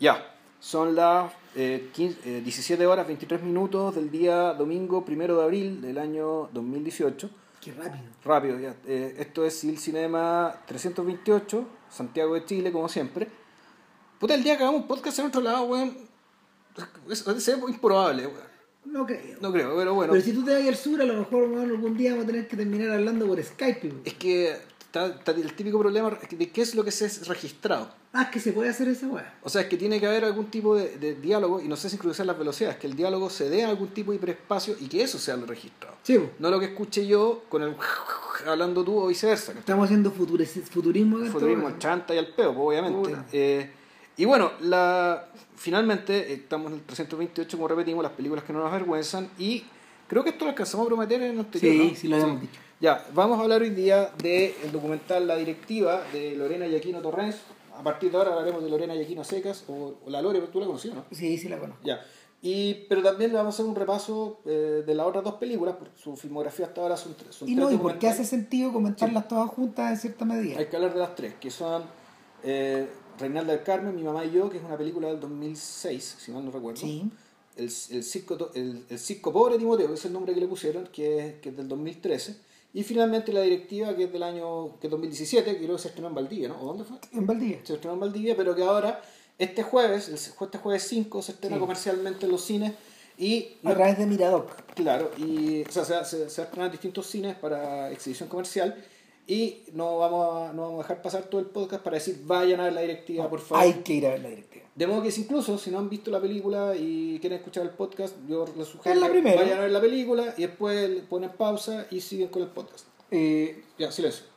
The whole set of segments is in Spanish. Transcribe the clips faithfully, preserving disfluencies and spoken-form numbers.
Ya, son las eh, quince, eh, diecisiete horas veintitrés minutos del día domingo primero de abril del año dos mil dieciocho. Qué rápido. Rápido, ya. Eh, esto es Sil Cinema trescientos veintiocho, Santiago de Chile, como siempre. Puta, el día que hagamos un podcast en otro lado, weón, es, es, es improbable, weón. No creo. No creo, pero bueno. Pero si tú te vas al sur, a lo mejor bueno, algún día vamos a tener que terminar hablando por Skype. Weón. Es que está, está el típico problema de qué es lo que se es registrado. Ah, es que se puede hacer esa weá. O sea, es que tiene que haber algún tipo de, de diálogo, y no sé si cruzar las velocidades, que el diálogo se dé a algún tipo de hiperespacio y que eso sea lo registrado. Sí, po. No lo que escuche yo con el hablando tú o viceversa. Estamos haciendo futuris, futurismo. Futurismo al chanta y al peo, pues, obviamente. Eh, y bueno, la finalmente eh, estamos en el trescientos veintiocho, como repetimos, las películas que no nos avergüenzan, y creo que esto lo alcanzamos a prometer en el anterior, Sí, ¿no? sí lo habíamos dicho. Ya, vamos a hablar hoy día del documental La Directiva de Lorena y Aquino Torrens. A partir de ahora hablaremos de Lorena y Aquino Secas, o, o la Lore, tú la conocías, ¿no? Sí, sí la conozco. Ya. Y, pero también le vamos a hacer un repaso eh, de las otras dos películas, porque su filmografía hasta ahora son, tres- son Y tres no, y por qué documentales. hace sentido comentarlas Sí. todas juntas en cierta medida. Hay que hablar de las tres, que son eh, Reinalda del Carmen, Mi mamá y yo, que es una película del dos mil seis, si mal no recuerdo. Sí. El, el, circo, el, el circo pobre Timoteo, que es el nombre que le pusieron, que es, que es del dos mil trece. Y finalmente La Directiva, que es del año que es dos mil diecisiete, que creo que se estrenó en Valdivia, ¿no? ¿O dónde fue? En Valdivia. Se estrenó en Valdivia, pero que ahora, este jueves, el, este jueves cinco, se estrena Sí. comercialmente en los cines. Y A través de Miradoc. claro, y o sea, se, se, se va a estrenar en distintos cines para exhibición comercial. Y no vamos, a, no vamos a dejar pasar todo el podcast para decir vayan a ver La Directiva, por favor. Hay que ir a ver La Directiva. De modo que si incluso si no han visto la película y quieren escuchar el podcast, yo les sugiero Es la que primera. vayan a ver la película y después le ponen pausa y siguen con el podcast. Eh, Ya, silencio.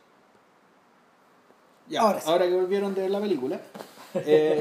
Ya, Ahora ahora, sí. que volvieron de ver la película. Eh,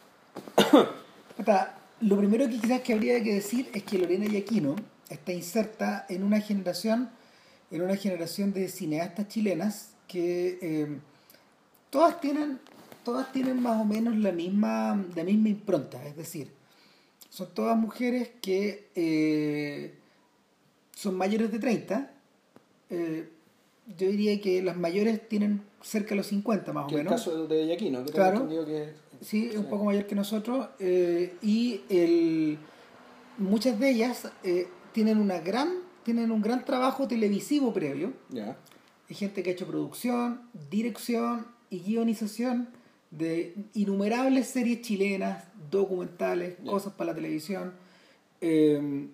Ota, lo primero que quizás que habría que decir es que Lorena y Aquino está inserta en una generación, en una generación de cineastas chilenas que eh, todas tienen, todas tienen más o menos la misma, la misma impronta, es decir, son todas mujeres que eh, son mayores de treinta. Eh, yo diría que las mayores tienen cerca de los cincuenta más o que el menos. caso de Yaquino, que Claro. tengo entendido que Sí, es un poco mayor que nosotros. eh, y el, muchas de ellas eh, tienen una gran tienen un gran trabajo televisivo previo. ya. Hay gente que ha hecho producción, dirección y guionización de innumerables series chilenas, documentales, Ya. cosas para la televisión. eh,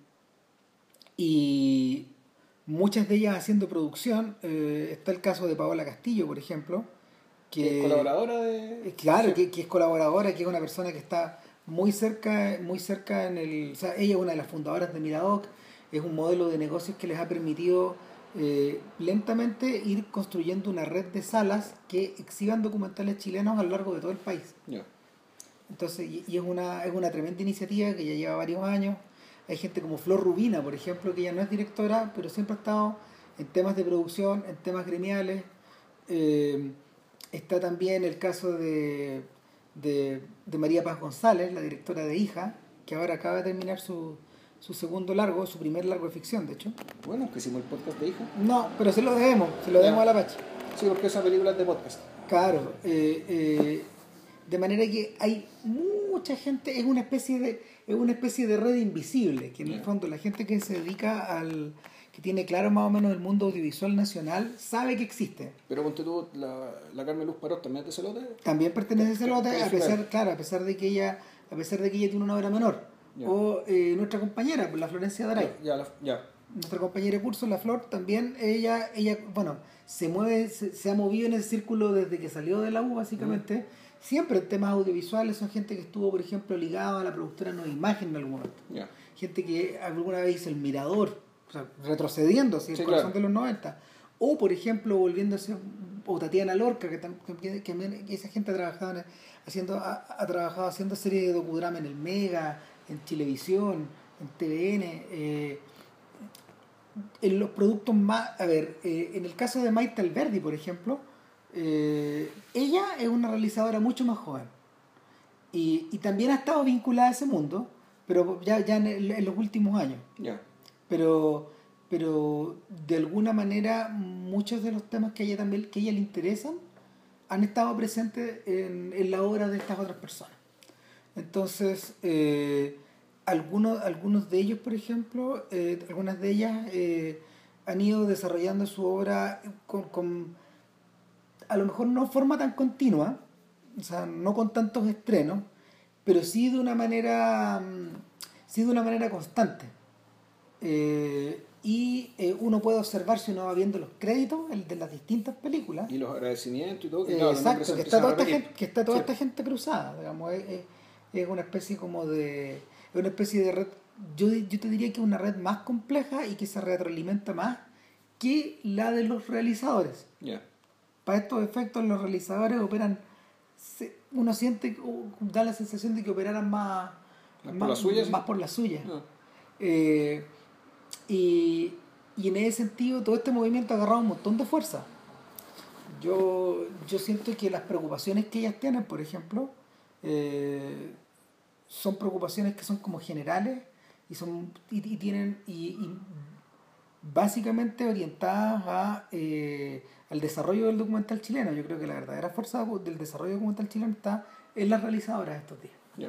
y muchas de ellas haciendo producción. eh, está el caso de Paola Castillo, por ejemplo, Que es colaboradora de... eh, Claro, Sí. que, que es colaboradora, que es una persona que está muy cerca, muy cerca en el... O sea, ella es una de las fundadoras de Miradoc, es un modelo de negocios que les ha permitido eh, lentamente ir construyendo una red de salas que exhiban documentales chilenos a lo largo de todo el país. Ya. Entonces, y, y es una, es una tremenda iniciativa que ya lleva varios años. Hay gente como Flor Rubina, por ejemplo, que ya no es directora, pero siempre ha estado en temas de producción, en temas gremiales. Eh, Está también el caso de, de, de María Paz González, la directora de Hija, que ahora acaba de terminar su, su segundo largo, su primer largo de ficción, de hecho. Bueno, que hicimos el podcast de Hija. No, pero se lo debemos, se lo debemos a la Pachi. Sí, porque esa película es de podcast. Claro, eh, eh, de manera que hay mucha gente, es una especie de, es una especie de red invisible, que en el Yeah. fondo la gente que se dedica al, que tiene claro más o menos el mundo audiovisual nacional, sabe que existe. Pero ponte tú, la, la Carmen Luz Parot también es de Celote. También pertenece a Celote, Puede a ser. pesar, claro, a pesar de que ella, a pesar de que ella tiene una obra menor. Ya. O eh, nuestra compañera, la Florencia Daray. Ya, ya, la- ya. Nuestra compañera de curso, la Flor, también ella, ella, bueno, se mueve, se, se ha movido en el círculo desde que salió de la U, básicamente. Siempre en temas audiovisuales, son gente que estuvo, por ejemplo, ligada a la productora Nueva Imagen en algún momento. Ya. Gente que alguna vez hizo El Mirador, o sea, retrocediendo hacia el Sí, corazón claro. de los noventa. O, por ejemplo, volviéndose, o Tatiana Lorca, que, tam- que, que- que esa gente ha trabajado, en- haciendo, ha, ha trabajado haciendo series de docudrama en el Mega, en Televisión, en T V N. Eh, en los productos más... A ver, eh, en el caso de Maite Alberdi, por ejemplo, eh, ella es una realizadora mucho más joven. Y, y también ha estado vinculada a ese mundo, pero ya, ya en, el- en los últimos años. Ya. Pero, pero de alguna manera muchos de los temas que a ella también que a ella le interesan han estado presentes en, en la obra de estas otras personas. Entonces, eh, algunos, algunos de ellos, por ejemplo, eh, algunas de ellas eh, han ido desarrollando su obra con, con, a lo mejor no forma tan continua, o sea, no con tantos estrenos, pero sí de una manera, mm, sí de una manera constante. Eh, y eh, uno puede observar, si uno va viendo los créditos el de las distintas películas, Y los agradecimientos y todo, que eh, claro, los nombres exacto, se que está empiezan a toda esta repetir. gente, que está toda Sí. esta gente cruzada, digamos, es, es- es una especie como de, es una especie de red, yo, yo te diría que es una red más compleja y que se retroalimenta más que la de los realizadores. Ya. Para estos efectos los realizadores operan, se- uno siente, o da la sensación de que operaran más, ¿Más por la suya, sí? más por la suya. Ah. Eh, y, y en ese sentido todo este movimiento ha agarrado un montón de fuerza. Yo, yo siento que las preocupaciones que ellas tienen, por ejemplo, eh, son preocupaciones que son como generales y son y, y tienen y, y básicamente orientadas a, eh, al desarrollo del documental chileno. Yo creo que la verdadera fuerza del desarrollo del documental chileno está en las realizadoras de estos días. Ya.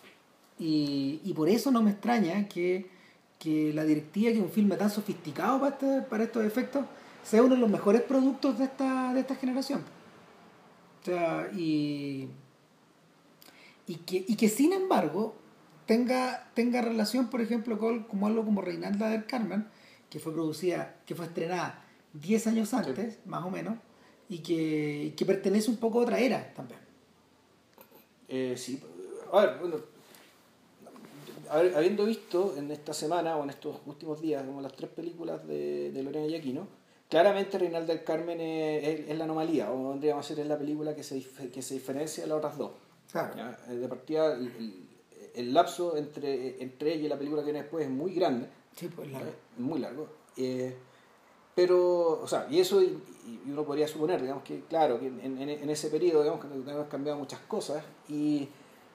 Y, y por eso no me extraña que, que la directiva, que es un filme tan sofisticado para, este, para estos efectos, sea uno de los mejores productos de esta, de esta generación. O sea, y, y, que, y que sin embargo tenga, tenga relación, por ejemplo, con como algo como Reinalda del Carmen, que fue producida, que fue estrenada diez años antes, sí, más o menos, y que, que pertenece un poco a otra era también. Eh, sí, a ver, bueno, habiendo visto en esta semana o en estos últimos días como las tres películas de, de Lorena Giacchino, claramente Reinalda del Carmen es, es, es la anomalía, o vendríamos a decir es la película que se, que se diferencia de las otras dos. Claro. ¿Ya? De partida, el, el, el lapso entre, entre ella y la película que viene después es muy grande. Sí, pues largo. Muy largo. Eh, pero, o sea, y eso, y, y uno podría suponer, digamos que, claro, que en, en, en ese periodo, digamos que hemos cambiado muchas cosas, y,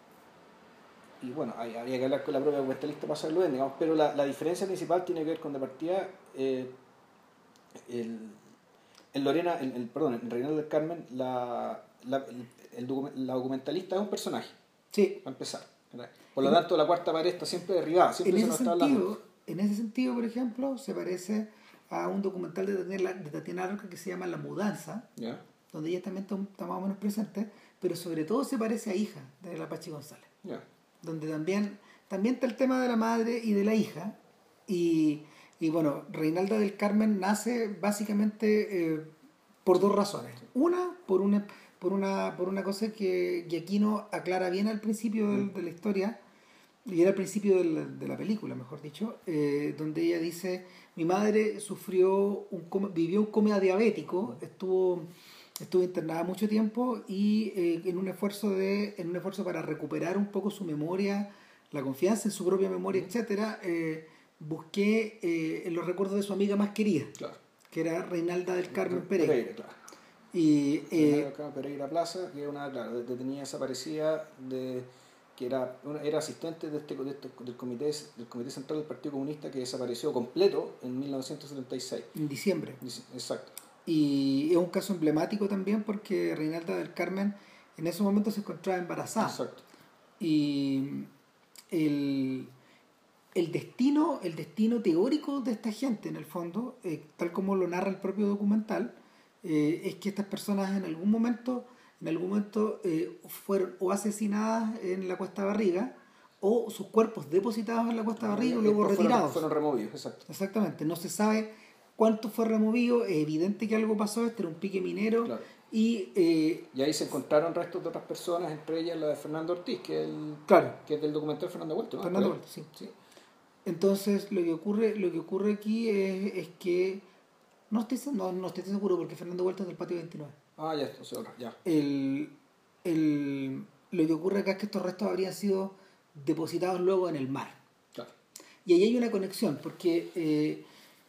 y bueno, habría que hablar con la propia documentalista para saberlo bien, digamos, pero la, la diferencia principal tiene que ver con, de partida, eh, el, en Lorena, el, el, perdón, en Reinaldo del Carmen, la, la, el, el document, la documentalista es un personaje, sí, para empezar, ¿verdad? Por lo tanto, la cuarta pared está siempre derribada, siempre en se nos ese está sentido, hablando. En ese sentido, por ejemplo, se parece a un documental de Tatiana, de Tatiana Lorca que se llama La Mudanza, ¿Ya? donde ella también está, está más o menos presente, pero sobre todo se parece a Hija, de la Pachi González, ¿Ya? Donde también, también está el tema de la madre y de la hija, y, y bueno, Reinalda del Carmen nace básicamente eh, por dos razones. Una, por una, por una, por una cosa que Giacchino aclara bien al principio de, de la historia, y era al principio de la, de la película, mejor dicho, eh, donde ella dice: mi madre sufrió un coma, vivió un coma diabético, estuvo estuvo internada mucho tiempo y eh, en un esfuerzo de en un esfuerzo para recuperar un poco su memoria, la confianza en su propia memoria, etcétera, eh, busqué eh, en los recuerdos de su amiga más querida, Claro. que era Reinalda del Carmen Pereira. Pereira, claro. Y eh, Pereira Plaza, que era una, claro, detenida desaparecida, de, que era, una, era asistente de este, de este, del, comité, del Comité Central del Partido Comunista, que desapareció completo en mil novecientos setenta y seis. En diciembre. Exacto. Y es un caso emblemático también porque Reinalda del Carmen en ese momento se encontraba embarazada. Exacto. Y el, el, destino, el destino teórico de esta gente, en el fondo, eh, tal como lo narra el propio documental, eh, es que estas personas en algún momento, en algún momento eh, fueron o asesinadas en la Cuesta Barriga o sus cuerpos depositados en la Cuesta Barriga y luego retirados. Fueron, fueron removidos, exacto. Exactamente, no se sabe cuánto fue removido, es evidente que algo pasó, este era un pique minero. Claro. Y, eh, y ahí se encontraron restos de otras personas, entre ellas la de Fernando Ortiz, que es, el, claro, que es del documental Fernando Vuelto, ¿no? Fernando Vuelto, sí. sí. Entonces lo que ocurre, lo que ocurre aquí es, es que no estoy, no, no estoy seguro porque Fernando Vuelto es del patio veintinueve. Ah, ya, entonces ahora, ya. El, el, lo que ocurre acá es que estos restos habrían sido depositados luego en el mar. Claro. Y ahí hay una conexión, porque eh,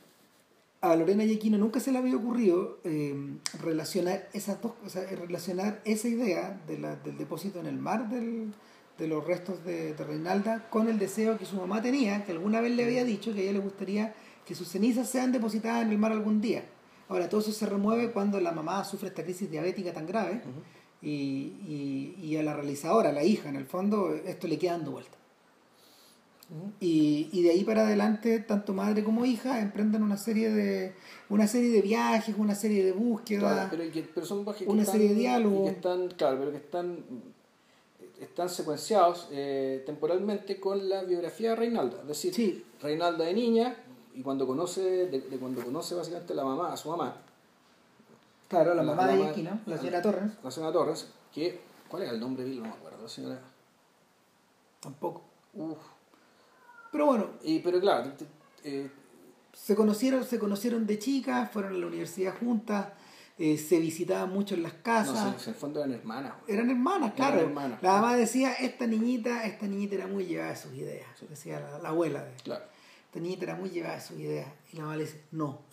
a Lorena Giacchino nunca se le había ocurrido eh, relacionar esas dos, o sea, relacionar esa idea de la, del depósito en el mar del, de los restos de, de Reinalda con el deseo que su mamá tenía, que alguna vez le había dicho que a ella le gustaría que sus cenizas sean depositadas en el mar algún día. Ahora, todo eso se remueve cuando la mamá sufre esta crisis diabética tan grave, uh-huh. y, y, y a la realizadora, a la hija, en el fondo, esto le queda dando vuelta. Uh-huh. Y, y de ahí para adelante, tanto madre como hija emprenden una serie de una serie de viajes, una serie de búsquedas, claro, pero, que, pero son viajes una que serie están, de diálogos. Que están, claro, pero que están, están secuenciados eh, temporalmente con la biografía de Reinalda. Es decir, sí. Reinalda de niña, y cuando conoce, de, de cuando conoce básicamente a la mamá, a su mamá. Claro, la, la mamá la, de Iki, ¿no? La señora la, Torres. La señora Torres, que, ¿cuál era el nombre? No me acuerdo, la señora. Tampoco. Uf. Pero bueno. Y, pero claro, eh, se conocieron, se conocieron de chicas, fueron a la universidad juntas, eh, se visitaban mucho en las casas. No, sí, en el fondo eran hermanas. Eran hermanas, claro. Eran hermanas. La mamá decía, esta niñita, esta niñita era muy llevada de sus ideas. Sí. Decía la, la abuela de claro. Esta niñita era muy llevada de sus ideas. Y la mamá le dice, no.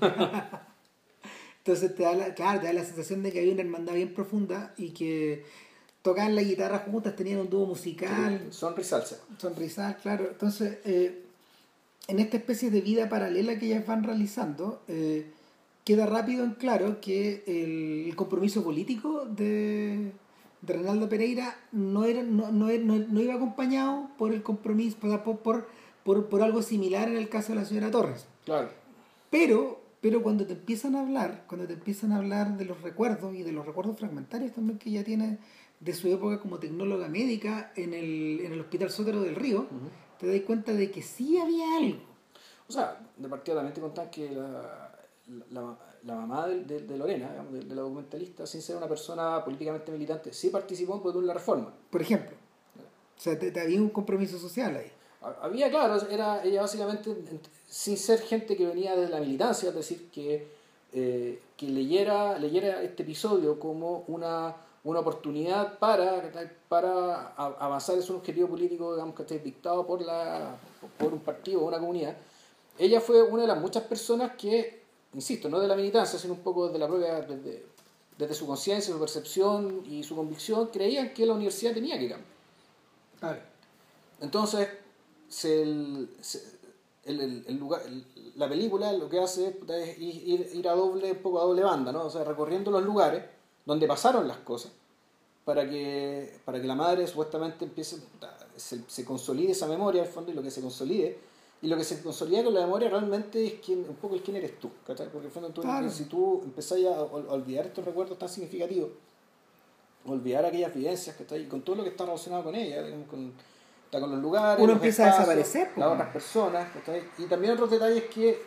Entonces te da la, claro, te da la sensación de que había una hermandad bien profunda y que tocaban la guitarra juntas, tenían un dúo musical. Sí, sonrisalsa. Sonrisal, claro. Entonces, eh, en esta especie de vida paralela que ellas van realizando, eh, queda rápido en claro que el, el compromiso político de, de Reinaldo Pereira no, era, no, no, no, no iba acompañado por el compromiso, por, por, por, por algo similar en el caso de la señora Torres. Claro. Pero, pero cuando te empiezan a hablar, cuando te empiezan a hablar de los recuerdos y de los recuerdos fragmentarios también que ella tiene de su época como tecnóloga médica en el, en el Hospital Sótero del Río, uh-huh. te das cuenta de que sí había algo. O sea, de partida también te contás que la, la, la mamá de, de, de Lorena, digamos, de, de la documentalista, sin ser una persona políticamente militante, sí participó en Podún la Reforma. Por ejemplo. O sea, te, te había un compromiso social ahí. Había, claro, era ella básicamente, sin ser gente que venía de la militancia, es decir, que, eh, que leyera, leyera este episodio como una, una oportunidad para, para avanzar en su objetivo político, digamos, que esté dictado por, la, por un partido o una comunidad. Ella fue una de las muchas personas que, insisto, no de la militancia, sino un poco de la propia, desde, desde su conciencia, su percepción y su convicción, creían que la universidad tenía que cambiar. Claro. Entonces, se, el, se, el, el, el lugar, el, la película lo que hace es ir, ir a doble, un poco a doble banda, ¿no? O sea, recorriendo los lugares donde pasaron las cosas para que, para que la madre supuestamente empiece, se, se consolide esa memoria al fondo, y lo que se consolide, y lo que se consolida con la memoria realmente es quién, un poco el quién eres tú, ¿cachai? Porque al fondo tú, claro. Si tú empezás a, a olvidar estos recuerdos tan significativos, olvidar aquellas vivencias, ¿cachai? Y con todo lo que está relacionado con ella, digamos, con con los lugares, uno los empieza espacios, a desaparecer, las otras personas, ¿cachai? Y también otros detalles que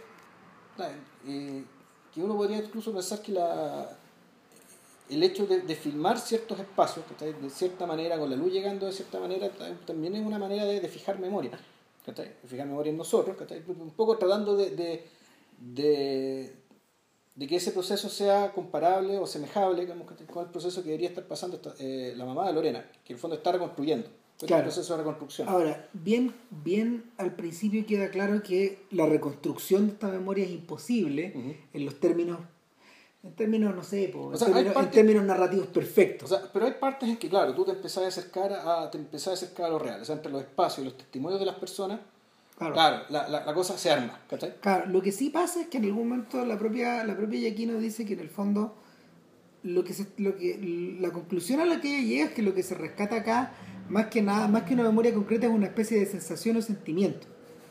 eh, que uno podría incluso pensar que la el hecho de, de filmar ciertos espacios, ¿cachai? De cierta manera, con la luz llegando de cierta manera, también es una manera de, de fijar memoria, ¿cachai? De fijar memoria en nosotros, ¿cachai? Un poco tratando de, de, de, de que ese proceso sea comparable o semejable, digamos, con el proceso que debería estar pasando esta, eh, la mamá de Lorena, que en el fondo está reconstruyendo. Claro. El proceso de reconstrucción. Ahora, bien, bien al principio queda claro que la reconstrucción de esta memoria es imposible uh-huh. en los términos, en términos, no sé, po, o en, sea, términos, partes, en términos narrativos perfectos. O sea, pero hay partes en que, claro, tú te empezás a acercar a, te empezás a acercar a lo real, o sea, entre los espacios y los testimonios de las personas, claro, claro la, la, la cosa se arma, ¿cachai? Claro, lo que sí pasa es que en algún momento la propia, la propia Giacchino dice que en el fondo lo que se, lo que, la conclusión a la que ella llega es que lo que se rescata acá, más que nada, más que una memoria concreta, es una especie de sensación o sentimiento.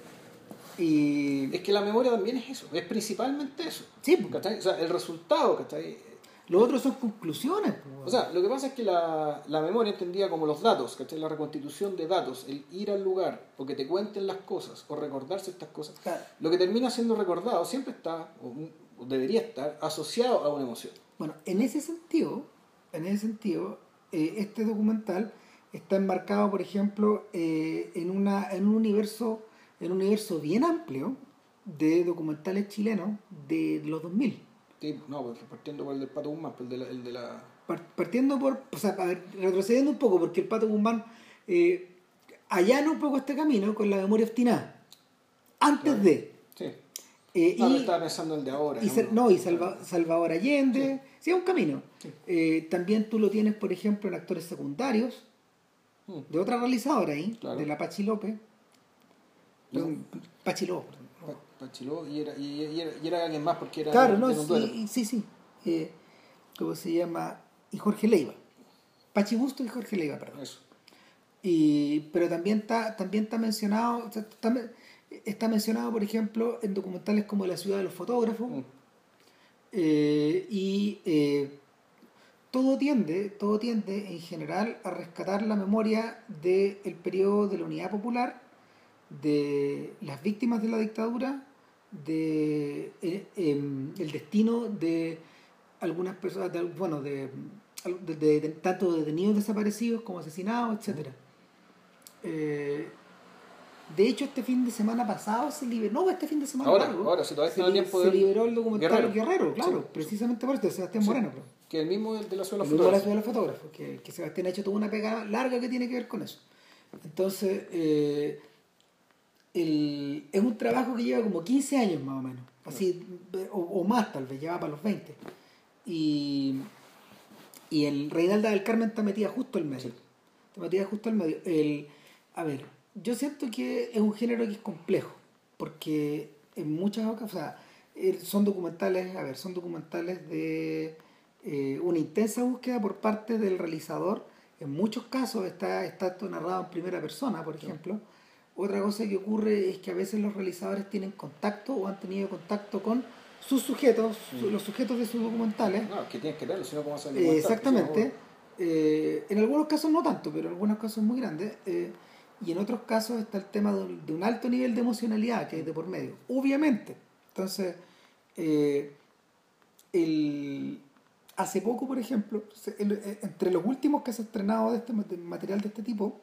Y es que la memoria también es eso, es principalmente eso. Sí, ¿cachai? O sea, el resultado, ¿cachai? Lo otro son conclusiones. O sea, lo que pasa es que la, la memoria entendida como los datos, ¿cachai? La reconstitución de datos, el ir al lugar, o que te cuenten las cosas, o recordarse estas cosas, claro. Lo que termina siendo recordado siempre está, o debería estar, asociado a una emoción. Bueno, en ese sentido, en ese sentido, eh, este documental está enmarcado, por ejemplo, eh, en una en un universo en un universo bien amplio de documentales chilenos de los dos mil. Sí, no, pues partiendo por el del Pato Guzmán, el de la, el de la... Partiendo por, o sea, a ver, retrocediendo un poco, porque el Pato Guzmán eh, allana un poco este camino con la memoria obstinada. Antes claro. de... Sí. Eh, no, y, estaba pensando en el de ahora. Y, no, no, y Salva, Salvador Allende. Sí, sí, es un camino. Sí. Eh, también tú lo tienes, por ejemplo, en actores secundarios mm. de otra realizadora ahí, claro. de la Pachi López. No. Pachi López. Pachiló y era, y, y, era, y era alguien más porque era claro de, no de un sí sí, sí. Eh, ¿cómo se llama? Y Jorge Leiva, Pachi Busto y Jorge Leiva, perdón. Eso. Y, pero también está, también está mencionado, o sea, está, está mencionado, por ejemplo, en documentales como La ciudad de los fotógrafos. Mm. Eh, y eh, todo tiende, todo tiende en general a rescatar la memoria del periodo de la Unidad Popular, de las víctimas de la dictadura, de eh, eh, el destino de algunas personas, de, bueno, de, de, de, de tanto detenidos desaparecidos como asesinados, etcétera. Eh, de hecho, este fin de semana pasado se liberó, no, este fin de semana ahora, largo, ahora, si todavía se, está li, tiempo se de liberó el documental Guerrero, Guerrero claro, sí, precisamente por esto, de Sebastián sí, Moreno. Pues. Que el mismo de la ciudad de los fotógrafos. De la fotógrafos, que, que Sebastián ha hecho toda una pegada larga que tiene que ver con eso. Entonces, eh, el, es un trabajo que lleva como quince años más o menos, así, o, o más tal vez, lleva para los veinte. Y, y el Reinalda del Carmen está metida justo al medio. Sí. Está metida justo al medio. El, a ver, yo siento que es un género que es complejo, porque en muchas ocasiones, o sea, son documentales, a ver, son documentales de eh, una intensa búsqueda por parte del realizador. En muchos casos está, está esto narrado en primera persona, por ejemplo. Sí. Otra cosa que ocurre es que a veces los realizadores tienen contacto o han tenido contacto con sus sujetos, sí. los sujetos de sus documentales. No, que tienen que verlo, sino cómo se eh, Exactamente. Eh, en algunos casos no tanto, pero en algunos casos muy grandes. Eh, y en otros casos está el tema de un, de un alto nivel de emocionalidad que hay de por medio. Obviamente. Entonces, eh, el, hace poco, por ejemplo, el, entre los últimos que se ha estrenado de este material de este tipo,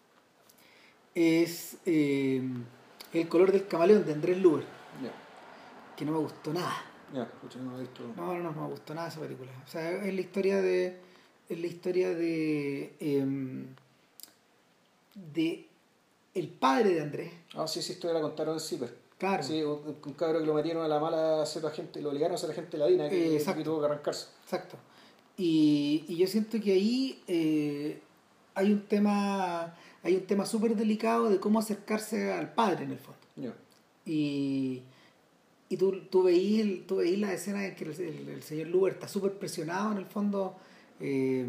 es eh, El color del camaleón de Andrés Luber, yeah. que no me gustó nada. Yeah, no, visto... no, no, no, no me gustó nada esa película. O sea, es la historia de es la historia de eh, de el padre de Andrés. Ah, sí, sí, esto la contaron en Ciper. Claro. Sí, un, un cabro que lo metieron a la mala a ser agente, lo obligaron a ser agente ladina, que, eh, que tuvo que arrancarse. Exacto. Y, y yo siento que ahí eh, hay un tema hay un tema súper delicado de cómo acercarse al padre en el fondo. Yeah. Y, y tú, tú veís tú veís la escena en que el, el, el señor Luber está súper presionado en el fondo eh,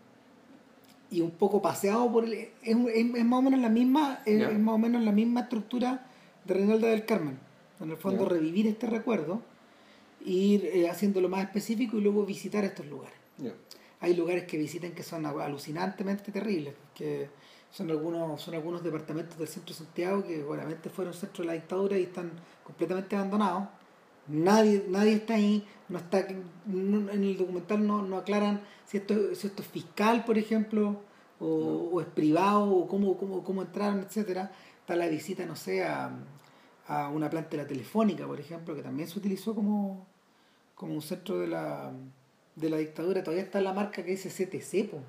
y un poco paseado por el, es, es, es más o menos la misma es, yeah. es más o menos la misma estructura de Reinalda del Carmen. En el fondo yeah. revivir este recuerdo, ir eh, haciéndolo más específico y luego visitar estos lugares. Yeah. Hay lugares que visitan que son alucinantemente terribles, que son algunos son algunos departamentos del centro de Santiago que obviamente fueron centro de la dictadura y están completamente abandonados. Nadie nadie está ahí, no está no, en el documental no, no aclaran si esto si esto es fiscal, por ejemplo, o, no. o es privado, o cómo cómo cómo entraron, etcétera. Está la visita, no sé, a, a una planta de la Telefónica, por ejemplo, que también se utilizó como como un centro de la de la dictadura. Todavía está la marca que dice C T C, po.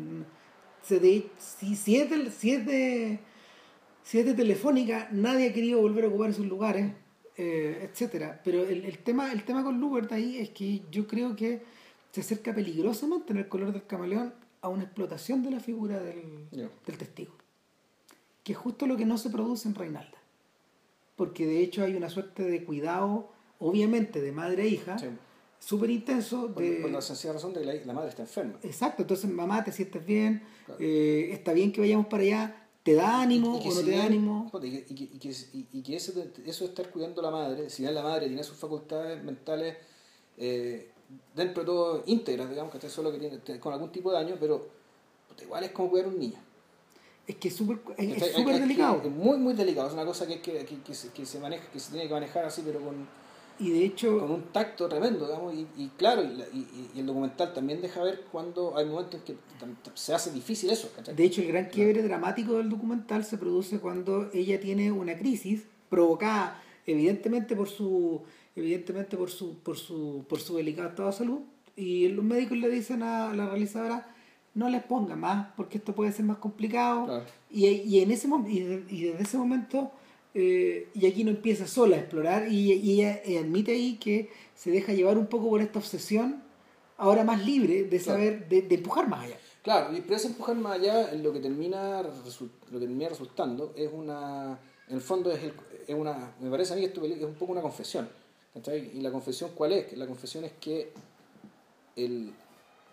C D, si, si, es de, si, es de, si es de Telefónica, nadie ha querido volver a ocupar esos lugares, eh, etcétera. Pero el, el tema el tema con Luber ahí es que yo creo que se acerca peligrosamente en El color del camaleón a una explotación de la figura del, yeah. del testigo, que es justo lo que no se produce en Reinalda, porque de hecho hay una suerte de cuidado, obviamente de madre e hija, sí. súper intenso. Por, de... por la sencilla razón de que la, la madre está enferma. Exacto, entonces mamá, te sientes bien, claro. eh, está bien que vayamos para allá, ¿te da ánimo o no te da ánimo? Y que, y que, y que, y que eso, eso de estar cuidando a la madre, si bien la madre tiene sus facultades mentales eh, dentro de todo íntegras, digamos, que está solo que tiene con algún tipo de daño, pero igual es como cuidar a un niño. Es que es súper es, es súper delicado. Es muy, muy delicado, es una cosa que, que, que, que, se, que se maneja, que se tiene que manejar así, pero con... Y de hecho, con un tacto tremendo, digamos, y, y claro, y, y, y el documental también deja ver cuando hay momentos en que se hace difícil eso, ¿cachai? De hecho, el gran quiebre claro. dramático del documental se produce cuando ella tiene una crisis provocada evidentemente por su evidentemente por su por su por su delicado estado de salud, y los médicos le dicen a la realizadora: no les ponga más porque esto puede ser más complicado, claro. y, y en ese y, y desde ese momento Eh, y aquí no empieza sola a explorar, y, y ella admite ahí que se deja llevar un poco por esta obsesión ahora más libre de saber, claro. de, de empujar más allá. Claro, y pero ese empujar más allá, lo que termina lo que termina resultando es una, en el fondo es, el, es una, me parece a mí que esto es un poco una confesión, ¿cachai? Y la confesión, ¿cuál es? La confesión es que el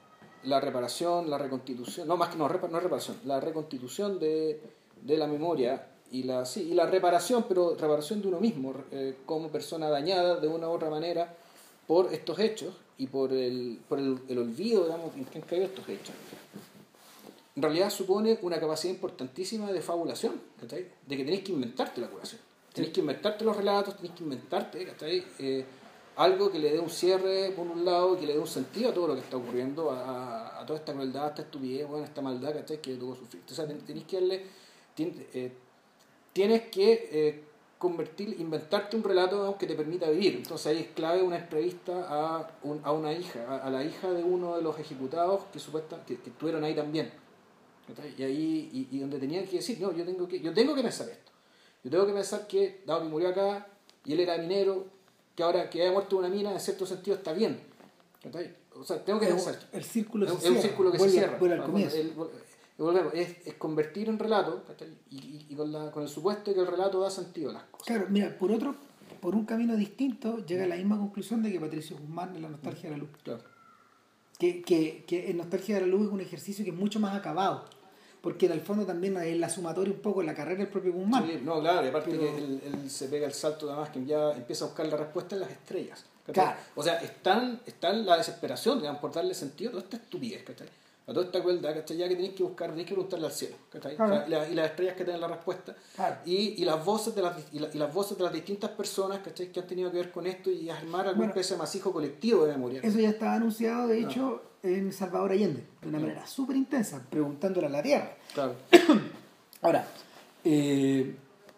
la reparación, la reconstitución, no más que no, repa, no reparación, la reconstitución de, de la memoria y la, sí, y la reparación, pero reparación de uno mismo eh, como persona dañada de una u otra manera por estos hechos y por el, por el, el olvido, digamos, en que han caído estos hechos. En realidad supone una capacidad importantísima de fabulación, ¿cachai? De que tenéis que inventarte la curación. Tenéis que inventarte los relatos, tenéis que inventarte, ¿cachai? Eh, algo que le dé un cierre, por un lado, que le dé un sentido a todo lo que está ocurriendo, a, a toda esta crueldad, a esta estupidez, bueno, a esta maldad, ¿cachai? Que tuvo sufrir. O sea, tenéis que darle... Tien, eh, tienes que eh, convertir, inventarte un relato que te permita vivir. Entonces ahí es clave una entrevista a, un, a una hija, a, a la hija de uno de los ejecutados que supuestamente que, que estuvieron ahí también. Y ahí y, y donde tenían que decir, no, yo tengo que, yo tengo que pensar esto. Yo tengo que pensar que, dado que murió acá, y él era minero, que ahora que haya muerto en una mina, en cierto sentido está bien. O sea, tengo que es, pensar. El círculo es, se es cierra. un círculo que vuelve, se cierra. Vuelve al comienzo. El, el, es, es convertir en relato, y, y, y con, la, con el supuesto de que el relato da sentido a las cosas. Claro, mira, por otro, por un camino distinto, llega a la misma conclusión de que Patricio Guzmán en La nostalgia de la luz. Claro. Que, que, que en Nostalgia de la Luz es un ejercicio que es mucho más acabado, porque en el fondo también es la sumatoria un poco de la carrera del propio Guzmán. Sí, no, claro, y aparte Pero... que él, él se pega el salto además que ya empieza a buscar la respuesta en las estrellas. Claro. O sea, está en la desesperación, digamos, por darle sentido a toda esta estupidez, ¿cachai? A toda esta crueldad, ¿cachai? Ya que tenéis que buscar, tenéis que preguntarle al cielo, ¿cachai? Claro. O sea, y, la, y las estrellas que tienen la respuesta. Claro. Y, y, las voces de las, y, la, y las voces de las distintas personas, ¿cachai? Que han tenido que ver con esto y armar alguna bueno, especie de masijo colectivo de memoria. Eso ya estaba anunciado, de hecho, no. en Salvador Allende, de una no. manera súper intensa, preguntándole a la Tierra. Claro. Ahora, eh,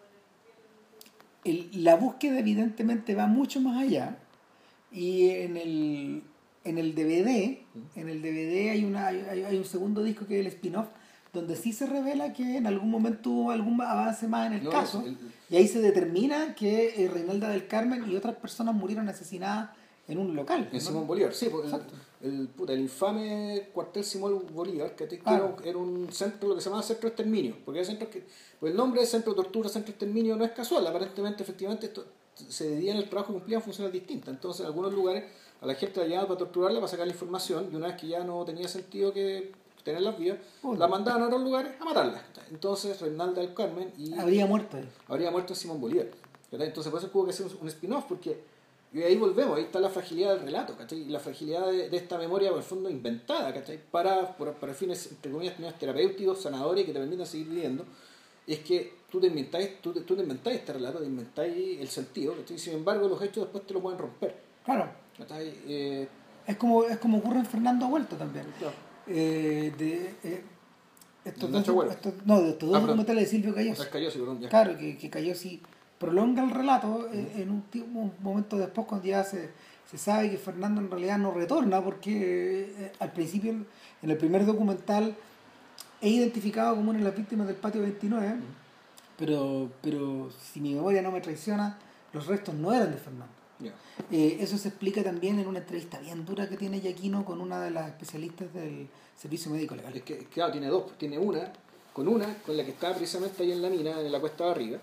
el, la búsqueda evidentemente va mucho más allá, y en el, en el D V D, en el D V D hay, una, hay, hay un segundo disco que es el spin-off, donde sí se revela que en algún momento hubo algún avance más en el no, caso, el... y ahí se determina que eh, Reinalda del Carmen y otras personas murieron asesinadas en un local. En ¿no? Simón Bolívar, sí, el, el, puta, el infame cuartel Simón Bolívar, que, que claro. era, era un centro, lo que se llamaba centro de exterminio, porque era centro que, pues el nombre de centro de tortura, centro de exterminio no es casual, aparentemente, efectivamente, esto se dividía en el trabajo y cumplían funciones distintas. Entonces, en algunos lugares a la gente la llevaban para torturarla, para sacar la información, y una vez que ya no tenía sentido que tener las vías, uh, la mandaban a otros lugares a matarla. Entonces, Reinalda del Carmen y habría muerto ahí. Habría muerto Simón Bolívar. Entonces, por eso hubo que hacer un spin-off, porque y ahí volvemos, ahí está la fragilidad del relato, ¿cachai? Y la fragilidad de, de esta memoria, por el fondo, inventada, ¿cachai? Para, para, para fines, entre comillas, terapéuticos, sanadores, que te permitan seguir viviendo. Es que tú te inventáis, tú te, tú te inventáis este relato, te inventáis el sentido, ¿cachai? Sin embargo, los hechos después te lo pueden romper. Claro. Eh, es como es como ocurre en Fernando Vuelto también. Claro. Eh, de, eh, estos dos, bueno. estos, no, de estos dos ah, documentales de Silvio Cayosi. Cayosi perdón, ya. Claro, que, que Cayosi prolonga el relato eh, en un, un momento después, cuando ya se, se sabe que Fernando en realidad no retorna, porque eh, al principio, en el primer documental, es identificado como una de las víctimas del patio veintinueve, uh-huh. pero, pero si mi memoria no me traiciona, los restos no eran de Fernando. Yeah. Eh, eso se explica también en una entrevista bien dura que tiene Yaquino con una de las especialistas del Servicio Médico Legal. Es que, claro, tiene dos. Tiene una, con una, con la que estaba precisamente ahí en la mina, en la cuesta de arriba.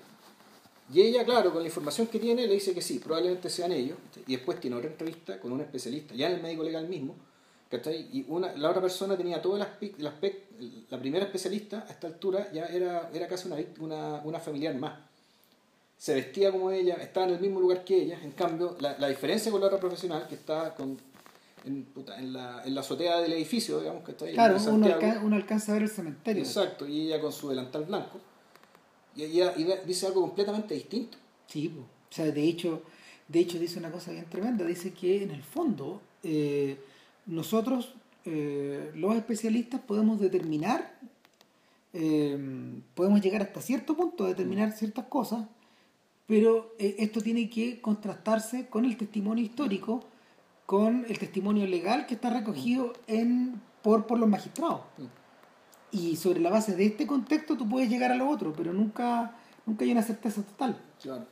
Y ella, claro, con la información que tiene, le dice que sí, probablemente sean ellos. Y después tiene otra entrevista con un especialista, ya en el médico legal mismo. ¿Cachai? Y una, la otra persona tenía todo el aspecto, el aspecto, la primera especialista a esta altura ya era, era casi una, una, una familiar más. Se vestía como ella, estaba en el mismo lugar que ella. En cambio, la, la diferencia con la otra profesional, que está con, en, puta, en, la, en la azotea del edificio, digamos, que está ahí. Claro, uno, alca uno alcanza a ver el cementerio. Exacto, y ella con su delantal blanco. Y ella y dice algo completamente distinto. Sí, o sea, de hecho, de hecho dice una cosa bien tremenda. Dice que en el fondo eh, nosotros, eh, los especialistas, podemos determinar, eh, podemos llegar hasta cierto punto a determinar ciertas cosas, pero eh, esto tiene que contrastarse con el testimonio histórico, con el testimonio legal que está recogido en por, por los magistrados. Y sobre la base de este contexto tú puedes llegar a lo otro, pero nunca, nunca hay una certeza total. Claro.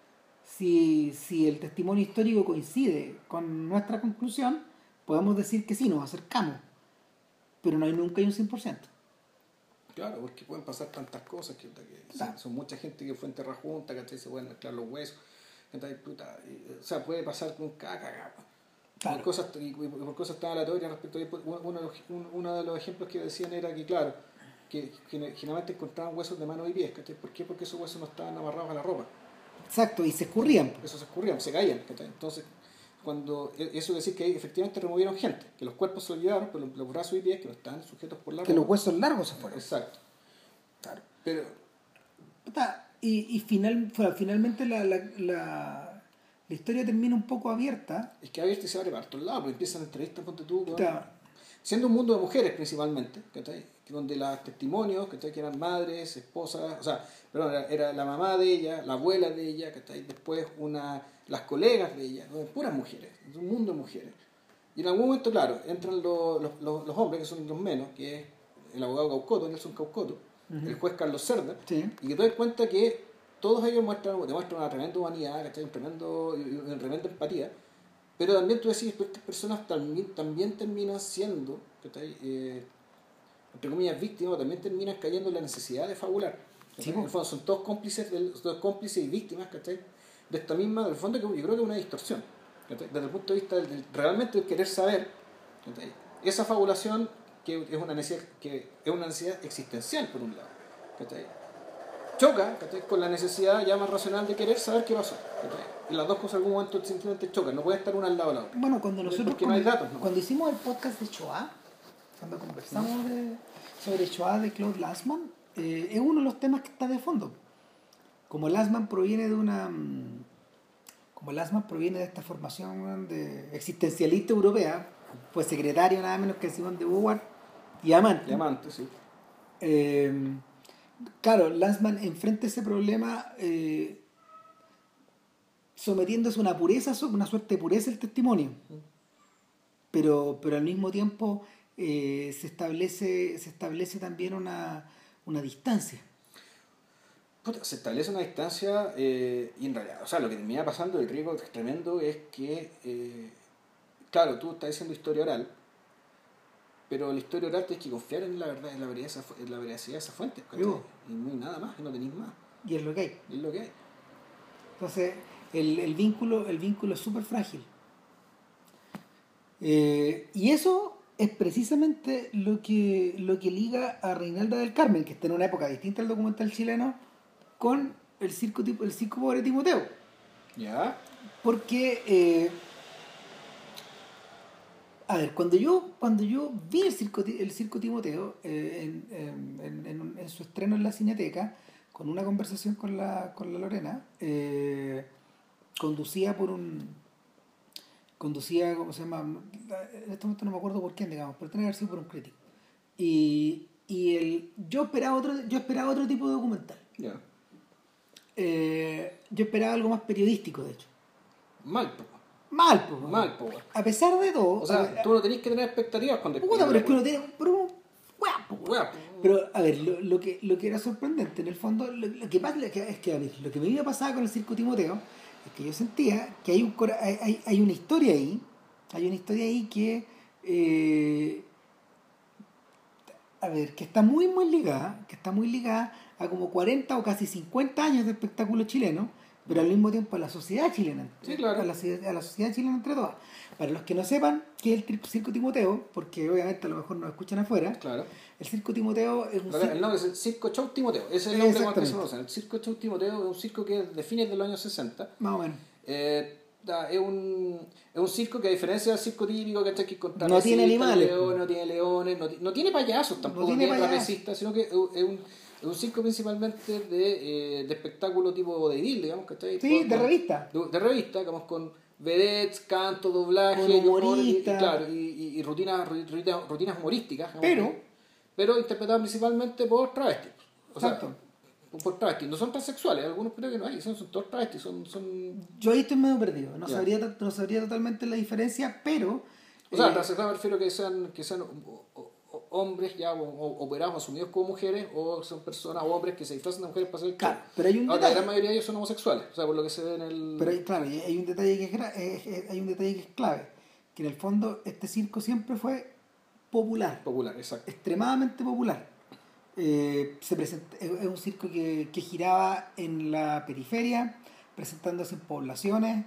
Si, si el testimonio histórico coincide con nuestra conclusión, podemos decir que sí, nos acercamos, pero no hay nunca hay un cien por ciento. Claro, porque pueden pasar tantas cosas, que, que claro. son mucha gente que fue enterrada junta, ¿cachai? Se pueden mezclar los huesos, ¿cachai? Puta, o sea, puede pasar con caca, Claro. Por cosas, y por cosas tan aleatorias respecto a uno, uno, uno de los ejemplos que decían era que, claro, que generalmente encontraban huesos de manos y pies. ¿Cachai? ¿Por qué? Porque esos huesos no estaban amarrados a la ropa. Exacto, y se escurrían. Eso se escurrían, se caían. ¿Cachai? Entonces, cuando eso decir que efectivamente removieron gente, que los cuerpos se lo llevaron, pero los brazos y pies que no estaban sujetos por la ropa. Que los huesos largos se fueron. Exacto. Claro. Pero. Y, y final, bueno, finalmente la, la, la La historia termina un poco abierta. Es que abierta y se abre para todos lados, porque empiezan entrevistas, ponte tú, con, claro. siendo un mundo de mujeres principalmente, ¿cachai? Donde los testimonios, ¿cachai? Que eran madres, esposas, o sea, perdón, era, era la mamá de ella, la abuela de ella, ¿cachai? Después una, las colegas de ella, ¿no? Puras mujeres, es un mundo de mujeres. Y en algún momento, claro, entran los, los, los, los hombres, que son los menos, que es el abogado Caucoto, Nelson Caucoto, uh-huh. el juez Carlos Cerda, sí. y que te das cuenta que todos ellos muestran, demuestran una tremenda humanidad, ¿cachai? Un tremendo, una tremenda empatía, pero también tú decís que estas personas también, también terminan siendo, ¿cachai? Eh, entre comillas, víctimas, o también terminan cayendo en la necesidad de fabular. Sí, en el fondo son todos cómplices, todos cómplices y víctimas, ¿cachai? De esta misma, del fondo yo creo que es una distorsión, ¿cachai? Desde el punto de vista del, del, realmente del querer saber, ¿cachai? Esa fabulación que es una necesidad, que es una necesidad existencial por un lado, ¿cachai? Choca, ¿cachai? Con la necesidad ya más racional de querer saber qué pasó, ¿cachai? Y las dos cosas en algún momento simplemente chocan, no pueden estar una al lado de la otra. Bueno, cuando nosotros porque cuando, no hay datos, ¿no? Cuando hicimos el podcast de Shoah, cuando conversamos de, sobre Shoah de Claude Lanzmann, eh, es uno de los temas que está de fondo. Como Lanzmann proviene de una como Lanzmann proviene de esta formación de existencialista europea, pues secretario nada menos que Simón de Beauvoir y amante. Y amante, sí. Eh, claro, Lanzmann enfrenta ese problema eh, sometiéndose a una pureza, una suerte de pureza el testimonio, pero, pero al mismo tiempo eh, se establece se establece también una, una distancia. Se establece una distancia eh, y en realidad, o sea, lo que termina pasando, el riesgo tremendo es que, eh, claro, tú estás diciendo historia oral, pero la historia oral tienes que confiar en la verdad, en la veracidad, en la veracidad de esa fuente, y no hay nada más, no tenéis más. Y es lo que hay. Y es lo que hay. Entonces, el, el vínculo el vínculo es súper frágil. Eh, y eso es precisamente lo que, lo que liga a Reinalda del Carmen, que está en una época distinta al documental chileno, con el circo, el circo Pobre Timoteo. ¿Ya? Porque, eh, a ver, cuando yo, cuando yo vi el circo, el circo Timoteo eh, en, en, en, en su estreno en la Cineteca, con una conversación con la, con la Lorena, eh, conducía por un... conducía, ¿cómo se llama? En este momento no me acuerdo por quién, digamos, pero tenía que haber sido por un crítico. Y, y el, yo, esperaba otro, yo esperaba otro tipo de documental. Ya. Yeah. Eh, yo esperaba algo más periodístico, de hecho. Mal, po. Mal, po. Mal, po. A pesar de todo... O sea, ver, tú no tenés que tener expectativas cuando... Puta, pero es que uno tiene... Pero, guapo, guapo. Pero, a ver, lo, lo, que, lo que era sorprendente, en el fondo, lo, lo que pasa es que, es que a ver, lo que me iba a pasar con el circo Timoteo es que yo sentía que hay, un, hay, hay, hay una historia ahí, hay una historia ahí que... Eh, a ver, que está muy, muy ligada, que está muy ligada a como cuarenta o casi cincuenta años de espectáculo chileno, pero al mismo tiempo a la sociedad chilena. Sí, claro. A la, a la sociedad chilena entre todas. Para los que no sepan qué es el circo Timoteo, porque obviamente a lo mejor nos escuchan afuera, claro. El circo Timoteo es un circo... El nombre es el Circo Show Timoteo, ese es el nombre con el que se conoce. El Circo Show Timoteo es un circo que es de fines de los años sesenta. Más o menos. Eh, es un, es un circo que, a diferencia del circo típico, que hay que contar, no tiene animales, leones, no tiene leones, no, no tiene payasos tampoco, no tiene ni payasos, trapecistas, sino que es un, es un circo principalmente de, eh, de espectáculo tipo vodevil, digamos, ¿cachai? Sí, con, de revista. De, de revista, digamos, con vedettes, canto, doblaje, humoristas, y, claro, y, y, y rutinas, rutinas, rutinas humorísticas, digamos, pero, que, pero interpretadas principalmente por travestis. O exacto. sea, por travestis, no son transexuales, algunos creo que no hay, son, son todos travestis, son, son... Yo ahí estoy medio perdido, no, yeah. sabría, no sabría totalmente la diferencia, pero... O sea, eh, transexual me refiero a que sean, que sean o, o, o, hombres ya o, o, operados, asumidos como mujeres, o son personas o hombres que se disfrazan de mujeres para hacer el claro, pero hay un Ahora, detalle. la gran mayoría de ellos son homosexuales, o sea, por lo que se ve en el... Pero hay, claro, hay un detalle que es, es, es, hay un detalle que es clave, que en el fondo este circo siempre fue popular. Popular, exacto. Extremadamente popular. Eh, se presenta, es un circo que, que giraba en la periferia, presentándose en poblaciones,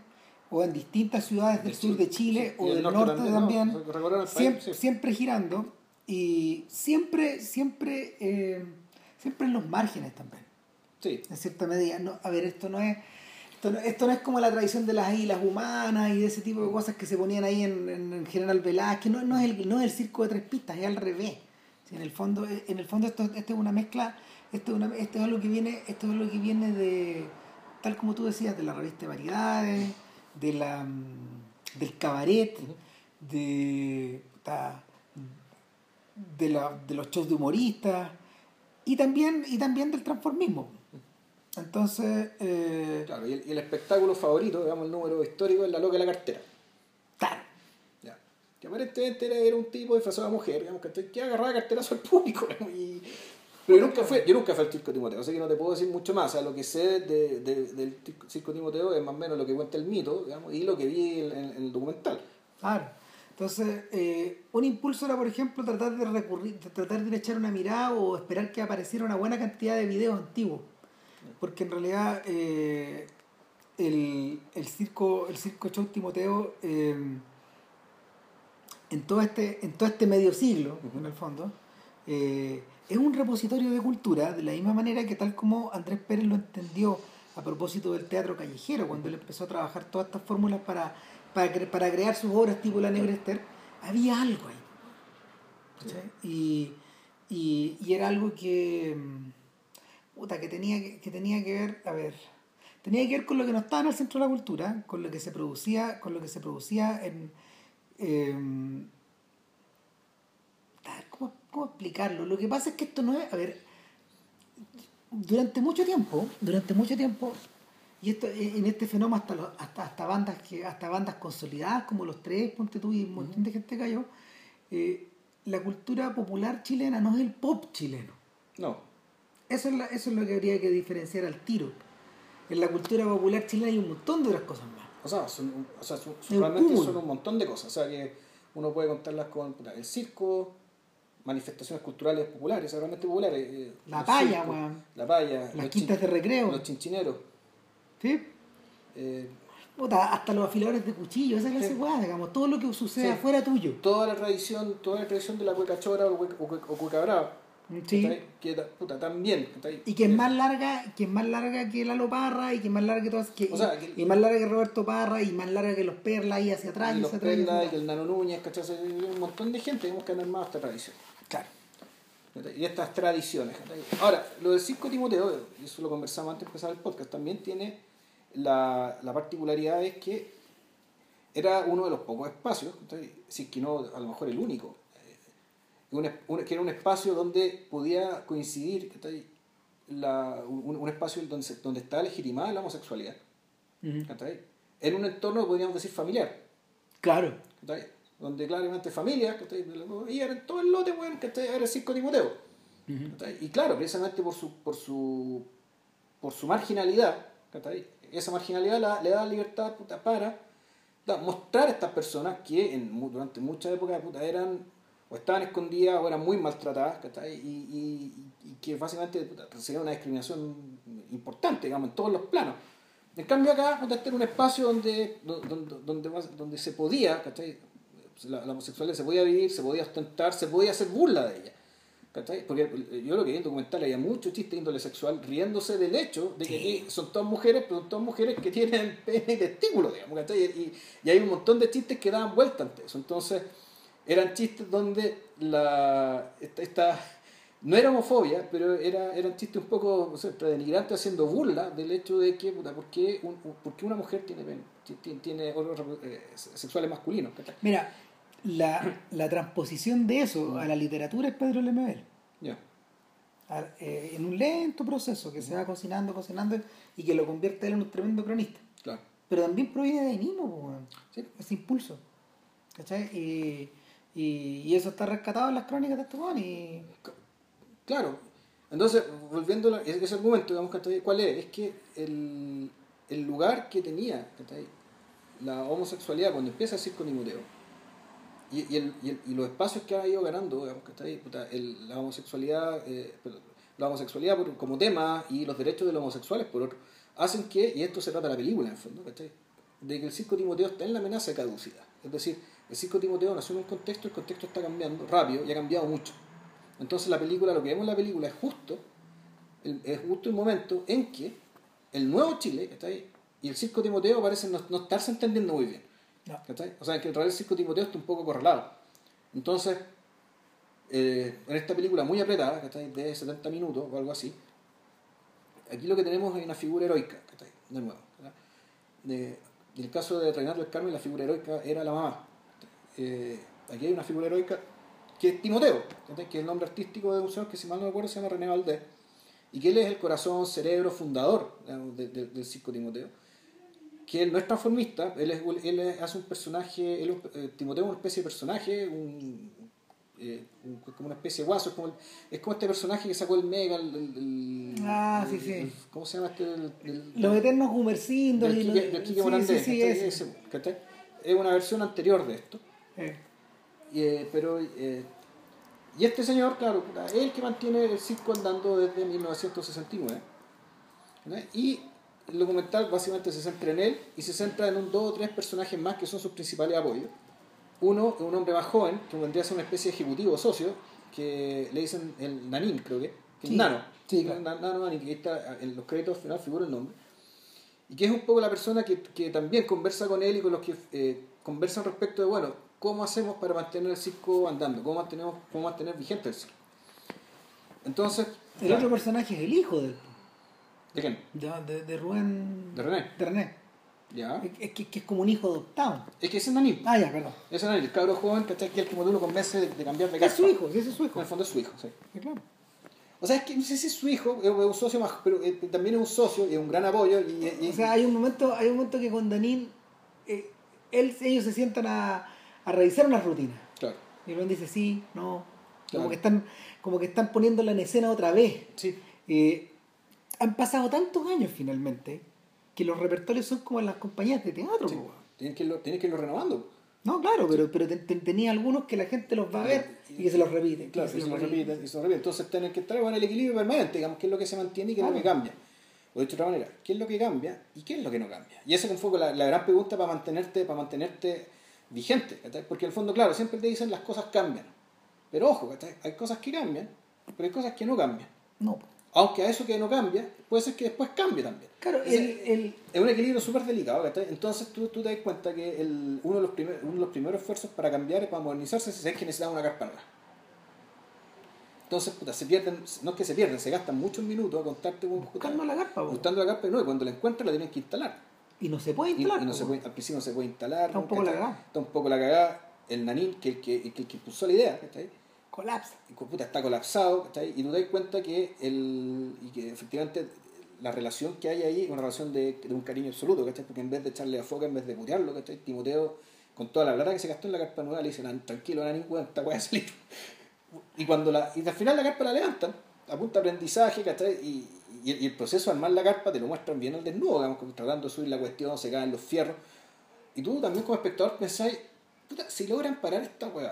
o en distintas ciudades del De sur Chile, de Chile sí. o Y el del norte norte también, también, ¿no? Recorrer el país, siempre, sí. siempre girando y siempre, siempre, eh, siempre en los márgenes también, Sí. en cierta medida. No, a ver, esto no es esto no, esto no es como la tradición de las islas humanas y de ese tipo de cosas que se ponían ahí en, en, en General Velázquez. No, no, es el, no es el circo de tres pistas, es al revés. Sí, en el fondo, en el fondo esto, esto es una mezcla, esto es, una, esto es algo que viene, esto es algo que viene de, tal como tú decías, de la revista de variedades, de la mm, del cabaret, Uh-huh. de, ta- de, la, de los shows de humoristas y también, y también del transformismo. Entonces, eh, Claro, y el, y el espectáculo favorito, digamos, el número histórico es La Loca de la Cartera. claro, Ya. Que aparentemente era, era un tipo disfrazado de mujer, digamos, que, que agarraba carterazo al público. Digamos, y... Pero yo nunca, fui, yo nunca fui al Circo Timoteo, así que no te puedo decir mucho más. O sea, lo que sé de, de, del Circo Timoteo es más o menos lo que cuenta el mito, digamos, y lo que vi en, en- en el documental. claro. Entonces, eh, un impulso era, por ejemplo, tratar de recurrir, de tratar de echar una mirada o esperar que apareciera una buena cantidad de videos antiguos. Porque en realidad eh, el, el circo, el circo Show Timoteo, eh, en todo este, en todo este medio siglo, Uh-huh. en el fondo, eh, es un repositorio de cultura, de la misma manera que tal como Andrés Pérez lo entendió a propósito del teatro callejero, cuando él empezó a trabajar todas estas fórmulas para, para, cre- para crear sus obras tipo La Negra Esther, había algo ahí. ¿Cachai? Y, y, y era algo que, mm, puta, que tenía que, que tenía que ver, a ver, tenía que ver con lo que no estaba en el centro de la cultura, con lo que se producía, con lo que se producía en, eh, a ver, ¿cómo, cómo explicarlo? Lo que pasa es que esto no es, a ver, durante mucho tiempo, durante mucho tiempo, y esto en este fenómeno hasta los, hasta, hasta bandas que, hasta bandas consolidadas como los tres, ponte tú y un montón de gente cayó, eh, la cultura popular chilena no es el pop chileno. No. Eso es, la, eso es lo que habría que diferenciar al tiro. En la cultura popular chilena hay un montón de otras cosas más. O sea, son, o sea son- Es un realmente cúmulo. son un montón de cosas. O sea, que uno puede contarlas con puta, el circo, manifestaciones culturales populares, o sea, realmente populares. eh, La el paya, circo, weón. La paya, Las los, quintas chin- de recreo. los chinchineros. ¿Sí? eh, Puta, hasta los afiladores de cuchillo, esa clase Sí. de weá, digamos, todo lo que sucede Sí. afuera tuyo. toda la tradición, toda la tradición de la cueca chora o, cueca- o, cueca- o cueca brava. Sí. ¿Cachai? Que ta- puta, también. ¿cachai? Y que es Eh, más larga, que es más larga que Lalo Parra y que es más larga que todas, que, O sea, y, que- y más larga que Roberto Parra y más larga que los Perla y hacia atrás y y los hacia atrás. y hacia Perla, y atrás. que el Nano Núñez, ¿cachai? O sea, hay un montón de gente que han armado esta tradición. Claro. ¿Cachai? Y estas tradiciones. ¿cachai? Ahora, lo del Circo Timoteo, y eso lo conversamos antes de empezar el podcast, también tiene la, la particularidad es que era uno de los pocos espacios, ¿cachai? Si es que no, a lo mejor el único, eh, un, un- que era un espacio donde podía coincidir, ¿cachai? La, un, un espacio donde, se- donde está legitimada la homosexualidad, Ujú. ¿cachai? En un entorno, podríamos decir, familiar. Claro. ¿Cachai? Donde claramente familias, ¿cachai? Y era en todo el lote, bueno, ¿cachai? Era el Circo Timoteo. Ujú. ¿Cachai? Y claro, precisamente por su, por su, por su marginalidad, ¿cachai? Esa marginalidad la, le da libertad puta, para da, mostrar a estas personas que en, mu- durante muchas épocas puta, eran o estaban escondidas o eran muy maltratadas, ¿cachai? Y, y, y que básicamente puta, recibían una discriminación importante, digamos, en todos los planos. En cambio acá, puta, este era un espacio donde, donde, donde, donde se podía, ¿cachai? La, la homosexualidad se podía vivir, se podía ostentar, se podía hacer burla de ella. ¿Cachai? Porque yo lo que vi en el documental había mucho chiste de índole sexual riéndose del hecho de que Sí. aquí son todas mujeres, pero son todas mujeres que tienen pene y testículos, digamos, ¿cachai? Y, y hay un montón de chistes que daban vuelta ante eso. Entonces, eran chistes donde la esta, esta- no era homofobia, pero era, eran chistes un poco, no sé, denigrantes, haciendo burla del hecho de que, puta, ¿por qué, un- un- por qué una mujer tiene pene? Tiene, tiene órganos eh, sexuales masculinos, ¿cachai? Mira, la, la transposición de eso a la literatura es Pedro Lemebel. Ya. A- eh, en un lento proceso que se va cocinando, cocinando y que lo convierte él en un tremendo cronista. Claro. Pero también proviene de ahí mismo, po, weón. Sí. Ese impulso. ¿Cachai? Y, y, y eso está rescatado en las crónicas de este weón y... Claro, entonces, volviendo a ese ese argumento, digamos, ¿cachai? ¿Cuál es? Es que el, el lugar que tenía, ¿cachai? La homosexualidad cuando empieza a Circo Timoteo y, y, el, y, el- y los espacios que ha ido ganando, digamos, ¿cachai? Puta, el- la homosexualidad, eh, perdón, la homosexualidad por- como tema y los derechos de los homosexuales por otro, hacen que, y esto se trata de la película en el fondo, ¿cachai? de que el circo Timoteo está en la amenaza de caducidad. Es decir, el circo Timoteo nació en un contexto, el contexto está cambiando rápido y ha cambiado mucho. Entonces la película, lo que vemos en la película es justo, el, es justo el momento en que el nuevo Chile, ¿está ahí? Y el circo Timoteo parecen no, no estarse entendiendo muy bien. No. O sea, que en realidad el circo Timoteo está un poco correlado. Entonces, eh, en esta película muy apretada, ¿cachai? De setenta minutos o algo así, aquí lo que tenemos es una figura heroica, ¿cachai? De nuevo. De, en el caso de Reinaldo del Carmen, la figura heroica era la mamá. Eh, aquí hay una figura heroica que es Timoteo, ¿cachai? Que es el nombre artístico de un señor que, si mal no me acuerdo, se llama René Valdés, y que él es el corazón, cerebro, fundador, digamos, de, de, del circo Timoteo, que él no es transformista, él, es, él es, hace un personaje, él, eh, Timoteo es una especie de personaje, un, eh, un, como una especie de guaso, es como, el, es como este personaje que sacó el Mega, el, el, el, ah, el, sí, sí. El, ¿cómo se llama este? El, el, los eternos Gumercindos. Del Quique, del Quique Morandé, sí, sí, ese, ¿cachai? Es una versión anterior de esto. Eh. Y, eh, pero, eh, y este señor, claro, es el que mantiene el circo andando desde mil novecientos sesenta y nueve. ¿Verdad? Y el documental básicamente se centra en él y se centra en un dos o tres personajes más que son sus principales apoyos. Uno es un hombre más joven, que vendría a ser una especie de ejecutivo socio, que le dicen el Nanín, creo que, que sí, es Nano. Sí, claro. Nano Nanín, que está en los créditos al final figura el nombre. Y que es un poco la persona que, que también conversa con él y con los que eh, conversan respecto de, bueno, ¿cómo hacemos para mantener el circo andando? ¿Cómo, mantenemos, cómo mantener vigente el circo? Entonces... El claro, otro personaje es el hijo de él. ¿De quién? De, de, de Rubén... De René. De René. Ya. Es que, que es como un hijo adoptado. Es que ese es Nanín. Ah, ya, perdón. Ese es Nanín, el cabro joven, ¿cachai? Que es el que lo convence de, de cambiar de casa. Es su hijo, ese es su hijo. En el fondo es su hijo, sí. Sí, claro. O sea, es que no sé si es su hijo, es un socio más, pero eh, también es un socio y es un gran apoyo. Y, y, o sea, hay un momento, hay un momento que con Danín, eh, él, ellos se sientan a, a revisar unas rutinas. Claro. Y Rubén dice sí, no. Claro. Como que están, como que están poniéndola en escena otra vez. Sí. Eh, han pasado tantos años finalmente que los repertorios son como en las compañías de teatro. Sí. Tienen que irlo, tienen que irlo renovando. No, claro, pero, pero te, te, tenía algunos que la gente los va a ver y, y que se los repiten. Claro, y se, se los repiten, y se los repiten. Entonces tienen que estar bueno, el equilibrio permanente, digamos, qué es lo que se mantiene y qué es claro. lo que cambia. O dicho de otra manera, qué es lo que cambia y qué es lo que no cambia. Y esa es un poco la, la gran pregunta para mantenerte, para mantenerte vigente. ¿Cachai? Porque en el fondo, claro, siempre te dicen las cosas cambian. Pero ojo, ¿cachai? Hay cosas que cambian, pero hay cosas que no cambian. No. Aunque a eso que no cambia, puede ser que después cambie también. Claro, el, el... es un equilibrio súper delicado. ¿Cachai? Entonces tú, tú te das cuenta que el, uno, de los primer, uno de los primeros esfuerzos para cambiar, para modernizarse, es que necesitas una carpa nueva. Entonces, puta, se pierden, no es que se pierden, se gastan muchos minutos a contarte con buscando la carpa. Buscando la carpa y no, y cuando la encuentran la tienen que instalar. Y no se puede instalar. Y, y no se puede, al principio no se puede instalar. Está un poco la cagada. Está un poco la cagada. El Nanín, que el que, el que, el que impulsó la idea, ¿cachai? Colapsa. Y, puta, está colapsado, ¿cachai? Y tú te das cuenta que, el, y que efectivamente la relación que hay ahí es una relación de, de un cariño absoluto, ¿cachai? Porque en vez de echarle a foca, en vez de putearlo, ¿cachai? Timoteo, con toda la plata que se gastó en la carpa nueva, le dice, tranquilo, Nanín, weón, esta weá a salir. Y cuando la, y al final la carpa la levantan, a punta de aprendizaje, ¿cachai? Y, y, y el proceso de armar la carpa te lo muestran bien al desnudo, digamos, tratando de subir la cuestión, se caen los fierros. Y tú también como espectador pensáis, puta, si logran parar esta weá,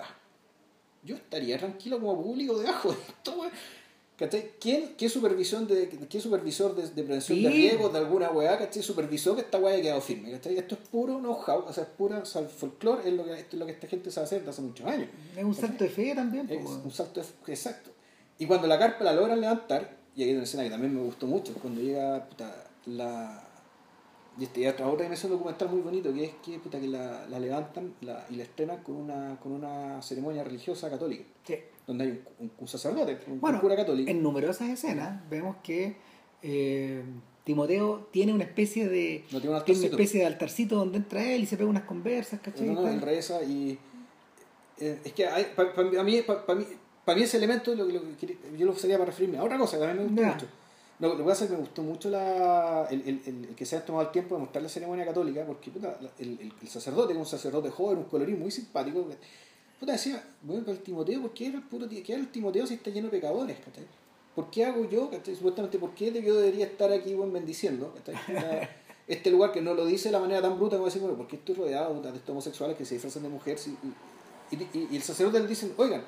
yo estaría tranquilo como público debajo de esto, weá. ¿Cachai? ¿Quién, qué, supervisión de, ¿Qué supervisor de, de prevención sí. de riesgos de alguna weá, ¿cachai? Supervisó que esta weá haya quedado firme, ¿cachai? Esto es puro know-how, o sea, es pura, o sea, el folclore es lo que, esto es lo que esta gente sabe hacer desde hace muchos años. Es un salto ¿cachai? de fe también. Es un salto de fe, exacto. Y cuando la carpa la logran levantar, y aquí hay una escena que también me gustó mucho, cuando llega, puta, la... Y este, otra otra dimensión documental muy bonito, que es que, puta, que la, la levantan la, y la estrenan con una, con una ceremonia religiosa católica. Sí. Donde hay un, un, un sacerdote, un, bueno, un cura católico. En numerosas escenas vemos que eh, Timoteo tiene una especie de no tiene, un tiene una especie de altarcito donde entra él y se pega unas conversas, ¿cachai? No, no, él reza y eh, es que para pa, pa mí, pa, pa mí, pa mí ese elemento lo, lo, yo lo usaría para referirme a otra cosa que a mí me gustó yeah. mucho. Lo, lo que pasa es que me gustó mucho la, el, el, el, el que se haya tomado el tiempo de mostrar la ceremonia católica, porque puta, el, el, el sacerdote, que es un sacerdote joven, un colorín muy simpático, puta, decía, bueno, para el Timoteo, ¿por qué era el puro qué era el Timoteo si está lleno de pecadores? ¿Cachai? ¿Por qué hago yo? ¿Cachai? Supuestamente, ¿por qué yo debería estar aquí bueno, bendiciendo? ¿Cachai? Este lugar que no lo dice de la manera tan bruta como decir, bueno, ¿por qué estoy rodeado de estos homosexuales que se disfrazan de mujer? Y, y, y, y el sacerdote le dice, oigan,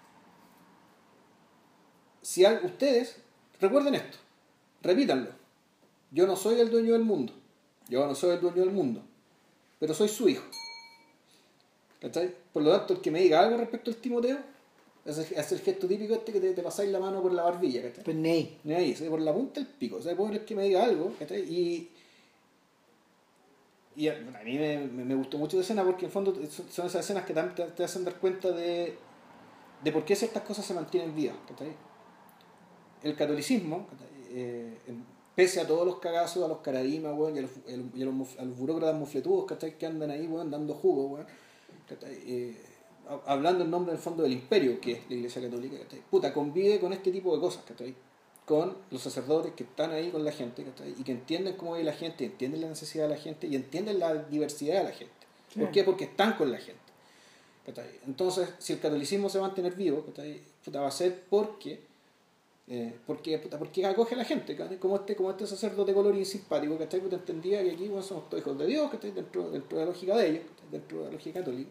si hay, ustedes recuerden esto, repítanlo, yo no soy el dueño del mundo, yo no soy el dueño del mundo, pero soy su hijo. ¿Cachai? Por lo tanto, el que me diga algo respecto al Timoteo es el, es el gesto típico este que te, te pasáis la mano por la barbilla, ¿cachai? Pues ni ahí. Ni ahí, ¿sí? Por la punta del pico. O sea, puedo creer que me diga algo, ¿cachai? Y, y a, a mí me, me, me gustó mucho la escena porque en fondo son, son esas escenas que te, te hacen dar cuenta de, de por qué ciertas cosas se mantienen vivas, ¿cachai? El catolicismo, eh, pese a todos los cagazos, a los caradimas, weón, y a los, y a los, a los burócratas mufletudos, ¿cachai? Que andan ahí, weón, dando jugo, weón, eh, hablando en nombre del fondo del imperio, que es la Iglesia Católica, ¿cachai? Puta, convive con este tipo de cosas, ¿cachai? Con los sacerdotes que están ahí con la gente, ¿cachai? Y que entienden cómo vive la gente, entienden la necesidad de la gente y entienden la diversidad de la gente. Sí. ¿Por qué? Porque están con la gente, ¿cachai? Entonces, si el catolicismo se va a mantener vivo, ¿cachai? Puta, va a ser porque Eh, porque, puta, porque acoge a la gente, ¿cachai? Como este, como este sacerdote colorín simpático, ¿cachai? Puta, entendía que aquí, bueno, somos todos hijos de Dios, ¿cachai? Dentro, dentro de la lógica de ellos, ¿cachai? Dentro de la lógica católica.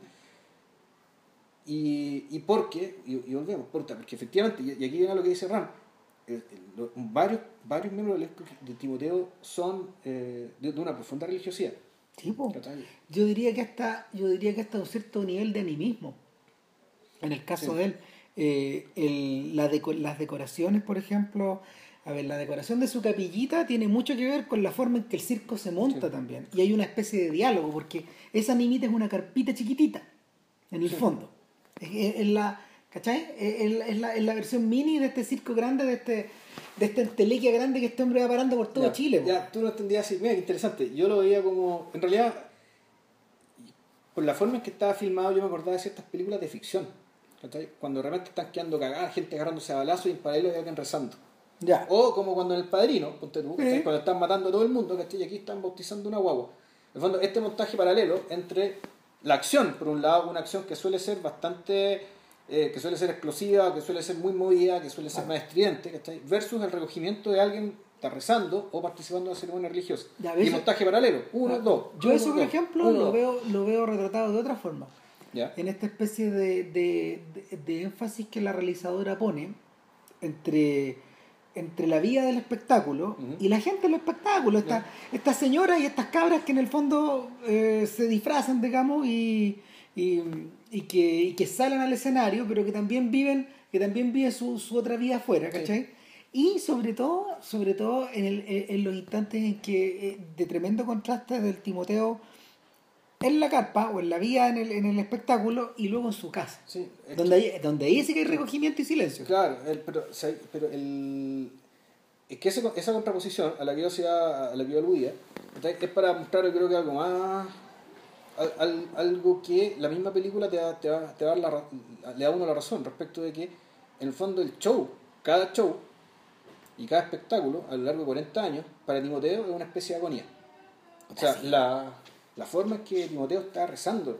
Y, y porque, y, y volvemos, puta, porque efectivamente, y, y aquí viene lo que dice Ram, eh, lo, varios, varios miembros del elenco de Timoteo son eh, de, de una profunda religiosidad. Tipo, yo diría que hasta, yo diría que hasta un cierto nivel de animismo. En el caso sí. de él. Eh, el, la deco, las decoraciones, por ejemplo, a ver, la decoración de su capillita tiene mucho que ver con la forma en que el circo se monta sí. también, y hay una especie de diálogo porque esa nimita es una carpita chiquitita en el sí. fondo, es, es, es la, ¿cachai? Es, es, la, es la versión mini de este circo grande, de este de esta entelequia grande que este hombre va parando por todo ya, Chile. Ya, po. Tú lo entendías así, mira, interesante, yo lo veía como, en realidad, por la forma en que estaba filmado, yo me acordaba de ciertas películas de ficción. Cuando realmente están quedando cagadas, gente agarrándose a balazos y en paralelo hay alguien rezando. Ya. O como cuando en El Padrino, ponte tú, sí. cuando están matando a todo el mundo, ¿cachai? Y aquí están bautizando una guagua. En el fondo, este montaje paralelo entre la acción, por un lado, una acción que suele ser bastante, eh, que suele ser explosiva, que suele ser muy movida, que suele ser ah. más estridente, ¿cachai? Versus el recogimiento de alguien que está rezando o participando en una ceremonia religiosa. Ya, y montaje paralelo, uno, ah. dos. Yo uno, eso, por dos, ejemplo, uno, lo, dos. Veo, lo veo retratado de otra forma. ¿Ya? En esta especie de, de, de, de énfasis que la realizadora pone entre, entre la vida del espectáculo uh-huh. y la gente del espectáculo, esta, yeah. estas señoras y estas cabras que en el fondo eh, se disfrazan, digamos, y, y, y, que, y que salen al escenario, pero que también viven, que también viven su, su otra vida afuera, ¿cachai? Sí. Y sobre todo, sobre todo en, el, en los instantes en que, de tremendo contraste del Timoteo en la carpa o en la vía en el, en el espectáculo y luego en su casa, sí, donde, hay, donde ahí sí que hay recogimiento y silencio. Claro, el, pero, pero el, es que ese, esa contraposición a la que yo, hacía, a la que yo aludía es para mostrar, yo creo que algo más, al, al, algo que la misma película te, da, te, va, te va a dar la, le da a uno la razón respecto de que en el fondo el show, cada show y cada espectáculo a lo largo de cuarenta años para Timoteo es una especie de agonía. O sea, ¿sí? la La forma en que Timoteo está rezando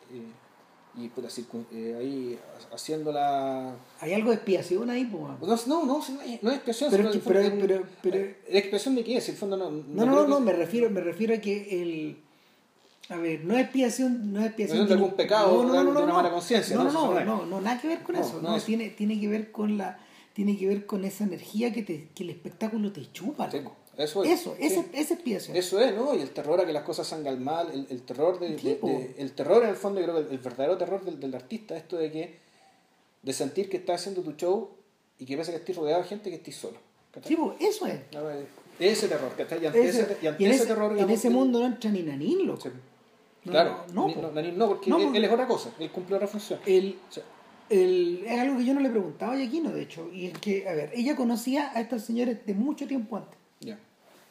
y, y puta, eh, ahí haciéndola. ¿Hay algo de expiación ahí, pues? No, no, no, no es, no es expiación. Pero, sino pero, fondo, pero, pero, ¿la expiación de qué es? El fondo no. No, no, no, no, no me refiero, me refiero a que el. A ver, no es expiación, no es expiación. No es de algún pecado, no, no, no, de una no, mala conciencia. No, no, no, no, no, no, no, nada que ver con no, eso. No, no, eso. tiene, tiene que ver con la, tiene que ver con esa energía que te, que el espectáculo te chupa. Sí. Eso es. Eso, esa sí. es expiación. Eso es, ¿no? Y el terror a que las cosas salgan mal, el, el terror de, de, de, el terror en el fondo, yo creo que el, el verdadero terror del, del artista, esto de que de sentir que estás haciendo tu show y que pasa que estés rodeado de gente que estés solo. ¿Cachai? Sí, pues, eso es. Ese terror, ¿cachai? Y ante ese, ese, y ante y en ese, ese terror, digamos, en ese mundo no entra ni Nanín, loco. Sí. No, claro, no, no, no, no, Nanín no, porque, no, él, porque él es otra cosa, él cumple otra función. El, o sea, el, es algo que yo no le preguntaba a Yaquino, de hecho, y es que, a ver, ella conocía a estos señores de mucho tiempo antes. Ya. Yeah.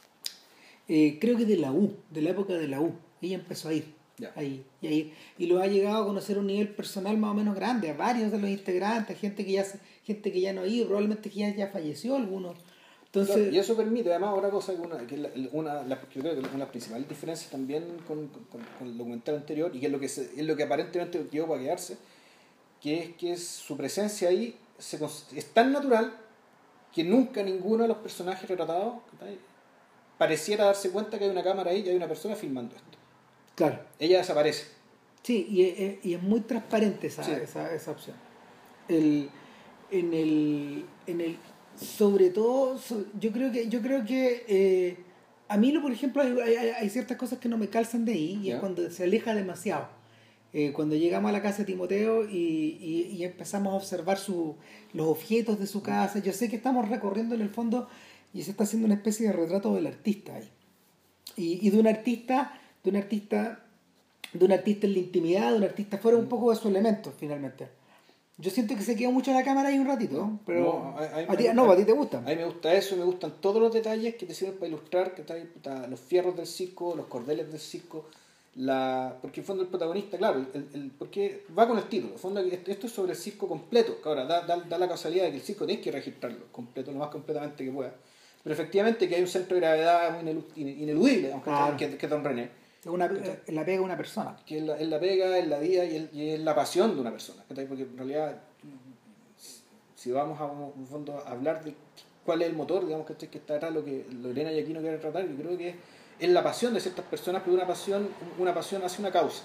Eh, creo que de la U, de la época de la U. Ella empezó a ir, yeah. ahí, y, a ir y lo ha llegado a conocer a un nivel personal más o menos grande, a varios de los integrantes, gente que ya gente que ya no ha ido, probablemente que ya, ya falleció algunos. Entonces, claro, y eso permite, además, otra cosa, que una, que la, una, la, yo creo que una de las principales diferencias también con, con, con el documental anterior, y que es lo que, se, es lo que aparentemente llegó para quedarse, que es que su presencia ahí se, es tan natural que nunca ninguno de los personajes retratados, ¿sí?, pareciera darse cuenta que hay una cámara ahí y hay una persona filmando esto. Claro. Ella desaparece. Sí, y es, y es muy transparente esa, sí. esa, esa opción. El, en el, en el, sobre todo, yo creo que, yo creo que eh, a mí, por ejemplo, hay, hay, hay ciertas cosas que no me calzan de ahí, y ¿Ya? es cuando se aleja demasiado. Eh, cuando llegamos a la casa de Timoteo y, y, y empezamos a observar su, los objetos de su casa, yo sé que estamos recorriendo en el fondo y se está haciendo una especie de retrato del artista ahí. Y, y de un artista, de un artista, de un artista en la intimidad, de un artista fuera un poco de su elemento, finalmente. Yo siento que se quedó mucho en la cámara ahí un ratito, pero No, a, a mí a ti, me- no, a- a ti te gusta. a mí me gusta eso, me gustan todos los detalles que te sirven para ilustrar, que trae puta, los fierros del circo, los cordeles del circo, la porque en el fondo el protagonista, claro, el, el, porque va con el título, en el fondo esto es sobre el circo completo, que ahora da, da, da la casualidad de que el circo tienes que registrarlo completo, lo más completamente que pueda. Pero efectivamente que hay un centro de gravedad muy inelu- ineludible, aunque Claro. que, que es Don René, Es una, es la pega de una persona. que es la, es la pega, es la vida y, el, y es la pasión de una persona, ¿cachai? Porque en realidad si vamos a un, un fondo a hablar de cuál es el motor, digamos, que que está atrás, lo que Lorena y Aquino quieren tratar, yo creo que es, es la pasión de ciertas personas, pero una pasión, una pasión hacia una causa.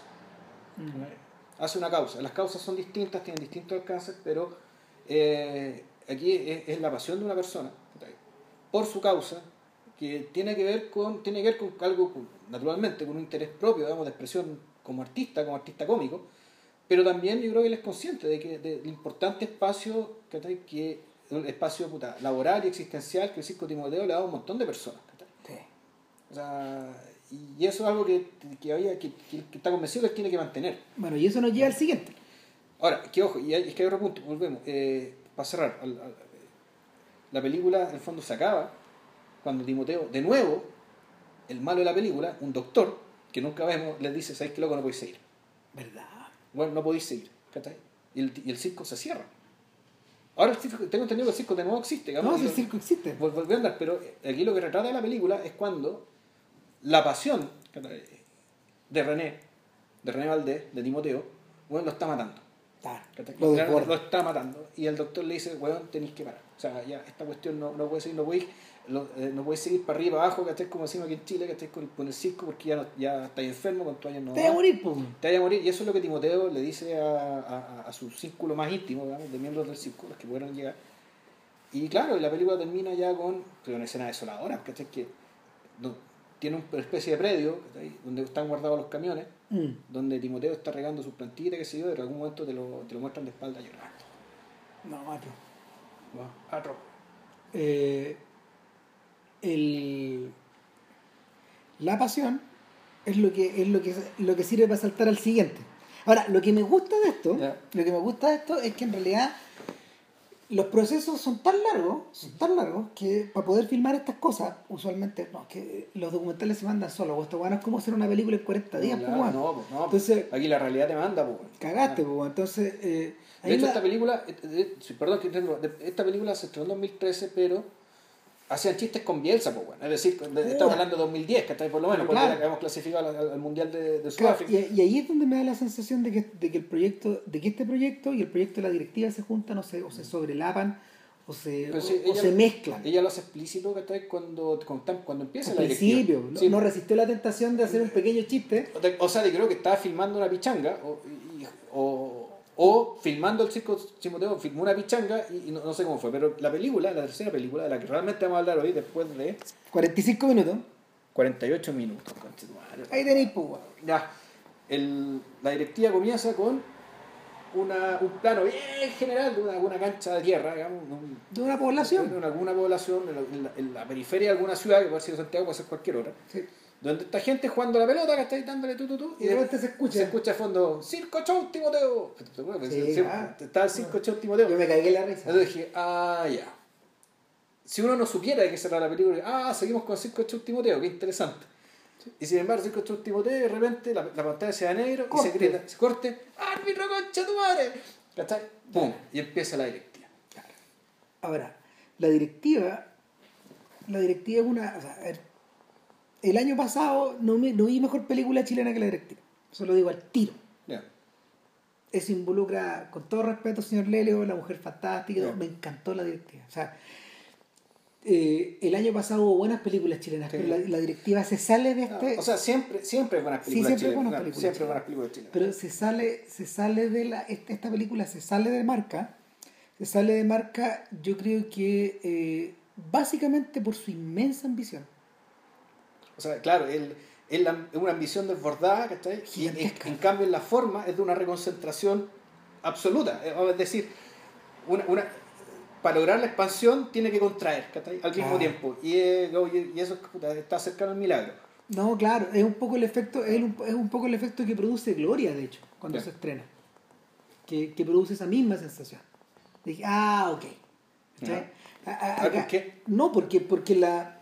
Mm. Hace una causa. Las causas son distintas, tienen distintos alcances, pero eh, aquí es, es la pasión de una persona por su causa, que tiene que ver con, tiene que ver con algo, con, naturalmente, con un interés propio, digamos, de expresión como artista, como artista cómico, pero también yo creo que él es consciente de que del importante espacio, ¿cachai? Que el espacio puta, laboral y existencial que el Circo Timoteo le ha dado a un montón de personas. ¿Cachai? Sí. O sea, y eso es algo que, que, había, que, que, que está convencido que él tiene que mantener. Bueno, y eso nos lleva al siguiente. Ahora, que ojo, y hay, es que hay otro punto, volvemos. Eh, para cerrar, al, al, la película en el fondo se acaba cuando Timoteo, de nuevo, el malo de la película, un doctor, que nunca vemos, les dice, ¿sabéis qué loco? No podéis seguir. ¿Verdad? Bueno, no podéis seguir. ¿Cachai? Y el, y el circo se cierra. Ahora el circo, tengo entendido que el circo de nuevo existe. No, si el circo existe. Volvió a andar, pero aquí lo que retrata la película es cuando la pasión de René, de René Valdés, de Timoteo, bueno, lo está matando. Ah, lo, lo, lo está matando. Y el doctor le dice, weón, tenéis que parar. O sea, ya esta cuestión no, no puede seguir, no podéis, lo, eh, no podéis seguir para arriba, para abajo, que estés como decimos aquí en Chile, que estés con, con el circo, porque ya, no, ya estáis enfermo, con tu años no. Te vas a morir, pues. Te vas a morir. Y eso es lo que Timoteo le dice a, a, a su círculo más íntimo, digamos, de miembros del circo, los que pudieron llegar. Y claro, la película termina ya con una escena desoladora, ¿cachai? Que no, tiene una especie de predio, ¿cachai? Donde están guardados los camiones, mm. donde Timoteo está regando sus plantitas, qué sé yo, y en algún momento te lo, te lo muestran de espalda llorando. No, macho. No, atro. Eh, el, la pasión es lo que es lo que lo que sirve para saltar al siguiente. Ahora, lo que me gusta de esto, yeah. lo que me gusta de esto es que en realidad los procesos son tan largos, son tan largos que para poder filmar estas cosas, usualmente no, que los documentales se mandan solos. O esto bueno es como hacer una película en cuarenta días, no, pues, bueno. no, pues, no, entonces, aquí la realidad te manda, pues. Cagaste, pues, entonces. Eh, de hecho, la... esta película, eh, eh, perdón, esta película se estrenó en dos mil trece, pero hacían chistes con Bielsa, pues, bueno. Es decir, de, estamos hablando de dos mil diez, que está ahí por lo menos, porque claro. hemos clasificado al, al Mundial de, de Sudáfrica. Claro, y, y ahí es donde me da la sensación de que, de que el proyecto, de que este proyecto y el proyecto de la directiva se juntan o se, o se sobrelapan o se, o, sí, o ella, se mezclan. Ella lo hace explícito que está cuando, cuando, cuando empieza Al la principio, directiva. no, Sí. no resistió la tentación de hacer un pequeño chiste. O sea, yo creo que estaba filmando una pichanga o, y, o, o filmando el circo Timoteo, filmó una pichanga y, y no, no sé cómo fue, pero la película, la tercera película de la que realmente vamos a hablar hoy, después de cuarenta y cinco minutos, cuarenta y ocho minutos, ahí tenéis, pues, ya, el, la directiva comienza con una, un plano bien general de una, una cancha de tierra, digamos, un, de una población, de alguna población en la, en, la, en la periferia de alguna ciudad, que puede ser Santiago, puede ser cualquier otra, sí. Donde está gente jugando a la pelota, que está ahí dándole tú, tú, tú, y de repente se escucha se escucha a fondo Circo Show Timoteo. Sí, sí, ah, está el Circo Show Timoteo. Yo me cagué la risa. Entonces dije, ah, ya. Si uno no supiera de qué se trata la película, ah, seguimos con Circo Show Timoteo, qué interesante. Sí. Y sin embargo, Circo Show Timoteo, de repente la, la pantalla se da negro corte. Y se grita, se corte, ¡árbitro, concha tu madre! ¿Cachai? ¡Pum! Y empieza la directiva. Claro. Ahora, la directiva, la directiva es una. O sea, a ver, el año pasado no, me, no vi mejor película chilena que la directiva. Eso lo digo al tiro. Yeah. Eso involucra, con todo respeto, señor Lelio, La Mujer Fantástica. Yeah. Me encantó la directiva. O sea, eh, el año pasado hubo buenas películas chilenas, sí. Pero la, la directiva se sale de este. No, o sea, siempre, siempre buenas películas sí, siempre chilenas. Buenas no, películas siempre chilenas. buenas películas chilenas. Pero se sale, se sale de la. Esta película se sale de marca. Se sale de marca, yo creo que eh, básicamente por su inmensa ambición. O sea, claro, él, él la- es una ambición desbordada, ¿cachai? Y en, Gigantesca. en cambio en la forma es de una reconcentración absoluta. Eh, Es decir, una, una, para lograr la expansión tiene que contraer, ¿cachai? Al mismo Claro. tiempo. Y, eh, y eso puta, está cercano al milagro. No, claro, es un poco el efecto, es un, es un poco el efecto que produce Gloria, de hecho, cuando Ya. se estrena. Que, que produce esa misma sensación. Dije, ah, ok. ¿Cachai? A- a- Ah, ¿por acá- qué? No, porque, porque la,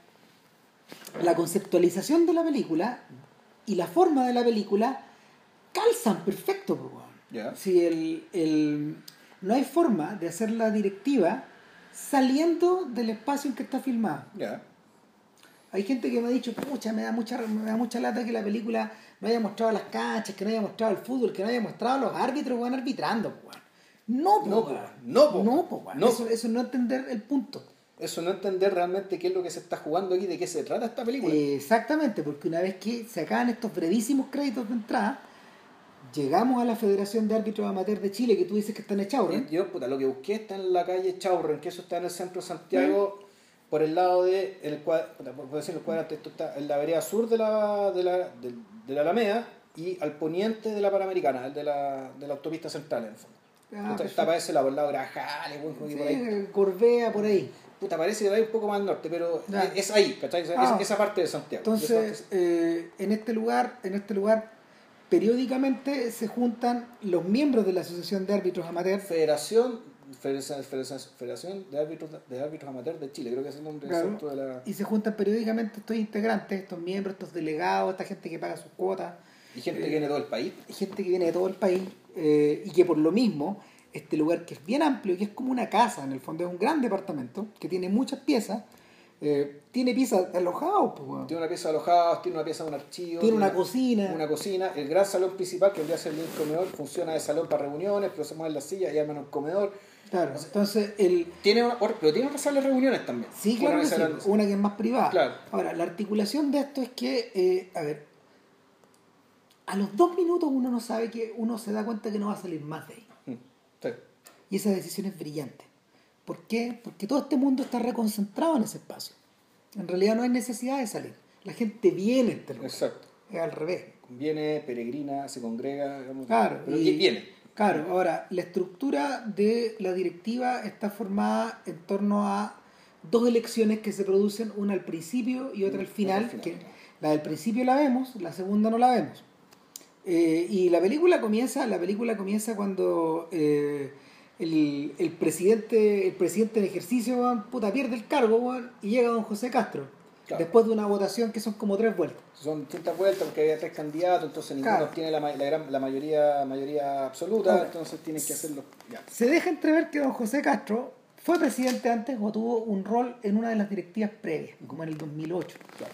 la conceptualización de la película y la forma de la película calzan perfecto, po, weón. Ya. Si el, el, no hay forma de hacer la directiva saliendo del espacio en que está filmada. Ya. Hay gente que me ha dicho, pucha, me da mucha, me da mucha lata que la película no haya mostrado las canchas, que no haya mostrado el fútbol, que no haya mostrado a los árbitros van arbitrando, po, weón. No, po, No, po, weón. no, po. No, po, weón. No. Eso, eso no entender el punto. Eso no entender realmente qué es lo que se está jugando aquí, de qué se trata esta película. Eh, exactamente, porque una vez que se acaban estos brevísimos créditos de entrada, llegamos a la Federación de Árbitros Amateur de Chile, que tú dices que está en Echaurren. Y yo, puta, lo que busqué está en la calle Chaurren, que eso está en el centro de Santiago, por el lado de, el cuad- puta, por decir el cuadrante, esto está en la vereda sur de la, de la, de, de la Alameda y al poniente de la Panamericana, el de la, de la autopista central, en el fondo. Ah, Está- perfecto. está para ese lado, por el lado de Grajales, bueno, como que Sí, por ahí. Gorbea, por ahí. Puta, parece que va a ir un poco más al norte, pero Ya. es, es ahí, ¿cachai? Esa, Ah. esa parte de Santiago. Entonces, eh, en este lugar, en este lugar, periódicamente se juntan los miembros de la Asociación de Árbitros Amateur. Federación, Federación, Federación, Federación de Árbitros de Árbitros Amateur de Chile, creo que es el nombre Claro. exacto de la... Y se juntan periódicamente estos integrantes, estos miembros, estos delegados, esta gente que paga sus cuotas, Y gente Eh, que viene de todo el país. gente que viene de todo el país, eh, y que por lo mismo, este lugar que es bien amplio, que es como una casa, en el fondo es un gran departamento, que tiene muchas piezas, eh, tiene piezas alojados, pues, weón. Tiene una pieza de alojados, tiene una pieza de un archivo. Tiene una cocina. Una cocina. El gran salón principal, que vendría a ser el comedor, funciona de salón para reuniones, pero se mueven las sillas y arman un comedor. Claro, entonces el... Tiene una, pero tiene una sala de reuniones también. Sí, claro Una que sí, sala de- una que es más privada. Claro. Ahora, la articulación de esto es que, eh, a ver, a los dos minutos uno no sabe que uno se da cuenta que no va a salir más de ahí. Mm, sí. Y esa decisión es brillante. ¿Por qué? Porque todo este mundo está reconcentrado en ese espacio. En realidad no hay necesidad de salir. La gente viene a este lugar. Exacto. Es al revés. Viene, peregrina, se congrega. Digamos, Claro, pero y- viene. Claro, ahora, la estructura de la directiva está formada en torno a dos elecciones que se producen, una al principio y otra al final, Otra al que final. la del principio la vemos, la segunda no la vemos. Eh, y la película comienza, la película comienza cuando eh, el, el presidente, el presidente en ejercicio, weón, puta, pierde el cargo, weón, y llega don José Castro. Claro. Después de una votación que son como tres vueltas. Son distintas vueltas porque había tres candidatos, entonces ninguno Claro. tiene la, ma- la, gran, la mayoría mayoría absoluta, Ahora, entonces tienen que hacerlo. Ya. Se deja entrever que don José Castro fue presidente antes o tuvo un rol en una de las directivas previas, como en el dos mil ocho. Claro.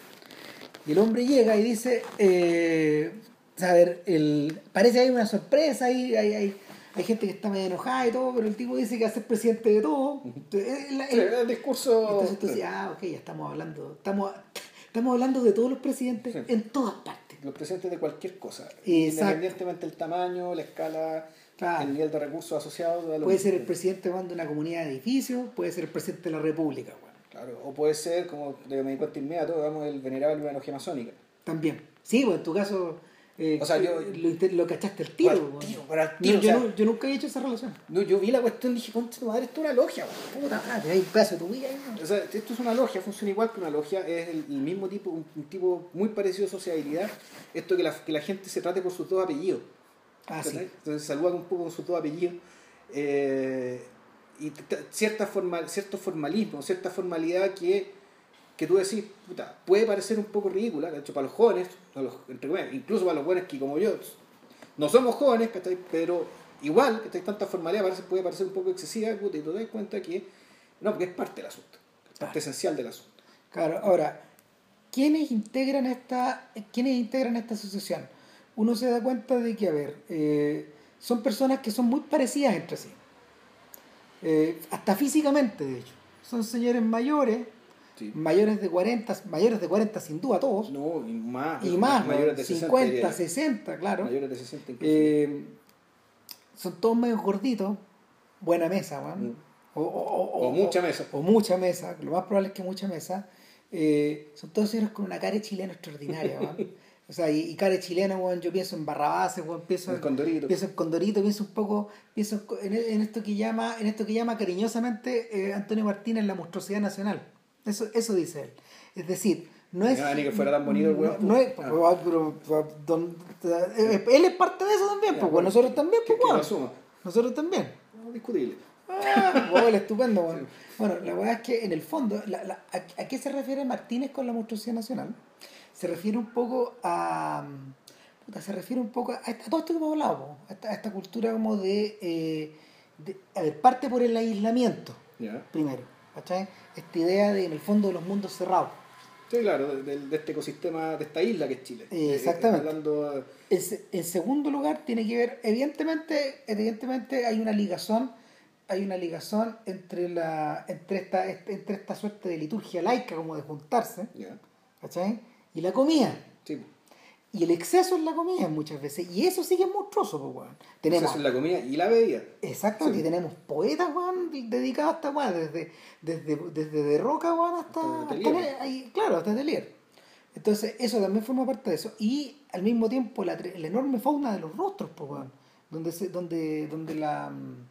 Y el hombre llega y dice, eh, a ver, el, parece que hay una sorpresa, hay, hay, hay, hay gente que está medio enojada y todo, pero el tipo dice que va a ser presidente de todo. Entonces, el- Sí, el- el discurso. entonces tú dices, ah, ok, ya estamos hablando, estamos, estamos hablando de todos los presidentes Sí. en todas partes. Los presidentes de cualquier cosa, Exacto. independientemente del tamaño, la escala, Claro. el nivel de recursos asociados. da lo Puede mismo. ser el presidente de una comunidad de edificios, puede ser el presidente de la República, bueno. Claro, o puede ser, como de me di cuenta inmediato, digamos, el venerable de una logia masónica. También. Sí, pues en tu caso eh, O sea, yo- lo, inte- lo cachaste al tiro. Al weón. tiro, pero al No, tiro, yo, o sea- no- yo nunca he hecho esa relación. No, yo vi la cuestión y dije, concha tu madre, esto es una logia, weón. Puta madre, hay un pedazo de tu vida ahí, ¿no? O sea, esto es una logia, funciona igual que una logia, es el, el mismo tipo, un, un tipo muy parecido a sociabilidad, esto que la, que la gente se trate por sus dos apellidos. Ah, sí. ¿cachai? Entonces saludan un poco con sus dos apellidos. Eh, y t- t- cierta formal, cierto formalismo, cierta formalidad que, que tú decís, puta, puede parecer un poco ridícula, de hecho para los jóvenes, para los- entre comillas, incluso para los jóvenes que como yo no somos jóvenes, ¿cachai? Pero igual, que tanta formalidad parece, puede parecer un poco excesiva, puta, y tú te das cuenta que no, porque es parte del asunto, es parte Ah. esencial del asunto. Claro, ahora, ¿quiénes integran esta, ¿quiénes integran esta asociación? Uno se da cuenta de que, a ver, eh, son personas que son muy parecidas entre sí. Eh, hasta físicamente, de hecho. Son señores mayores, Sí. mayores de cuarenta, mayores de cuarenta sin duda todos, No, y más, y más, mayores ¿no? de sesenta, cincuenta, diría yo. sesenta, claro. Mayores de sesenta incluso. Eh, son todos medio gorditos, buena mesa, weón. Mm. O, o- o- O mucha mesa. O mucha mesa, lo más probable es que mucha mesa. Eh, son todos señores con una cara de chileno extraordinaria, weón. O sea, y, y cara de chileno, weón, yo pienso en Barrabás, weón, pienso en El Condorito. pienso en Condorito, pienso un poco, pienso en, en esto que llama, en esto que llama cariñosamente eh, Antonio Martínez la monstruosidad nacional. Eso, eso dice él. Es decir, no es. No, ni que fuera tan bonito el weón. No, no es, Ah. pero, pero, pero, don- eh, él es parte de eso también, Ya, pues, bueno, nosotros también, que- pues, que lo weón. asuma. Nosotros también. No, discutible. Ah, bueno, estupendo, bueno. Sí. Bueno, la verdad es que en el fondo, la, la, a, ¿a qué se refiere Martínez con la monstruosidad nacional? Se refiere un poco a. Puta, se refiere un poco a, a todo esto que hemos hablado, po, a, esta, a esta cultura como de, eh, de. A ver, parte por el aislamiento, Ya. primero, ¿cachai? Esta idea de, en el fondo, de los mundos cerrados. Sí, claro, de, de- de este ecosistema, de esta isla que es Chile. Eh, exactamente. Eh, hablando, En, se- en segundo lugar, tiene que ver, evidentemente, evidentemente hay una ligazón, hay una ligazón entre la, entre esta, entre esta suerte de liturgia laica, como de juntarse, ya. ¿cachai? Y la comida. Sí. Y el exceso en la comida muchas veces. Y eso sí que es monstruoso, pues, weón. Tenemos, Eso es la comida y la bebida. exactamente, Sí. y tenemos poetas, weón, dedicados a esta weón, desde, desde, desde de Roca, weón, hasta, Hasta hasta Telier. ahí, claro, hasta Telier. Entonces, eso también forma parte de eso. Y al mismo tiempo la, tre- la enorme fauna de los rostros, pues, weón. Donde, se, donde, donde la. mm,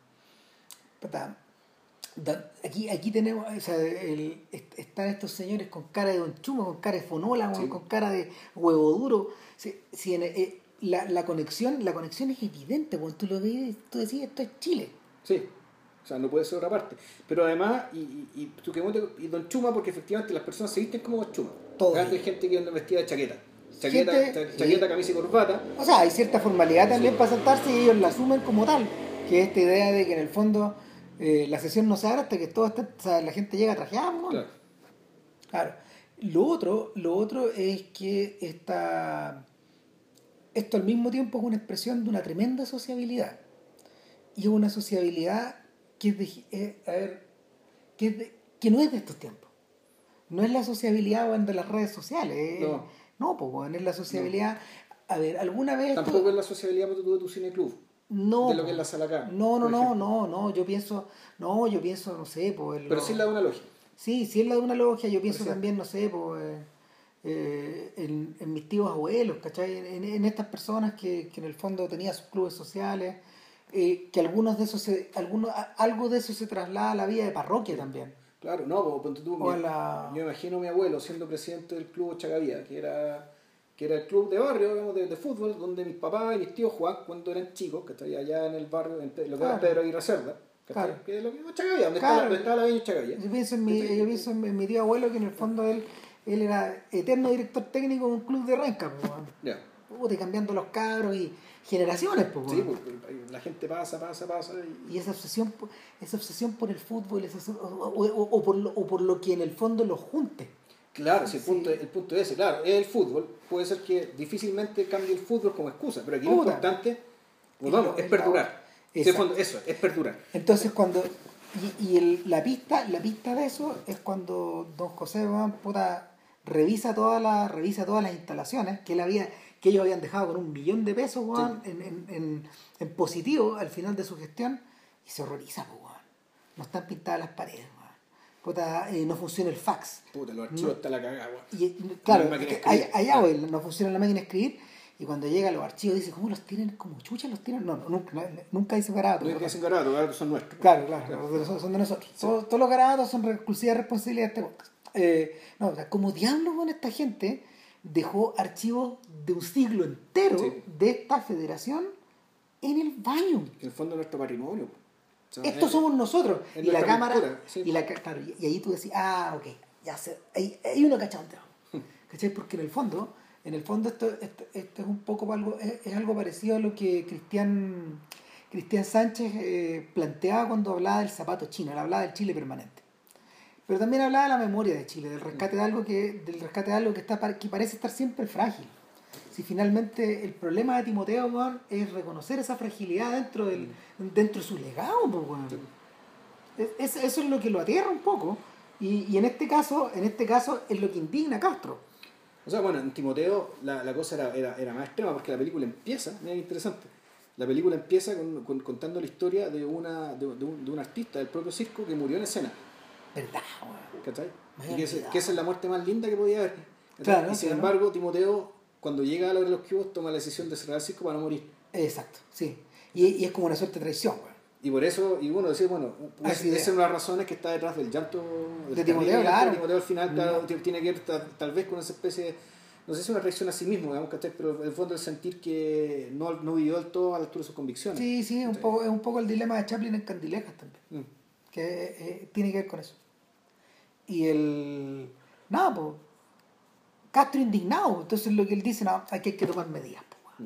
puta, da- aquí, aquí tenemos, o sea, el- est- están estos señores con cara de Don Chumo, con cara de Fonola, weón, Sí. con cara de huevo duro. Si, si en- eh, la, la conexión, la conexión es evidente, cuando tú lo ves, tú decís, esto es Chile. Sí. O sea, no puede ser otra parte. Pero además, y, y, y, tú que monte- y Don Chuma, porque efectivamente las personas se visten como Don Chuma. Todo. Hay gente que anda vestida de chaqueta. Chaqueta, Gente- cha- chaqueta sí. camisa y corbata. O sea, hay cierta formalidad también Sí. para saltarse y ellos la asumen como tal, que es esta idea de que en el fondo eh, la sesión no se abre hasta que todo está, o sea, la gente llega trajeada, ¿no? Claro. Claro. Lo otro, lo otro es que esta, esto al mismo tiempo es una expresión de una tremenda sociabilidad. Y es una sociabilidad que es de, eh, a ver, que, es de- que no es de estos tiempos. No es la sociabilidad weón, de las redes sociales. eh. No. No, pues weón, es la sociabilidad. A ver, alguna vez. esto- Tampoco es la sociabilidad que tú de tu cineclub. no, de lo po. que es la sala acá. No, no, por no, ejemplo. no, no. Yo pienso, no, yo pienso, no sé, pues. Pero sí la de una logia. Sí, sí es la de una logia, yo pienso ejemplo. también, no sé, pues, eh, eh, en, en mis tíos abuelos, ¿cachai? En, en estas personas que, que en el fondo tenían sus clubes sociales, eh, que algunos de esos se, algunos, a- algo de eso se traslada a la vida de parroquia también. Claro, no, pues, ponte tú, O a mi- la- yo imagino a mi abuelo siendo presidente del club Chacavía, que era que era el club de barrio, digamos, de, de fútbol, donde mis papás y mis tíos jugaban cuando eran chicos, que estaban allá en el barrio, en Pe- lo que Claro. era Pedro Aguirre Cerda, ¿cachai? Claro. Que es lo que es Chacavía, donde, Claro. está, donde está la Avenida Chacavía. Yo pienso en mi, ¿Cachai? yo pienso en mi, en mi tío abuelo que en el fondo él, él era eterno director técnico de un club de Renca, pues, weón. Ya. Puta, y cambiando los cabros y generaciones, pues, Sí, weón. pues, la gente pasa, pasa, pasa. Y... Y esa obsesión, por- esa obsesión por el fútbol, esa, o, o- o- o por lo, o por lo que en el fondo los junte. Claro, si el, Sí. punto, el punto es ese, claro, es el fútbol, puede ser que difícilmente cambie el fútbol como excusa, pero aquí lo Puta. importante, pues Es vamos, lo- es es la- perdurar. Sí, en el Exacto. fondo, eso, es perdurar. Entonces cuando y, y el- la pista la pista de eso es cuando don José weón, puta, revisa todas las revisa todas las instalaciones que él había que ellos habían dejado con un millón de pesos weón, en, en, en, en positivo al final de su gestión y se horroriza, pues, weón. No están pintadas las paredes, weón. Puta, eh, no funciona el fax. Puta, los archivos No. está la cagada, weón. Y, y, claro, La máquina de que hay- escribir. allá voy, no funciona la máquina de escribir y cuando llega a los archivos dice, ¿cómo los tienen? ¿Como chuchas los tienen? No, no nunca, nunca dice garabato. No hay que hacer garabato, garabatos son nuestros. Claro, claro, Claro. los de nosotros- son de nosotros. Todos, todos los garabatos son exclusiva responsabilidad de este podcast. Eh, no, o sea, como diablos con esta gente dejó archivos de un siglo entero Sí. de esta federación en el baño. En el fondo es nuestro patrimonio. O sea, Estos es- somos nosotros. es Y la nuestra cámara. cultura, sí. Y, la, ca- claro, y, y ahí tú decís, ah, ok, ya sé. Ahí, ahí uno cacha dónde vamos. ¿Cachai? Porque en el fondo, en el fondo esto, esto, esto es un poco algo, es, es algo parecido a lo que Cristian, Cristian Sánchez eh, planteaba cuando hablaba del zapato chino, él hablaba del Chile permanente. Pero también hablaba de la memoria de Chile, del rescate de algo que, del rescate de algo que está pa- que parece estar siempre frágil. Si finalmente el problema de Timoteo, weón, es reconocer esa fragilidad dentro del dentro de su legado, pues, weón. Es- es- eso es lo que lo aterra un poco y, y en este caso en este caso es lo que indigna a Castro. O sea, bueno, en Timoteo la, la cosa era, era, era más extrema porque la película empieza, mira qué interesante, la película empieza con, con- contando la historia de, una, de, de un, de un artista del propio circo que murió en escena. ¿Verdad, weón? ¿Cachai? Me Y había que, ese- olvidado. que esa es la muerte más linda que podía haber. ¿cachai? Claro, y sin claro. embargo, Timoteo, cuando llega a la hora de los cubos, toma la decisión de cerrar el circo para no morir. Exacto, sí. Y, y es como una suerte de traición, weón. Y por eso, y bueno, decir, bueno, pues, Así esa es. es una de las razones que está detrás del llanto del De terrible Timoteo, llanto claro. de Timoteo al final, claro, Mm. t- tiene que ver ta- tal vez con esa especie de, no sé si es una reacción a sí mismo, digamos, ¿cachai? Pero en el fondo el sentir que no, no vivió del todo a la altura de sus convicciones. Sí, sí, es un, ¿cachai? poco, es un poco el dilema de Chaplin en Candilejas también, Mm. que eh, tiene que ver con eso. Y el... Nada, pues, Castro indignado, entonces lo que él dice, no, aquí hay que tomar medidas. Po, weón.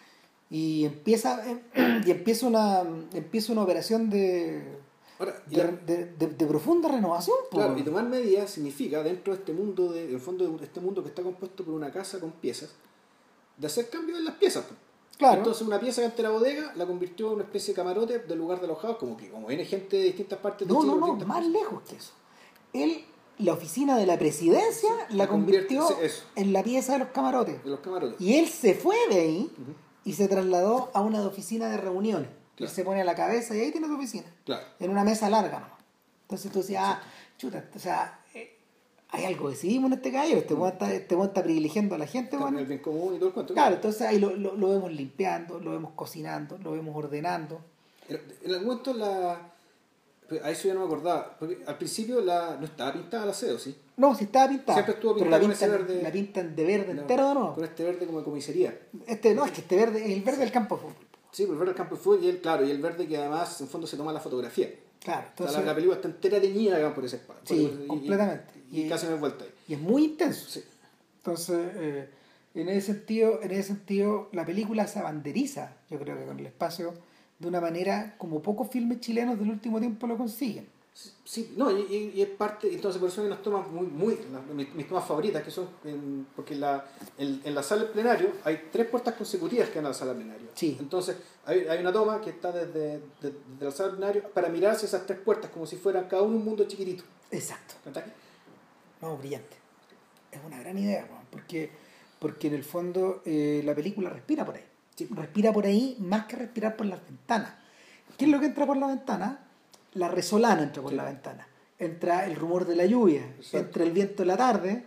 Y empieza, y empieza una empieza una operación de, Ahora, y de, la- de- de- de profunda renovación. Po, claro, weón. y tomar medidas significa, dentro de este mundo, de, en el fondo de este mundo que está compuesto por una casa con piezas, de hacer cambios en las piezas. Pues. Claro. Entonces una pieza que antes era bodega la convirtió en una especie de camarote del lugar de alojados, como que como viene gente de distintas partes de No, Chile. no, de no, distintas más cosas. lejos que eso. Él, la oficina de la presidencia, la La convierte- convirtió sí, eso. en la pieza de los camarotes. De los camarotes. Y él se fue de ahí Ujú. y se trasladó a una oficina de reuniones. Claro. Él se pone a la cabeza y ahí tiene su oficina. Claro. En una mesa larga, ¿no? Entonces tú decías, ah, chuta, o sea, eh, hay algo decidimos en este caballero, este weón está, este weón está privilegiando a la gente, Está en bueno. el bien común y todo el cuento. Claro, entonces ahí lo, lo, lo vemos limpiando, lo vemos cocinando, lo vemos ordenando. En en algún momento la... A eso ya no me acordaba. Porque al principio la... no estaba pintada la aseo, ¿sí? No, si estaba pintada, Siempre estuvo pero la pintada con ese pintan, verde. la pintan de verde No, entero de nuevo. Con este verde como de comisaría. Este, no, es que este verde, el verde del campo de fútbol. Sí, pero el verde del campo de fútbol y el, claro, y el verde que además en fondo se toma la fotografía. Claro, O sea, entonces, la, la película está entera teñida, digamos, por ese espacio. Sí, completamente. Y, y Y- casi me he vuelto ahí. y es muy intenso. Sí. Entonces, eh, en ese sentido, en ese sentido, la película se abanderiza, yo creo que con el espacio, de una manera como pocos filmes chilenos del último tiempo lo consiguen. Sí, no, y, y- y es parte, entonces por eso hay unas tomas muy, muy, las- mis, mis tomas favoritas, que son, en- porque la, en, en la sala del plenario hay tres puertas consecutivas que van a la sala del plenario. Sí. Entonces hay, hay una toma que está desde, de- desde la sala del plenario para mirar hacia esas tres puertas, como si fueran cada uno un mundo chiquitito. Exacto. ¿Cachai? No, brillante. Es una gran idea, weón, porque, porque en el fondo eh, la película respira por ahí. Sí. Respira por ahí más que respirar por las ventanas. ¿Qué es lo que entra por la ventana? La resolana entra por Sí. la ventana. Entra el rumor de la lluvia, Exacto. entra el viento de la tarde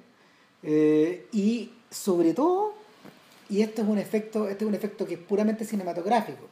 eh, y sobre todo, y esto es un efecto, este es un efecto que es puramente cinematográfico,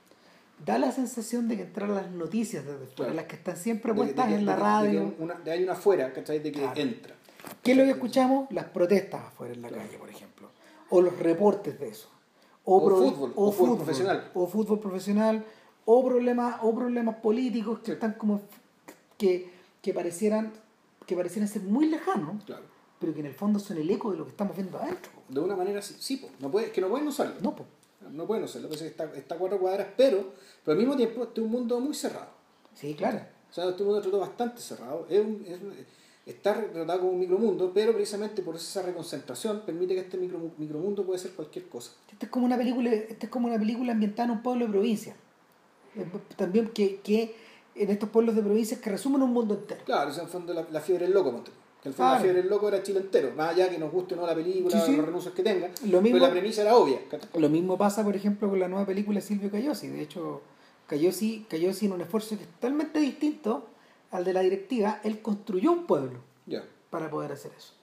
da la sensación de que entran las noticias desde fuera, Claro. las que están siempre De que- puestas de que- en la de que- de radio. que una- de hay una afuera, ¿cachai? De que Claro. entra. ¿Qué es lo que escuchamos? Las protestas afuera en la Claro. calle, por ejemplo. O los reportes de eso. O, O pro- fútbol, o fútbol profesional. O fútbol profesional. O problemas, o problemas políticos que Sí. están como que, que parecieran que parecieran ser muy lejanos, Claro. pero que en el fondo son el eco de lo que estamos viendo adentro. De una manera sí, sí po. No puede, que no pueden usarlo. No, po. No pueden usarlo, parece que está, está a cuatro cuadras, pero, pero al mismo tiempo este es un mundo muy cerrado. Sí, claro. O sea, este mundo es tratado bastante cerrado. Es un- es un- está retratado como un micromundo, pero precisamente por esa reconcentración permite que este micro, micromundo puede ser cualquier cosa. Esta es como una película, esta es como una película ambientada en un pueblo de provincia. Eh, También que, que en estos pueblos de provincias que resumen un mundo entero. Claro, o sea, en el fondo la, la fiebre del loco, ponte tú. Que en el fondo Claro. la fiebre del loco era Chile entero, más allá que nos guste o no la película, Sí, sí. los renuncios que tenga, Lo mismo- pero la premisa era obvia. ¿cachai? Lo mismo pasa, por ejemplo, con la nueva película de Silvio Cayosi. De hecho, Cayosi, Cayosi en un esfuerzo que es totalmente distinto al de la directiva, él construyó un pueblo Ya. para poder hacer eso.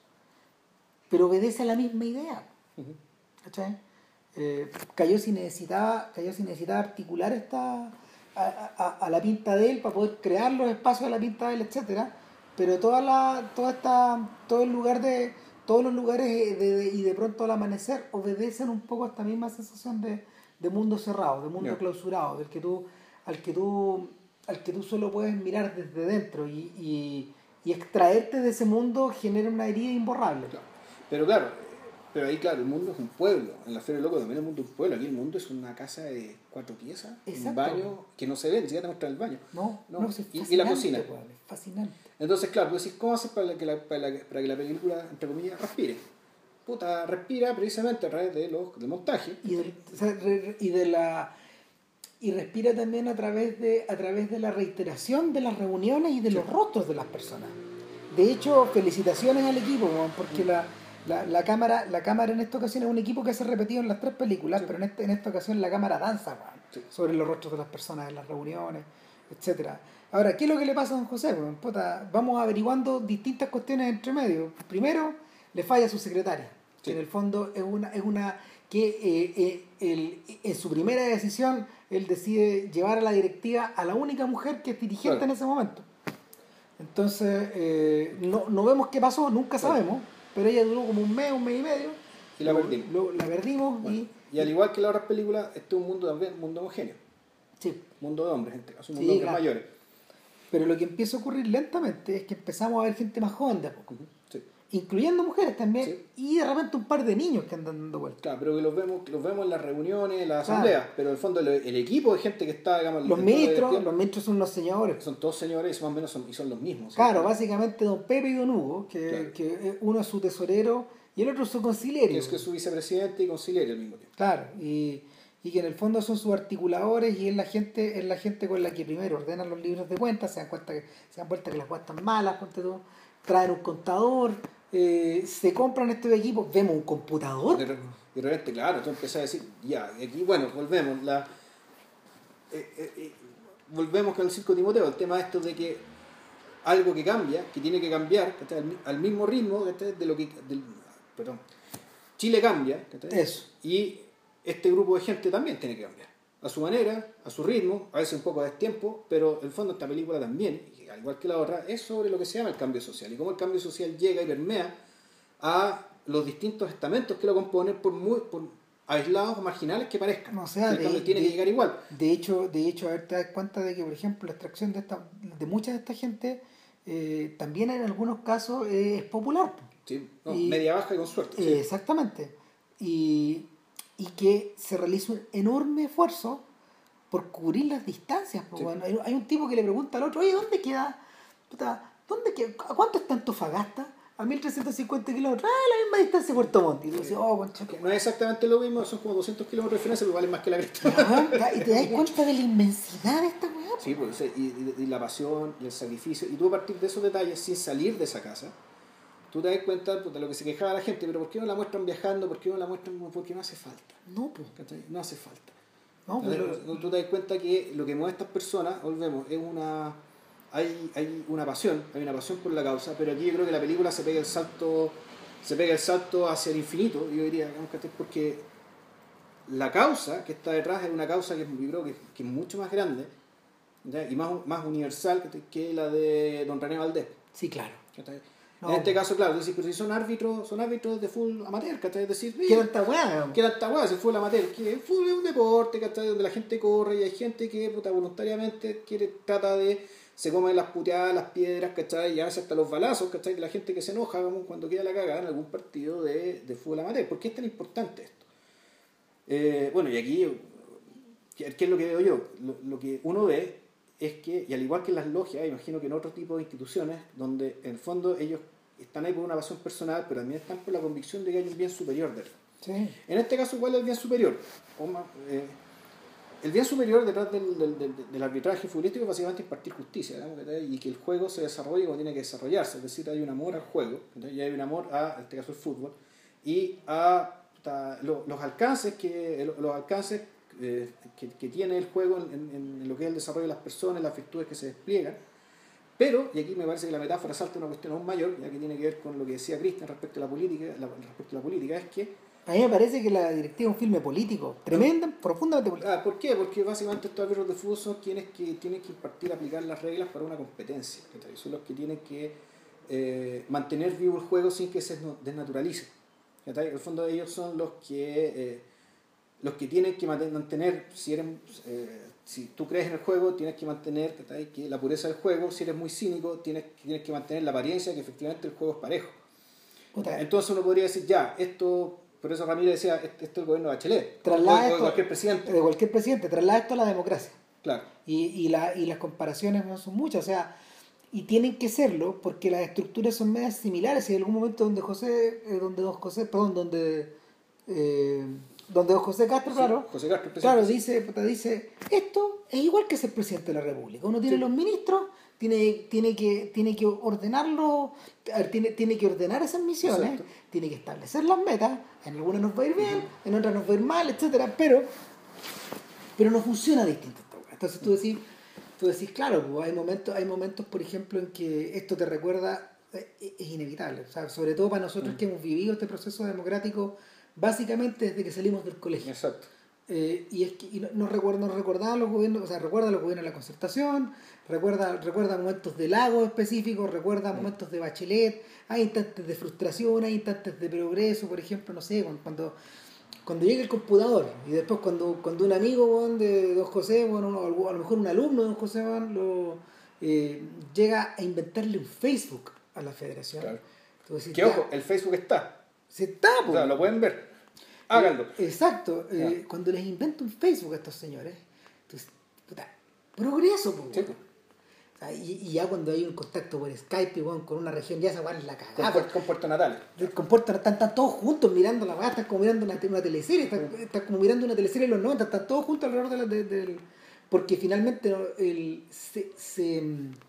Pero obedece a la misma idea. Ujú. ¿Cachai? Eh, Cayosi necesitaba, Cayosi necesitaba articular esta a, a- a la pinta de él para poder crear los espacios de la pinta de él, etcétera. Pero toda la, toda esta, todo el lugar de, todos los lugares de- de- y de pronto al amanecer obedecen un poco a esta misma sensación de, de mundo cerrado, de mundo Ya. clausurado, del que tú, al que tú, al que tú solo puedes mirar desde dentro y, y, y extraerte de ese mundo genera una herida imborrable. Claro. Pero claro, eh, pero ahí claro, el mundo es un pueblo. En la Feria del Loco también el mundo es un pueblo. Aquí el mundo es una casa de cuatro piezas, Exacto. un baño que no se ve, ni siquiera te muestra el baño. No, No, no, sí, es y- y la fascinante, cocina. weón, es fascinante. Entonces, claro, tú decís, ¿cómo haces para que la, para la- para que la película, entre comillas, respire? Puta, respira precisamente a través de los, del montaje. Y, del- o sea, re- y de la y respira también a través de a través de la reiteración de las reuniones y de los rostros de las personas. De hecho, felicitaciones al equipo, weón, porque la, la, la cámara la cámara en esta ocasión es un equipo que se ha repetido en las tres películas, Sí. pero en, este, en esta ocasión la cámara danza, weón, Sí. sobre los rostros de las personas en las reuniones, etcétera. Ahora, ¿qué es lo que le pasa a don José? Pues, puta, vamos averiguando distintas cuestiones entre medio. Primero, le falla a su secretaria, que Sí. en el fondo es una, es una que eh, eh, el- en su primera decisión él decide llevar a la directiva a la única mujer que es dirigente Claro. en ese momento. Entonces, eh, no, no vemos qué pasó, nunca Claro. sabemos, pero ella duró como un mes, un mes y medio. Y la Luego- perdimos. luego la perdimos Bueno, y... y al igual que las otras películas, este es un mundo también, un mundo homogéneo. Sí. Mundo de hombres, en este caso, un Sí, mundo de hombres claro. mayores. Pero lo que empieza a ocurrir lentamente es que empezamos a ver gente más joven de a poco, Ujú, sí. incluyendo mujeres también, Sí. y de repente un par de niños que andan dando vueltas. Claro, pero que los vemos, los vemos en las reuniones, en las Claro. asambleas, pero en el fondo el, el equipo de gente que está, digamos, Los en todo el ministros, tiempo, los ministros son los señores. son todos señores y más o menos son, y son los mismos. ¿sí? Claro, básicamente don Pepe y don Hugo, que, Claro. que eh, uno es su tesorero y el otro es su conciliario. Que es que es su vicepresidente y conciliario al mismo tiempo. Claro, y, y que en el fondo son sus articuladores y es la gente es la gente con la que primero ordenan los libros de cuentas, se dan cuenta que se dan cuenta que las cuentas están malas, ponte tú, traen un contador, eh, se compran estos equipos, vemos un computador. De re- Y de repente, claro, tú empiezas a decir, ya, y aquí, bueno, volvemos, la, eh, eh, eh, volvemos con el circo Timoteo, el tema esto de que algo que cambia, que tiene que cambiar, ¿cachai? al, mi- al mismo ritmo, ¿cachai? de lo que, del- perdón, Chile cambia, ¿cachai? Eso. Y este grupo de gente también tiene que cambiar, a su manera, a su ritmo, a veces un poco a destiempo, pero en el fondo esta película también, y al igual que la otra, es sobre lo que se llama el cambio social, y cómo el cambio social llega y permea a los distintos estamentos que lo componen, por muy por aislados o marginales que parezcan. O sea, el de- cambio tiene de- que llegar igual. De hecho, de hecho, a ver, te das cuenta de que, por ejemplo, la extracción de esta, de mucha de esta gente eh, también en algunos casos eh, es popular. po. ¿Sí? No, Y- media baja y con suerte. Eh, sí. Exactamente. Y, y que se realiza un enorme esfuerzo por cubrir las distancias. po, Sí. bueno, hay, hay un tipo que le pregunta al otro, oye, ¿dónde queda? Puta, ¿dónde queda? ¿A cuánto está Antofagasta? A mil trescientos cincuenta kilómetros. Ah, la misma distancia de Puerto Montt. Y tú dices, oh, concha. Que no es exactamente lo mismo, son como doscientos kilómetros de referencia, pero valen más que la cresta. Ajá, y te das cuenta de la inmensidad de esta weá. Sí, pues, y, y- y la pasión y el sacrificio. Y tú a partir de esos detalles, sin salir de esa casa, tú te das cuenta pues, de lo que se quejaba la gente, pero ¿por qué no la muestran viajando? ¿Por qué no la muestran? Porque no hace falta. No, pues. ¿Cachai? No hace falta. No, pero, Tú te das cuenta que lo que mueve a estas personas, volvemos, es una... Hay, hay una pasión, hay una pasión por la causa, pero aquí yo creo que la película se pega el salto, se pega el salto hacia el infinito, yo diría, digamos, ¿cachai? Porque la causa que está detrás es una causa que yo creo que, que es mucho más grande, ¿ya? Y más, más universal ¿cachai? Que la de don René Valdés. sí, claro. ¿Cachai? No. En este caso, claro, tú dices, pero si son árbitros, son árbitros de fútbol amateur, ¿cachai? Es decir, ¿Qué era esta weá? digamos? que era esta weá, si el fútbol amateur, que el fútbol es un deporte, ¿cachai? Donde la gente corre y hay gente que puta, voluntariamente quiere, trata de, se comen las puteadas, las piedras, ¿cachai? Y a veces hasta los balazos, ¿cachai? De la gente que se enoja como cuando queda la cagada en algún partido de, de fútbol amateur. ¿Por qué es tan importante esto? Eh, bueno, y aquí, ¿qué, qué es lo que veo yo? Lo, lo que uno ve es que, y al igual que en las logias, imagino que en otro tipo de instituciones, donde en el fondo ellos están ahí por una pasión personal, pero también están por la convicción de que hay un bien superior detrás. Sí. En este caso, ¿cuál es el bien superior? O más, eh, el bien superior detrás del, del, del, del arbitraje futbolístico es básicamente impartir justicia, digamos, ¿verdad? Y que el juego se desarrolle como tiene que desarrollarse, es decir, hay un amor al juego, ¿verdad? Y hay un amor a, en este caso, el fútbol, y a, a lo, los alcances que los alcances eh, que, que tiene el juego en, en, en lo que es el desarrollo de las personas, las virtudes que se despliegan. Pero, y aquí me parece que la metáfora salta una cuestión aún mayor, ya que tiene que ver con lo que decía Cristian respecto a la política, la, respecto a la política, es que A mí me parece que la directiva es un filme político, tremenda, profundamente político. Ah, ¿por qué? Porque básicamente estos árbitros de fútbol son quienes que tienen que impartir, aplicar las reglas para una competencia. ¿Cachai? Son los que tienen que eh, mantener vivo el juego sin que se desnaturalice. ¿Cachai? En el fondo ellos son los que eh, los que tienen que mantener, si eres, eh, si tú crees en el juego, tienes que mantener ¿cachai? Que la pureza del juego. Si eres muy cínico, tienes, tienes que mantener la apariencia que efectivamente el juego es parejo. Puta, Entonces uno podría decir, ya, esto... Por eso Ramírez decía, este, este es el gobierno de Bachelet, Traslada o, o de esto- cualquier presidente. de cualquier presidente, traslada esto a la democracia. Claro. Y, y, la, y las comparaciones no son muchas, o sea, y tienen que serlo porque las estructuras son medias similares. Y en algún momento donde José, eh, donde don José, perdón, donde eh, donde don José Castro, Sí, claro, José Castro, el claro, presidente. dice, puta, dice, esto es igual que ser presidente de la República. Uno tiene Sí. los ministros, tiene, tiene que, tiene que ordenarlo, a ver, tiene, tiene que ordenar esas misiones, Exacto. tiene que establecer las metas, en algunas nos va a ir bien, en otras nos va a ir mal, etcétera, pero, pero no funciona distinto esta weá. Entonces tú decís, tú decís, claro, pues, hay momentos, hay momentos, por ejemplo, en que esto te recuerda, eh, es inevitable, o sea, sobre todo para nosotros Mm. que hemos vivido este proceso democrático básicamente desde que salimos del colegio. Exacto. Eh, y es que y no- nos recuerda, nos recordaba los gobiernos, o sea, recuerda los gobiernos de la concertación, recuerda, recuerda momentos de Lagos específicos, recuerda Mm. momentos de Bachelet, hay instantes de frustración, hay instantes de progreso, por ejemplo, no sé, cuando, cuando cuando llega el computador y después cuando, cuando un amigo weón, de Don José, bueno, uno- a lo mejor un alumno de Don José weón, lo, eh, llega a inventarle un Facebook a la federación. Claro. Entonces, Que ya, ojo, el Facebook está. se está, O po. sea, lo pueden ver. Háganlo. Eh, exacto. eh, Ya. cuando les inventa un Facebook a estos señores, entonces, puta, progreso, po, Sí, weón. O sea, y, y ya cuando hay un contacto por Skype weón, con una región, ya se van la con, cagada. puer- con Puerto Natales. El comportan, están, están todos juntos mirando la weá, están como mirando una, una teleserie, están, están como mirando una teleserie de los noventa, están todos juntos alrededor de la, de- del... Porque finalmente ¿no? el, se, se,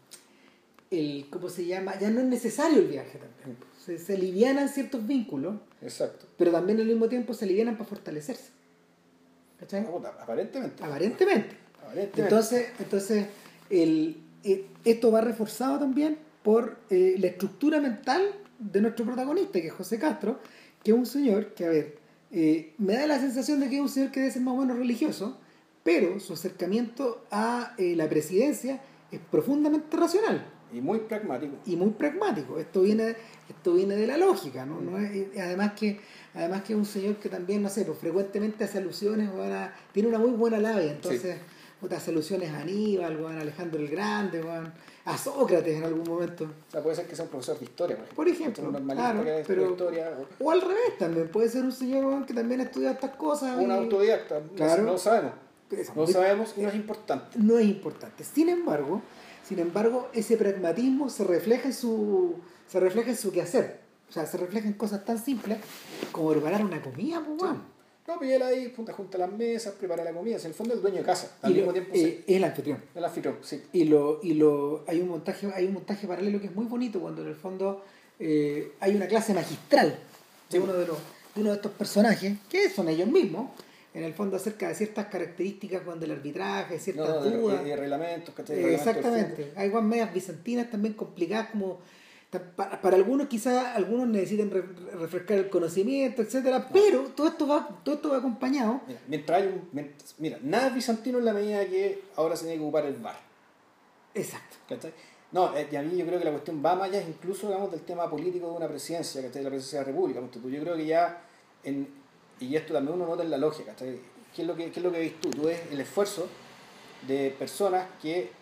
el, ¿cómo se llama? Ya no es necesario el viaje también. Se, se alivianan ciertos vínculos, Exacto. pero también al mismo tiempo se alivianan para fortalecerse. ¿Cachai? Ah, puta, aparentemente. Aparentemente. Aparentemente. Entonces, entonces el, eh, esto va reforzado también por eh, la estructura mental de nuestro protagonista, que es José Castro, que es un señor que, a ver, eh, me da la sensación de que es un señor que debe ser más o menos religioso, pero su acercamiento a eh, la presidencia es profundamente racional Y muy pragmático. y muy pragmático. Esto viene, esto viene de la lógica, ¿no? No es- y además que además que es un señor que también, no sé, pues frecuentemente hace alusiones, weón, a- tiene una muy buena labia, entonces puta, hace alusiones a Aníbal, weón, a Alejandro el Grande, weón, a Sócrates en algún momento. O sea, puede ser que sea un profesor de historia, por ejemplo. Por ejemplo, Un normalista claro, que estudia pero- historia. O O al revés también, puede ser un señor weón, que también estudia estas cosas. un y- autodicta. No- Claro. No lo sabemos. Eso, No lo muy- sabemos y no es importante. no es importante. Sin embargo, sin embargo, ese pragmatismo se refleja en su, se refleja en su quehacer. O sea, se refleja en cosas tan simples como preparar una comida, pues, weón. No, pues él ahí junta, junta las mesas, prepara la comida. Es el fondo el dueño de casa. Al Y mismo lo- tiempo eh, es el anfitrión. se- el anfitrión, sí. Y lo, y lo, hay un montaje, hay un montaje paralelo que es muy bonito cuando en el fondo eh, hay una clase magistral de uno de los, de uno de estos personajes, que son ellos mismos, en el fondo acerca de ciertas características cuando el arbitraje, No, ciertas no, de, dudas. de- de reglamentos, ¿cachai? Eh, Reglamentos del exactamente. Hay guas medias bizantinas también complicadas como ta- para, para algunos quizás algunos necesitan re- refrescar el conocimiento, etcétera, pero todo esto va todo esto va acompañado. Mira, mientras hay un, mientras- mira, nada es bizantino en la medida que ahora se tiene que ocupar el V A R. Exacto. ¿Cachai? No, eh, y a mí yo creo que la cuestión va más allá incluso digamos, del tema político de una presidencia, ¿cachai? La presidencia de la República. Ponte tú. Yo creo que ya, en, y esto también uno nota en la lógica, ¿cachai? ¿Qué es lo que, qué es lo que ves tú? Tú ves el esfuerzo de personas que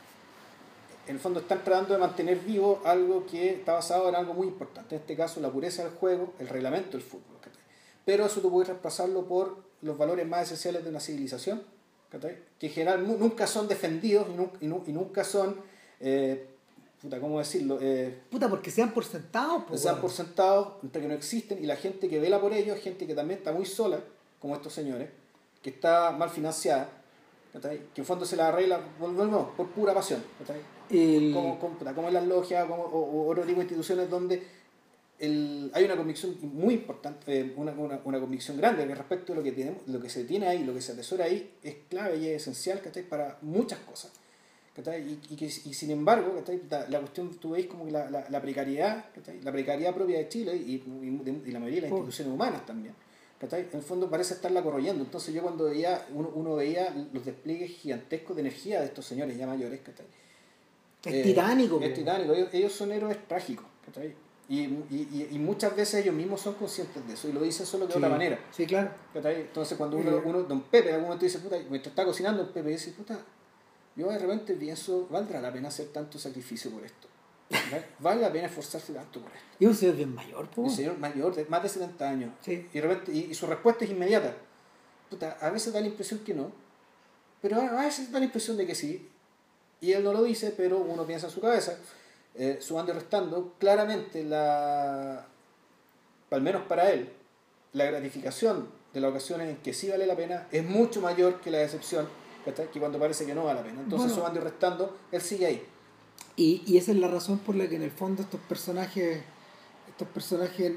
en el fondo están tratando de mantener vivo algo que está basado en algo muy importante, en este caso la pureza del juego, el reglamento del fútbol, ¿cachai? Pero eso tú puedes reemplazarlo por los valores más esenciales de una civilización, ¿cachai? Que en general nu- nunca son defendidos y, nu- y nu- y nunca son, eh, puta, ¿cómo decirlo? Eh, Puta, porque sean por sentados, pues, se dan weón. por sentados, entre que no existen, y la gente que vela por ellos es gente que también está muy sola, como estos señores, que está mal financiada, ¿cachai? Que en fondo se la arregla, volvemos, por pura pasión, ¿cachai? El- Como, como, puta, como en las logias como, o, o otro tipo de instituciones donde el, hay una convicción muy importante, eh, una, una, una convicción grande que respecto a lo que tenemos, lo que se tiene ahí, lo que se atesora ahí, es clave y es esencial, ¿cachai? Para muchas cosas. ¿Cachai? Y, y, que, y sin embargo, ¿cachai? La, la cuestión, tú veis como que la, la, la precariedad, ¿cachai? La precariedad propia de Chile y, y, y la mayoría de las instituciones humanas también, ¿cachai? En el fondo parece estarla corroyendo. Entonces yo cuando veía, uno, uno veía los despliegues gigantescos de energía de estos señores ya mayores, ¿cachai? es Eh, tiránico, Es pues. tiránico, ellos, ellos son héroes trágicos, ¿cachai? Y, y, y muchas veces ellos mismos son conscientes de eso y lo dicen solo de Sí. otra manera. Sí, claro. ¿Cachai? Entonces cuando uno, Eh. uno, don Pepe, en algún momento dice, puta, mientras está cocinando el Pepe dice, puta, yo de repente pienso, ¿valdrá la pena hacer tanto sacrificio por esto? ¿Vale? ¿Vale la pena esforzarse tanto por esto? Y un señor bien mayor, pues. Un señor mayor de más de setenta años. Sí. Y, de repente, y, y su respuesta es inmediata. Puta, a veces da la impresión que no, pero a veces da la impresión de que sí. Y él no lo dice, pero uno piensa en su cabeza, eh, sumando y restando, claramente la, al menos para él, la gratificación de las ocasiones en que sí vale la pena es mucho mayor que la decepción, ¿cachai? Que cuando parece que no vale la pena. Entonces, Bueno. sumando y restando, él sigue ahí. Y, y esa es la razón por la que en el fondo estos personajes, estos personajes,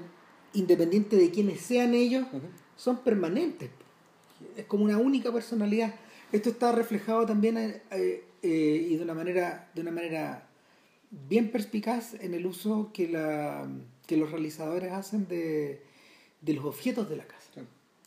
independiente de quienes sean ellos, Ujú. son permanentes. Es como una única personalidad. esto está reflejado también eh, eh, y de una manera de una manera bien perspicaz en el uso que la que los realizadores hacen de, de los objetos de la casa. Sí.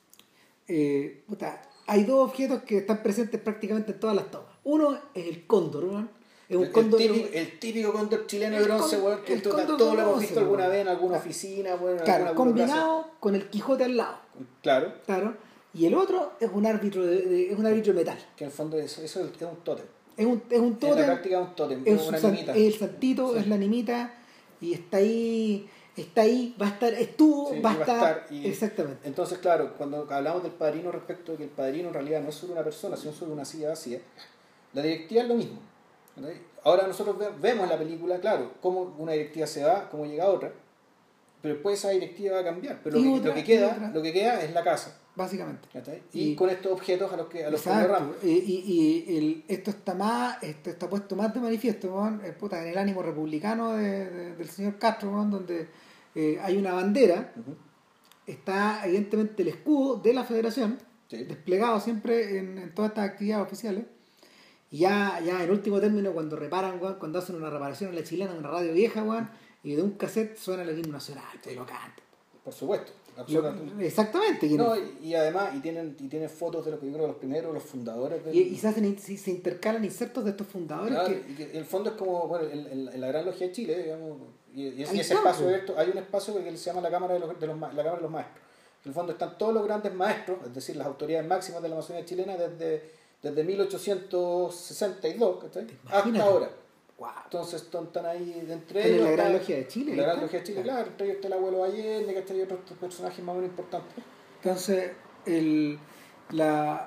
Eh, puta, hay dos objetos que están presentes prácticamente en todas las tomas. Uno es el cóndor, ¿no? Es un el, cóndor, el, típico, el típico cóndor chileno de bronce, con, bueno, que todos todo lo hemos visto alguna vez en alguna claro. oficina, bueno, en claro, alguna combinado con el Quijote al lado. Claro. Claro. Y el otro es un árbitro de, de, es un árbitro de metal. Que en el fondo eso, eso es un tótem. Es un, es un tótem. En la práctica es un tótem, es, una san, nimita. Es el santito, sí. Es la nimita, y está ahí, está ahí, va a estar, estuvo, sí, va a estar. Va a estar y, exactamente. Entonces, claro, cuando hablamos del padrino respecto de que el padrino en realidad no es solo una persona, sino solo una silla vacía, la directiva es lo mismo. ¿Okay? Ahora nosotros vemos en la película, claro, cómo una directiva se va, cómo llega otra, pero después esa directiva va a cambiar. Pero lo que, otra, lo, que queda, lo que queda es la casa. Básicamente. Y, y con estos objetos a los que a los exacto. que y, y, y el, esto está más, esto está puesto más de manifiesto, ¿no? Puta, en el ánimo republicano de, de, del señor Castro, ¿no? Donde eh, hay una bandera, uh-huh. Está evidentemente el escudo de la federación, sí. Desplegado siempre en, en todas estas actividades oficiales. Y ya, ya en último término, cuando reparan, ¿no? Cuando hacen una reparación en la chilena, en una radio vieja, ¿no? Y de un cassette suena el himno nacional, sí. Lo cantan. Por supuesto. Lo, exactamente. No, y, y además, y tienen, y tienen fotos de los, yo creo, los primeros, los fundadores. Del... Y, y se, hacen, se, se intercalan insertos de estos fundadores. Claro, que... y que el fondo es como, bueno, en, en, en la Gran Logia de Chile, digamos, y, y, y ese espacio abierto, hay un espacio que se llama la Cámara de los, de los, la Cámara de los Maestros. En el fondo están todos los grandes maestros, es decir, las autoridades máximas de la Amazonía chilena desde, desde mil ochocientos sesenta y dos hasta ahora. Wow. Entonces están ahí entre ellos. En la Gran Logia de Chile. La Gran Logia de Chile, claro. Entre ellos está el abuelo Allende, que hay otros personajes más o menos importantes. Entonces, el, la,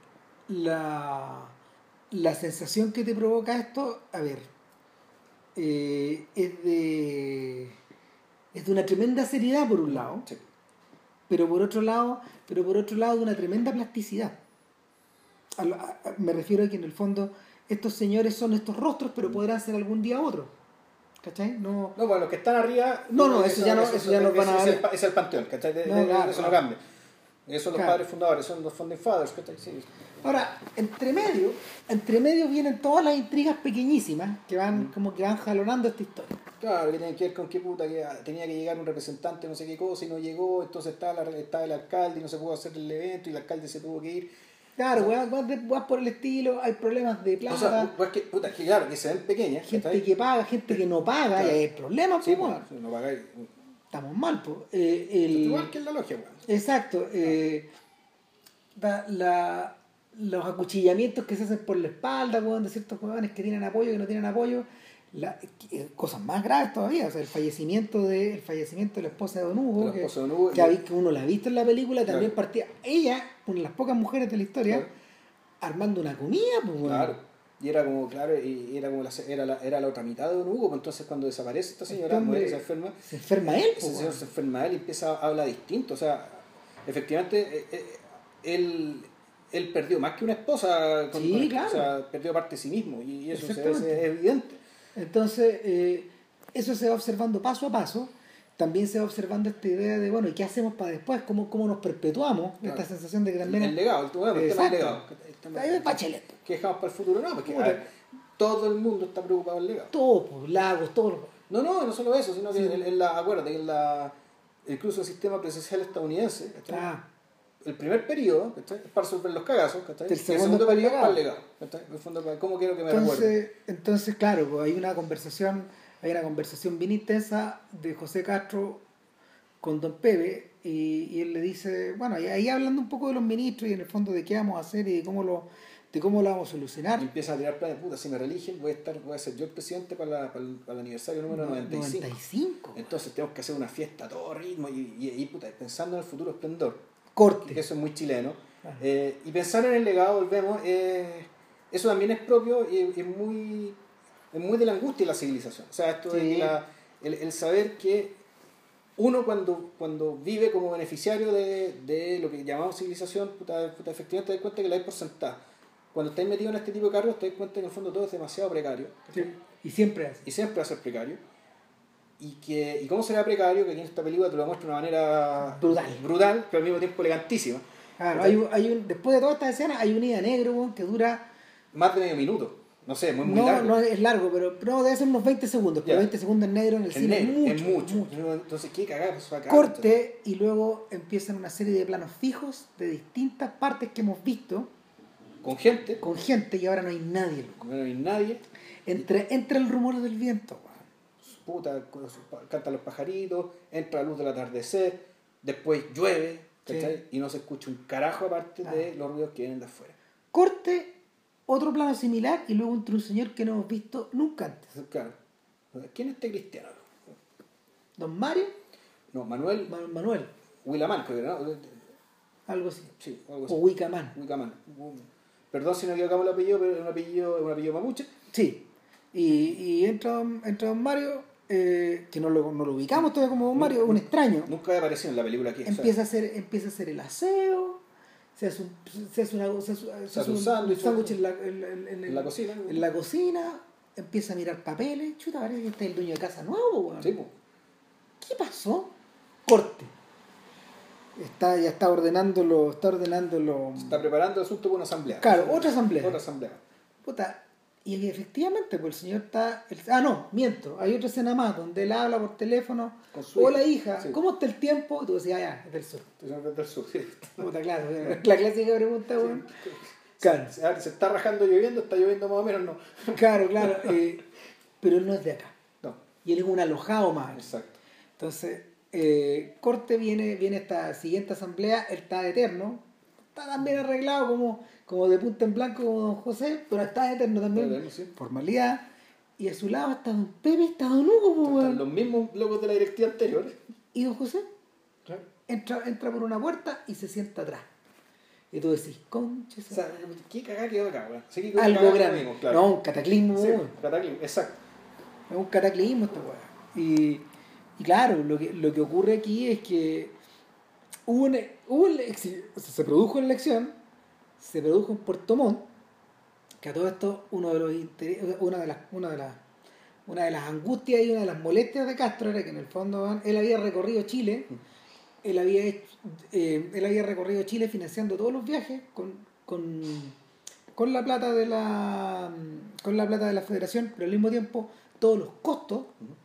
la, la sensación que te provoca esto, a ver, eh, es de es de una tremenda seriedad por un lado, sí. pero por otro lado, pero por otro lado de una tremenda plasticidad. A, a, a, me refiero a que en el fondo estos señores son estos rostros, pero podrán ser algún día otros. ¿Cachai? No, no, bueno, los que están arriba. No, no, eso, eso ya no, eso, eso ya no van a ver. Es el panteón, ¿cachai? De, no, de, claro, eso claro. no cambia. Esos son los claro. padres fundadores, son los founding fathers, ¿cachai? Sí. Ahora, entre medio, entre medio vienen todas las intrigas pequeñísimas que van, mm. como que van jalonando esta historia. Claro, que tienen que ver con qué puta, que tenía que llegar un representante, no sé qué cosa, y no llegó, entonces estaba, la, estaba el alcalde y no se pudo hacer el evento, y el alcalde se tuvo que ir. Claro, vas por el estilo, hay problemas de plata. O sea, pues que, puta, que claro, que se ven pequeñas. Gente que, que paga, gente que no paga, claro. Y hay problemas, sí, pues, pues, no pagáis. Estamos mal, pues. Eh, el... Igual que en la logia, bueno. Exacto. Eh, la, la, los acuchillamientos que se hacen por la espalda, bueno, de ciertos jóvenes que tienen apoyo, que no tienen apoyo. La, cosas más graves todavía, o sea, el fallecimiento de el fallecimiento de la esposa de Don Hugo, que, de Hugo, que, y... que uno la ha visto en la película, también claro. partía ella, una de las pocas mujeres de la historia, claro. armando una comida, pues, claro, y era como, claro, y era como la, era, la, era la otra mitad de Don Hugo, pues entonces cuando desaparece esta señora, este muere, se enferma, se enferma él, ese señor se enferma él y empieza a hablar distinto, o sea, efectivamente, eh, él él perdió más que una esposa, con, sí, con claro. O sea, perdió parte de sí mismo, y eso se, es evidente. Entonces, eh, eso se va observando paso a paso. También se va observando esta idea de, bueno, ¿y qué hacemos para después? ¿Cómo, cómo nos perpetuamos? Claro. Esta sensación de que también... El legado, el, bueno, el tema del legado. Ahí es Bachelet. ¿Qué dejamos para el futuro? No, porque a ver, todo el mundo está preocupado del legado. Todo, pues, Lagos, todo lo... No, no, no solo eso, sino que sí. en, en la, acuérdate, en la, incluso el sistema presidencial estadounidense, ah. el primer periodo es para resolver los cagazos, el segundo, el segundo periodo es para el legado. En el fondo, ¿cómo quiero que me entonces, recuerde? Entonces, claro, pues hay una conversación, hay una conversación bien intensa de José Castro con Don Pepe, y, y él le dice, bueno, y ahí hablando un poco de los ministros y en el fondo de qué vamos a hacer y de cómo lo, de cómo lo vamos a solucionar. Y empieza a tirar planes, puta, si me religen voy a estar, voy a ser yo el presidente para, la, para, el, para el aniversario número noventa y cinco. noventa y cinco. Entonces tenemos que hacer una fiesta a todo ritmo y, y, y puta, pensando en el futuro esplendor. Corte. Que eso es muy chileno. Eh, y pensar en el legado, volvemos, eh, eso también es propio y es muy, es muy de la angustia de la civilización. O sea, esto sí. de la, el, el saber que uno cuando, cuando vive como beneficiario de, de lo que llamamos civilización, puta, puta, efectivamente te das cuenta que la hay por sentada. Cuando estáis metido en este tipo de cargos, te das cuenta que en el fondo todo es demasiado precario. Sí. Y siempre es. Y siempre va a ser precario. Y, que, y cómo será precario, que aquí en esta película te lo muestra de una manera brutal, brutal pero al mismo tiempo elegantísima. Claro, hay, un- hay un, después de toda esta escena hay un ida negro, weón, que dura... Más de medio minuto. No sé, muy, muy No, largo. no es largo, pero no, debe ser unos veinte segundos, pero Ya. veinte segundos en negro en el En cine negro, es es mucho, mucho. mucho. Entonces, ¿qué cagada pasó acá? Corte y luego empiezan una serie de planos fijos de distintas partes que hemos visto Con gente, con gente y ahora no hay nadie, loco. no hay nadie. Entre, entre el rumor del viento, weón. Puta, cantan los pajaritos, entra la luz del atardecer, después llueve, ¿cachai? Sí. Y no se escucha un carajo aparte Ah. de los ruidos que vienen de afuera. Corte, otro plano similar y luego entre un señor que no hemos visto nunca antes. Entonces, claro, ¿quién es este cristiano? Don Mario, No, Manuel Manuel Manuel, Willaman, creo que ¿no? algo así. Sí, algo O así. Wicaman. Willaman. Perdón si no equivocamos el apellido, pero es un apellido, es un apellido mapuche. Sí. Y, y entra, entra Don Mario, eh, que no lo, no lo ubicamos todavía como Don Mario, es un extraño. Nunca había aparecido en la película aquí. Empieza a hacer, empieza a hacer el aseo, se hace un, se hace una, se hace, se hace hace un un sándwich, sándwich en la, en, en- en- en la cocina. en la cocina, empieza a mirar papeles, chuta, parece que este es el dueño de casa nuevo, weón. Sí, pues. ¿Qué pasó? Corte. Está, ya está ordenándolo, está ordenándolo. Se está preparando el asunto para una asamblea. Claro, otra asamblea. Otra asamblea. Puta, y efectivamente, pues el señor está. el- ah, no, miento. Hay otra escena más donde él habla por teléfono. Con su Hola, hija. hija, Sí. ¿cómo está el tiempo? Y tú decías, ah, ya, es del sur. Entonces, del sur, sí. Puta, claro, la clásica pregunta, weón. Claro, Se, se está rajando lloviendo, está lloviendo más o menos, no. claro, claro. eh, pero él no es de acá. No, Y él es un alojado más. exacto. Entonces, eh, Corte viene, viene esta siguiente asamblea, él está eterno, está tan bien arreglado como, como de punta en blanco como Don José, pero está eterno también, Está eterno, sí. formalidad. Y a su lado está Don Pepe, está Don Hugo, po, Están weón. los mismos locos de la directiva anterior. Y Don José entra, entra por una puerta y se sienta atrás. Y tú decís, concha, O sea, ¿qué cagada quedó acá, weón? Sí, que algo cagada grande. vimos, claro. No, un cataclismo, Sí, weón. cataclismo, exacto. Es un cataclismo esta weá. Y, y claro, lo que, lo que ocurre aquí es que hubo una, hubo una elección- o sea, se produjo una elección, se produjo en Puerto Montt, que a todo esto uno de los inter- una de las, una de las, una de las angustias y una de las molestias de Castro era que en el fondo weón, él había recorrido Chile, él había hecho- eh, él había recorrido Chile financiando todos los viajes con, con, con la plata de la con la plata de la federación, pero al mismo tiempo todos los costos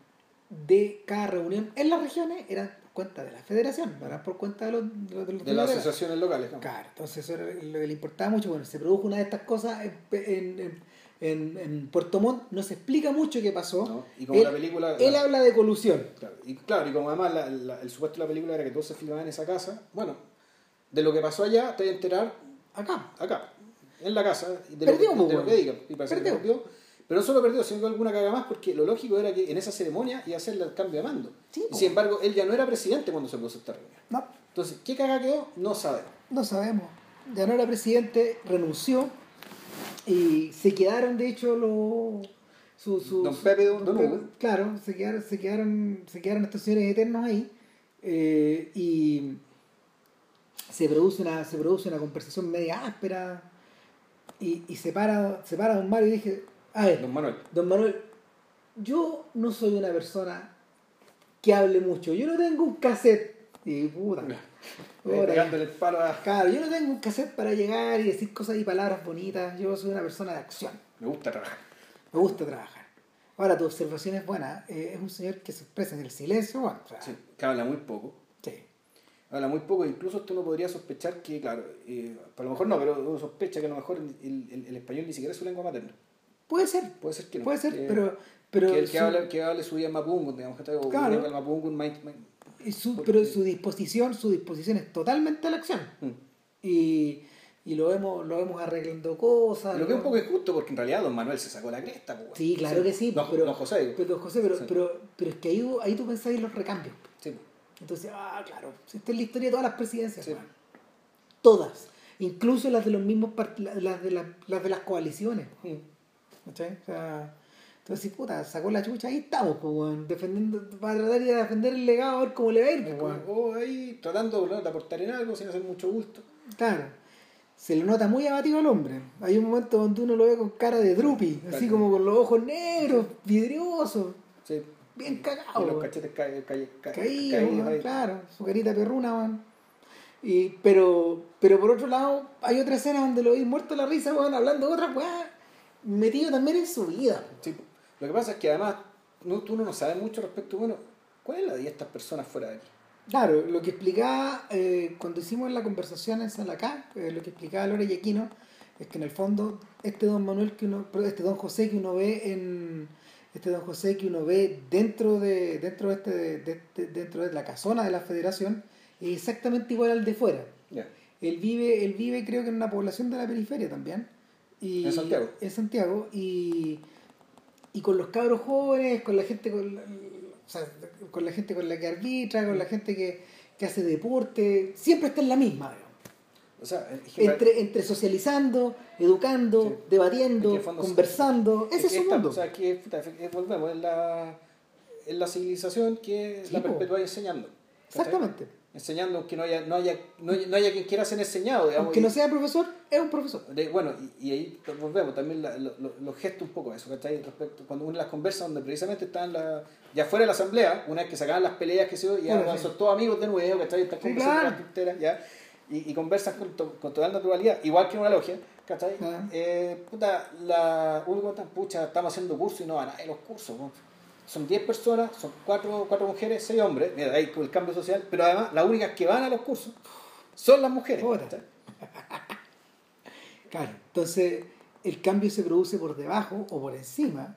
de cada reunión en las regiones eran por cuenta de la federación, no eran por cuenta de los de, los- de los De las delegados. asociaciones locales, ¿no? Claro, entonces eso era lo que le importaba mucho. Bueno, se produjo una de estas cosas en, en, en, en Puerto Montt, no se explica mucho qué pasó. ¿No? Y como él, la película. él la- habla de colusión. Claro, y claro, y como además la- la- el supuesto de la película era que todo se filmaba en esa casa, bueno, de lo que pasó allá te voy a enterar Acá. acá, en la casa, y de, Perdió, lo, que, de po, lo que weón. digan. Y parece que Perdió. perdió. Pero no solo perdió, sino que alguna caga más, porque lo lógico era que en esa ceremonia iba a hacerle el cambio de mando. Sí, y po. sin embargo, él ya no era presidente cuando se puso esta reunión. No, Entonces, ¿qué caga quedó? No sabemos. no sabemos. Ya no era presidente, renunció y se quedaron, de hecho, los. Su, su- Don su- Pepe y don- don Pepe, Hugo. Claro, se quedaron, se quedaron, se quedaron estos señores eternos ahí. eh, y se produce una, se produce una conversación media áspera. Y, y se para, se para Don Mario y dije, a ver, Don Manuel. Don Manuel, yo no soy una persona que hable mucho. Yo no tengo un cassette. Y puta. Eh, puta, pegándole el palo a... Claro, yo no tengo un cassette para llegar y decir cosas y palabras bonitas. Yo soy una persona de acción. Me gusta trabajar. Me gusta trabajar. Ahora, tu observación es buena. Eh, es un señor que se expresa en el silencio. Bueno, o sea, Sí, que habla muy poco. sí. Habla muy poco, incluso esto uno podría sospechar que, claro, eh, a lo mejor no, pero uno sospecha que a lo mejor el, el- el español ni siquiera es su lengua materna. Puede ser. Puede ser que no. Puede ser, que, pero... pero que el que, su- hable, que hable su vida en Mapungun, digamos, que o Claro. el Mapungun, main- main- y su- porque- pero su disposición, su disposición es totalmente a la acción. Mm. Y, y lo vemos, lo vemos arreglando cosas. Lo que es un lo- poco injusto, porque en realidad don Manuel se sacó la cresta. Pues, Sí, claro que sí, No, pero- no José, digo. Pero, José, pero, Sí. pero, pero es que ahí, ahí tú pensás en los recambios. Sí. Entonces, ah, claro, si esta es la historia de todas las presidencias, Sí. weón. Todas, incluso las de los mismos part- las de las, las de las coaliciones, Mm. ¿cachai? O sea, entonces, puta, sacó la chucha, ahí estamos, pues, weón, defendiendo, para tratar de defender el legado, a ver cómo le va a ir, pues, weón. O ahí tratando, ¿no?, de aportar en algo sin hacer mucho gusto. Claro, se le nota muy abatido al hombre. Hay un momento donde uno lo ve con cara de drupi, así Claro. como con los ojos negros, vidriosos, Sí. bien Y cagado, los weón. cachetes ca- ca- ca- Caído, caídos weón, ahí. claro, su carita perruna, weón. Y, pero, pero por otro lado, hay otra escena donde lo veis muerto de la risa, weón, hablando de otra weá, metido también en su vida. Sí. Lo que pasa es que además no, tú no sabes mucho respecto, bueno, ¿cuál es la vida de estas personas fuera de aquí? Claro, lo que explicaba eh, cuando hicimos la conversación en Salacá, eh, lo que explicaba Lore Yaquino, es que en el fondo este don Manuel que uno, este don José que uno ve en este don José que uno ve dentro de dentro de este de, de, de, dentro de la casona de la Federación es exactamente igual al de fuera. Yeah. Él vive él vive creo que en una población de la periferia también. Y, en Santiago. En Santiago y, y con los cabros jóvenes, con la gente con la, o sea, con la gente con la que arbitra, con la gente que, que hace deporte, siempre está en la misma, digamos. O sea, entre, entre socializando, educando, sí. debatiendo, es que conversando, ese es, es su mundo. O sea, aquí es, volvemos, es la, es la civilización que sí, la perpetúa enseñando. Exactamente. Enseñando que no haya, no haya, no haya, no haya quien quiera ser enseñado. Digamos, aunque no sea profesor, es un profesor. De, bueno, y, y ahí volvemos también la, lo, lo gesto un poco a eso, ¿cachai? Respecto, cuando uno las conversas donde precisamente están la, ya fuera de la asamblea, una vez que sacaban las peleas, que se yo, ya bueno, sí. son todos amigos de nuevo, ¿cachai? Están sí, conversando claro. las tonteras, ya. Y, y conversan con, to, con total naturalidad, igual que en una logia, ¿cachai? Ah. Eh, puta, la, uno tan pucha, estamos haciendo cursos y no van a nadie los cursos, ¿no? Son diez personas, son cuatro mujeres, seis hombres, mira, ahí con el cambio social, pero además las únicas que van a los cursos son las mujeres. Claro, entonces el cambio se produce por debajo o por encima,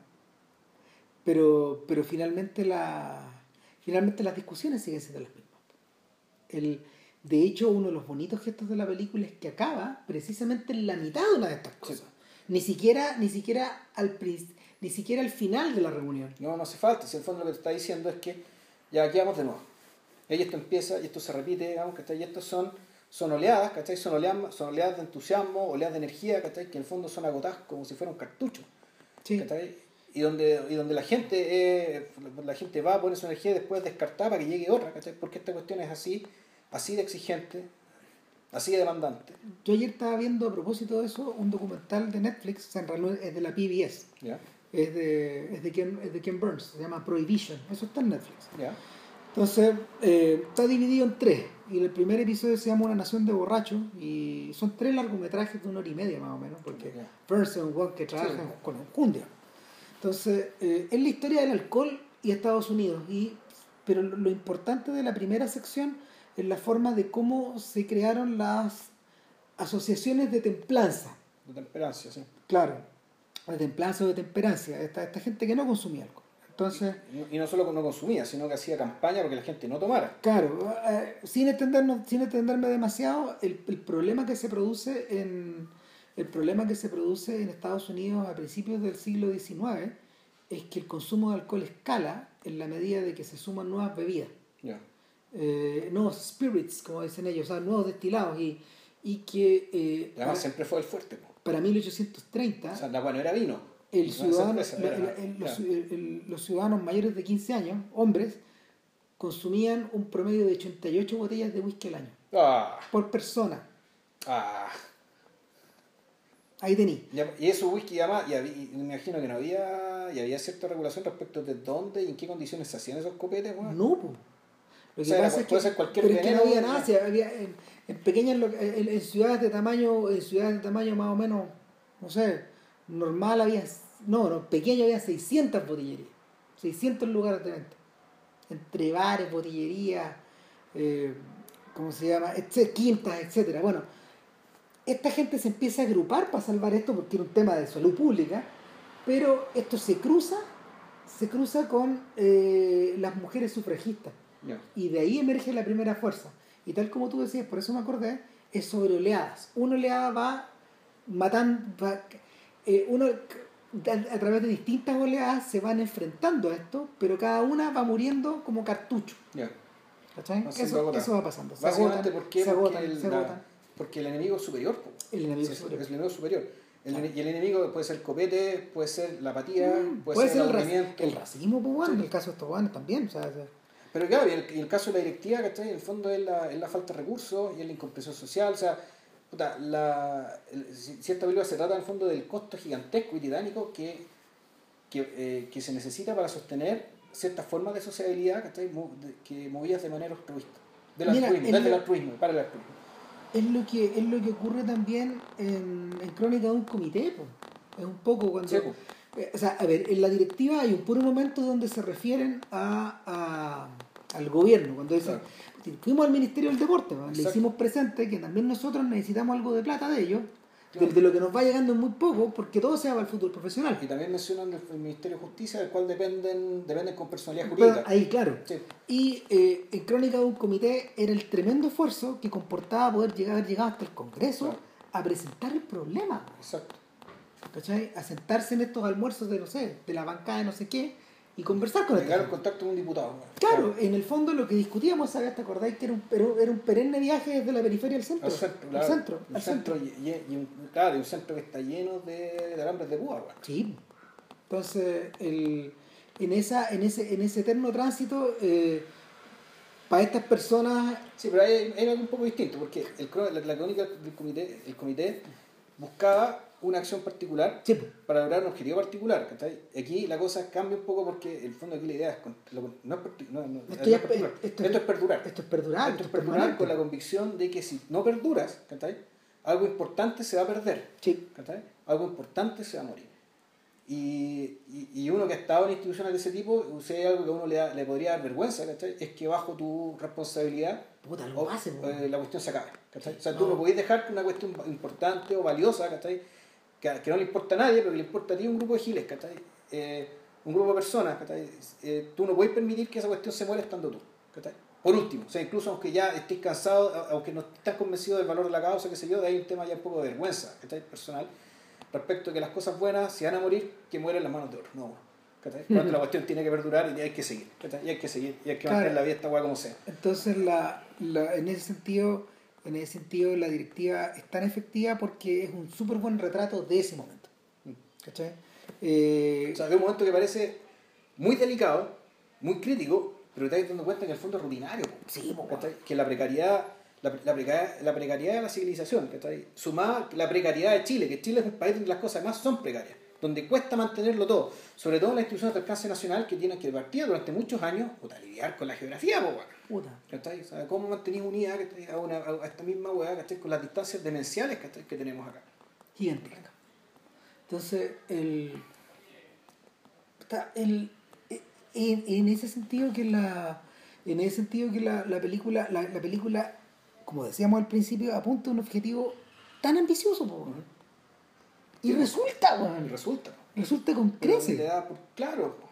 pero, pero finalmente, la, finalmente las discusiones siguen siendo las mismas. El... De hecho, uno de los bonitos gestos de la película es que acaba precisamente en la mitad de una de estas cosas. Sí. Ni siquiera, ni siquiera al ni siquiera al final de la reunión. No, no hace falta. Si en el fondo lo que te está diciendo es que ya aquí vamos de nuevo. Y esto empieza, y esto se repite, digamos, ¿cachai? Y estos son, son oleadas, ¿cachai? Son oleadas, son oleadas de entusiasmo, oleadas de energía, ¿cachai? Que en el fondo son agotadas como si fuera un cartucho. Sí. ¿Cachai? Y donde, y donde la gente eh, la gente va a poner su energía y después descartar para que llegue otra, ¿cachai? Porque esta cuestión es así. Así de exigente, así de demandante. Yo ayer estaba viendo, a propósito de eso, un documental de Netflix, o sea, en realidad es de la P B S. Yeah. Es, de, es, de Ken, es de Ken Burns, se llama Prohibition. Eso está en Netflix. Yeah. Entonces, eh, está dividido en tres. Y el primer episodio se llama Una nación de borrachos. Y son tres largometrajes de una hora y media más o menos, porque yeah. Burns es un guan que trabaja sí. con enjundia. Entonces, eh, es la historia del alcohol y Estados Unidos. Y, pero lo, lo importante de la primera sección en la forma de cómo se crearon las asociaciones de templanza. De temperancia, sí. Claro, de templanza o de temperancia. Esta, esta gente que no consumía alcohol. Entonces, y, y no solo que no consumía, sino que hacía campaña porque la gente no tomara. Claro, eh, sin, extendernos, sin extenderme demasiado, el, el problema que se produce en el problema que se produce en Estados Unidos a principios del siglo diecinueve es que el consumo de alcohol escala en la medida de que se suman nuevas bebidas. Yeah. Eh, nuevos spirits, como dicen ellos, o sea, nuevos destilados y, y que eh, además para, siempre fue el fuerte, ¿no? Para mil ochocientos treinta, o sea, la bueno era vino, el no ciudadano, cerveza, la, era, el, el, claro. los, el, el, los ciudadanos mayores de quince años, hombres, consumían un promedio de ochenta y ocho botellas de whisky al año. Ah. Por persona. Ah. Ahí tení. Y eso whisky además, y, había, y me imagino que no había, y había cierta regulación respecto de dónde y en qué condiciones se hacían esos copetes, bueno. No, pues. Lo que o sea, pasa es que, ser cualquier pero es que no había nada, no. Si había, en, en pequeñas, en, en ciudades de tamaño, en ciudades de tamaño más o menos, no sé, normal había, no, no, pequeño había seiscientas botillerías, seiscientos lugares de venta, entre bares, botillerías, eh, ¿cómo se llama? Etcétera, quintas, etcétera. Bueno, esta gente se empieza a agrupar para salvar esto porque era un tema de salud pública, pero esto se cruza, se cruza con eh, las mujeres sufragistas. Yeah. Y de ahí emerge la primera fuerza. Y tal como tú decías, por eso me acordé, es sobre oleadas. Una oleada va matando, va, eh, uno a, a través de distintas oleadas se van enfrentando a esto, pero cada una va muriendo como cartucho. Yeah. ¿Cachai? No, eso, eso va pasando. Se Básicamente agotan, porque, se agotan, porque, el, se agotan. porque el enemigo es superior. El enemigo sí, superior. Es el enemigo superior. El, ah. Y el enemigo puede ser el copete, puede ser la apatía, mm, puede, puede ser, ser el aburrimiento. El racismo, pues bueno, sí. En el caso de estos guanes también. O sea, o sea, pero claro, y el, y el caso de la directiva, ¿cachai? En el fondo es la, es la falta de recursos y es la incomprensión social. O sea, puta, la, el, si esta película se trata en el fondo del costo gigantesco y titánico que, que, eh, que se necesita para sostener ciertas formas de sociabilidad, ¿cachai? Mo, de, que movidas de manera altruista. Del Mira, altruismo, el, desde el altruismo, para el altruismo. es lo que es lo que ocurre también en, en Crónica de un comité, po. Es un poco cuando... Sí, po. eh, o sea, a ver, en la directiva hay un puro momento donde se refieren a, a- al gobierno, cuando dicen, Claro. fuimos al Ministerio del Deporte, ¿no? Le Exacto. hicimos presente que también nosotros necesitamos algo de plata de ellos, Claro. de, de lo que nos va llegando es muy poco, porque todo se va al fútbol profesional. Y también mencionan el, el Ministerio de Justicia, del cual dependen dependen con personalidad Pero jurídica. ahí, claro. Sí. Y eh, en Crónica de un comité era el tremendo esfuerzo que comportaba poder llegar, haber llegado hasta el Congreso Claro. a presentar el problema. Exacto. ¿Cachai? A sentarse en estos almuerzos de, no sé, de la bancada de no sé qué y conversar con Llegar el en contacto con un diputado. Claro, en el fondo lo que discutíamos, ¿sabes? ¿Te acordáis que era un, era un perenne viaje desde la periferia al centro? Al centro, al claro. centro, El al centro, centro. Y, y- y un, claro, y un centro que está lleno de, de alambres de púa, güey. Sí. Entonces, el, en, esa, en, ese, en ese eterno tránsito, eh, para estas personas... Sí, pero hay, hay algo un poco distinto, porque el, cro- la, la crónica del comité, el comité buscaba una acción particular Sí, pues, para lograr un objetivo particular. ¿Cachai? Aquí la cosa cambia un poco porque en el fondo aquí la idea es con- lo- no es, parti- no, no, Esto no ya es es- particular. esto Esto, es- es perdurar. esto es perdurar, Esto esto es es perdurar permanente. con la convicción de que si no perduras, ¿cachai? Algo importante se va a perder. Sí. ¿Cachai? Algo importante se va a morir. Y, y, y uno que ha estado en instituciones de ese tipo, si hay algo que a uno le, da- le podría dar vergüenza, ¿cachai? Es que bajo tu responsabilidad Puta, lo o- hace, po. eh, la cuestión se acabe. ¿Cachai? O sea, tú No. no podés dejar que una cuestión importante o valiosa, ¿cachai? Que, que no le importa a nadie, pero que le importa a ti un grupo de giles, ¿cachai? Eh, un grupo de personas, ¿cachai? Eh, tú no puedes permitir que esa cuestión se muera estando tú, ¿cachai? Por último, o sea, incluso aunque ya estés cansado, a- aunque no estés convencido del valor de la causa, qué sé yo, de ahí un tema ya un poco de vergüenza, ¿cachai? Personal, respecto a que las cosas buenas, si van a morir, que mueren en las manos de otros, no uno, ¿cachai? Cuando la cuestión tiene que perdurar y hay que seguir, ¿cachai? Y hay que seguir, y hay que mantener Claro. la vida esta hueá como sea. Entonces, la, la, en ese sentido, en ese sentido, la directiva es tan efectiva porque es un súper buen retrato de ese momento. ¿Cachai? Eh, O sea, de un momento que parece muy delicado, muy crítico, pero te estás dando cuenta que en el fondo es rutinario. po. Sí, po, ¿Cachai? Que la precariedad, la, la, precariedad, la precariedad de la civilización, ¿cachai? Sumada la precariedad de Chile, que Chile es un país donde las cosas más son precarias, donde cuesta mantenerlo todo, sobre todo en las instituciones de alcance nacional que tienen que partir durante muchos años, puta, lidiar con la geografía, po, weón. puta. ¿Cachai? O sea, ¿cómo mantenís unidad, ¿cachai? A, una, a esta misma weá, ¿cachai? Con las distancias demenciales, ¿cachai? Que tenemos acá. Gigantesca. Entonces, el, está el, en, en ese sentido que la en ese sentido que la, la película la, la película como decíamos al principio apunta a un objetivo tan ambicioso, po, Ujú. y resulta, Y weón, resulta. resulta con Pero creces. le da por- claro. po.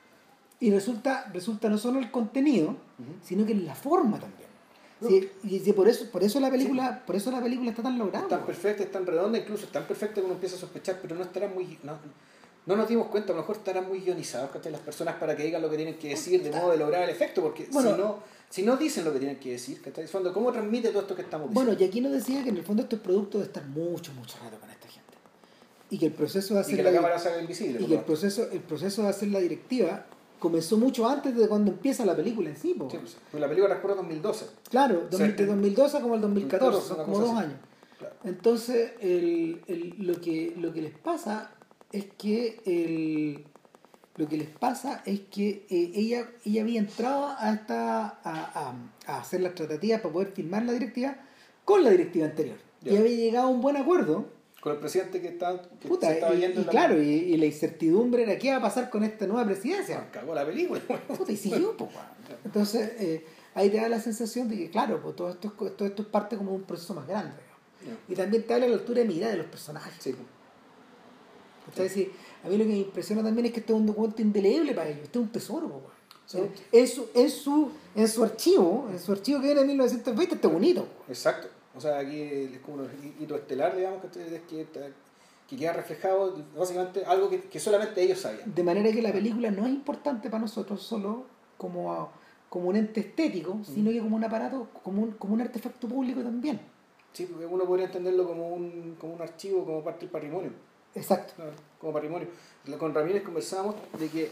Y resulta, resulta no solo el contenido, Ujú. sino que la forma también. No. Sí, y sí, por eso, por eso la película, por eso la película está tan lograda. Es tan po. perfecta, es tan redonda, incluso es tan perfecta que uno empieza a sospechar, pero no estará muy. No, no nos dimos cuenta, a lo mejor estarán muy ionizados, ¿cachai? Las personas para que digan lo que tienen que decir de modo de lograr el efecto, porque Bueno. si no, si no dicen lo que tienen que decir, ¿cachai? En el fondo, ¿cómo transmite todo esto que estamos Bueno, diciendo? y aquí nos decía que en el fondo esto es producto de estar mucho, mucho rato con esta gente. Y que el proceso de Y hacer que la la, cámara se haga invisible. y por que el lo tanto. proceso, el proceso de hacer la directiva comenzó mucho antes de cuando empieza la película en sí, po. Sí, pues, pues la película recuerda dos mil doce. Claro, dos mil- Sí. de dos mil doce como el dos mil catorce, son una como cosa dos así. años. Claro. Entonces, el, el- lo, que, lo que les pasa es que el, lo que les pasa es que eh, ella, ella había entrado a, esta, a, a, a hacer las tratativas para poder firmar la directiva con la directiva anterior. Ya. Y había llegado a un buen acuerdo. Con el presidente que, está, que Puta, se estaba y, yendo y en la- claro, y, y la incertidumbre era qué va a pasar con esta nueva presidencia. Ah, cagó la película. Puta, y siguió, pues, weón. Entonces, eh, ahí te da la sensación de que, claro, pues todo esto, es, co- todo esto es parte como de un proceso más grande. ¿no? Ya. Y también te habla a la altura de mirada de los personajes. Sí, pues. Entonces, sí, a mí lo que me impresiona también es que este es un documento indeleble para ellos, este es un tesoro, pues, weón. Sí. En su, en, su, en su archivo, en su archivo que viene de mil novecientos veinte, está bonito. weón. Exacto. O sea, aquí es como un hito estelar, digamos, que, es que, que queda reflejado básicamente algo que, que solamente ellos sabían. De manera que la película no es importante para nosotros solo como, como un ente estético, sino que como un aparato, como un, como un artefacto público también. Sí, porque uno podría entenderlo como un, como un archivo, como parte del patrimonio. Exacto. Claro, como patrimonio. Con Ramírez conversábamos de que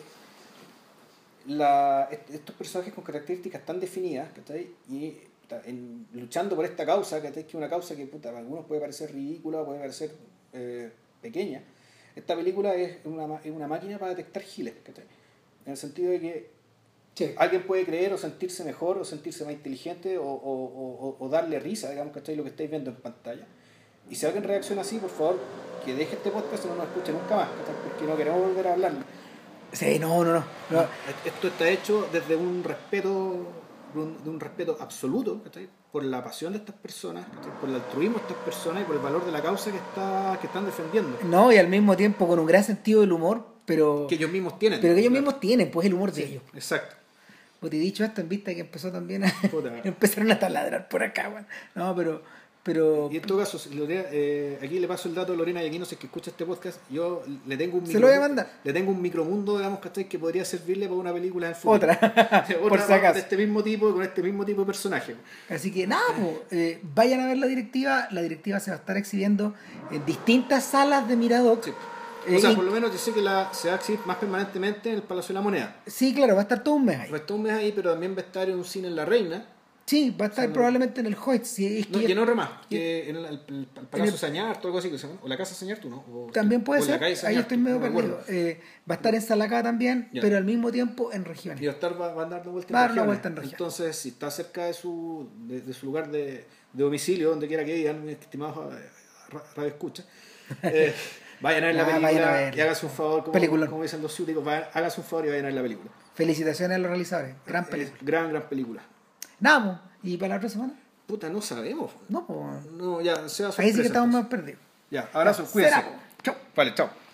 la, est- estos personajes con características tan definidas, ¿cachai? Y ta- en, luchando por esta causa, ¿cachai? Que es una causa que puta, para algunos puede parecer ridícula, puede parecer eh, pequeña. Esta película es una, ma- es una máquina para detectar giles, ¿cachai? En el sentido de que Sí. Alguien puede creer o sentirse mejor o sentirse más inteligente o, o, o, o darle risa, digamos, ¿cachai? Lo que estáis viendo en pantalla. Y si alguien reacciona así, por favor, que deje este podcast y no nos escuche nunca más, ¿cachai? Porque no queremos volver a hablarlo. Sí, no, no, no. no. Esto está hecho desde un respeto, de un, de un respeto absoluto, ¿cachai? Por la pasión de estas personas, ¿cachai? Por el altruismo de estas personas y por el valor de la causa que, está, que están defendiendo. No, y al mismo tiempo con un gran sentido del humor, pero... Que ellos mismos tienen. Pero que ellos claro. mismos tienen, pues el humor de Sí, ellos. exacto. Pues te he dicho esto en vista que empezó también a... Puta. empezaron a taladrar por acá, bueno. No, pero... pero Y en todo caso, Lorena, eh, aquí le paso el dato a Lorena y aquí no sé, que escucha este podcast. Yo le tengo un se lo voy a mandar. Le tengo un micromundo, digamos, ¿cachai? Que podría servirle para una película en el futuro. Otra. Otra por si acaso. de este mismo tipo, con este mismo tipo de personaje. Así que nada, pues, eh, vayan a ver la directiva. La directiva se va a estar exhibiendo en distintas salas de Miradoc. Sí. Eh, O sea, y- por lo menos yo sé que la, se va a exhibir más permanentemente en el Palacio de la Moneda. sí, claro, va a estar todo un mes ahí. Va a estar un mes ahí, pero también va a estar en un cine en La Reina. Sí, va a estar Sí, no. probablemente en el Hoyt. Sí, es que No, ya- y en otro más, que en el, el- el Palacio el- Sañarto, algo así que se llama. O la Casa Sañarto, ¿no? O, también puede o en la ser. calle Ahí Sañarto, estoy medio no me perdido. acuerdo. Eh, va a estar en Salacá también, Ya. pero al mismo tiempo en regiones. Y va a estar, va, va a dar una vuelta Va a en dar una regiones. vuelta en regiones. Entonces, si está cerca de su, de, de su lugar de, de domicilio, donde quiera que vivan, mis estimados eh, ra- radio escucha, eh, vayan a ver la Ah, película vayan a ver. y háganse un favor, como, Peliculón. como dicen los ciúticos, vayan- háganse un favor y vayan a ver la película. Felicitaciones a los realizadores. Gran Es película. gran, gran película. Nada, pues, ¿y para la otra semana? Puta, no sabemos. No, pues. No, ya, sea sorpresa. Ahí sí que estamos entonces. más perdidos. Ya, abrazo, Ya, cuídense. será, po. Chau. Vale, chao.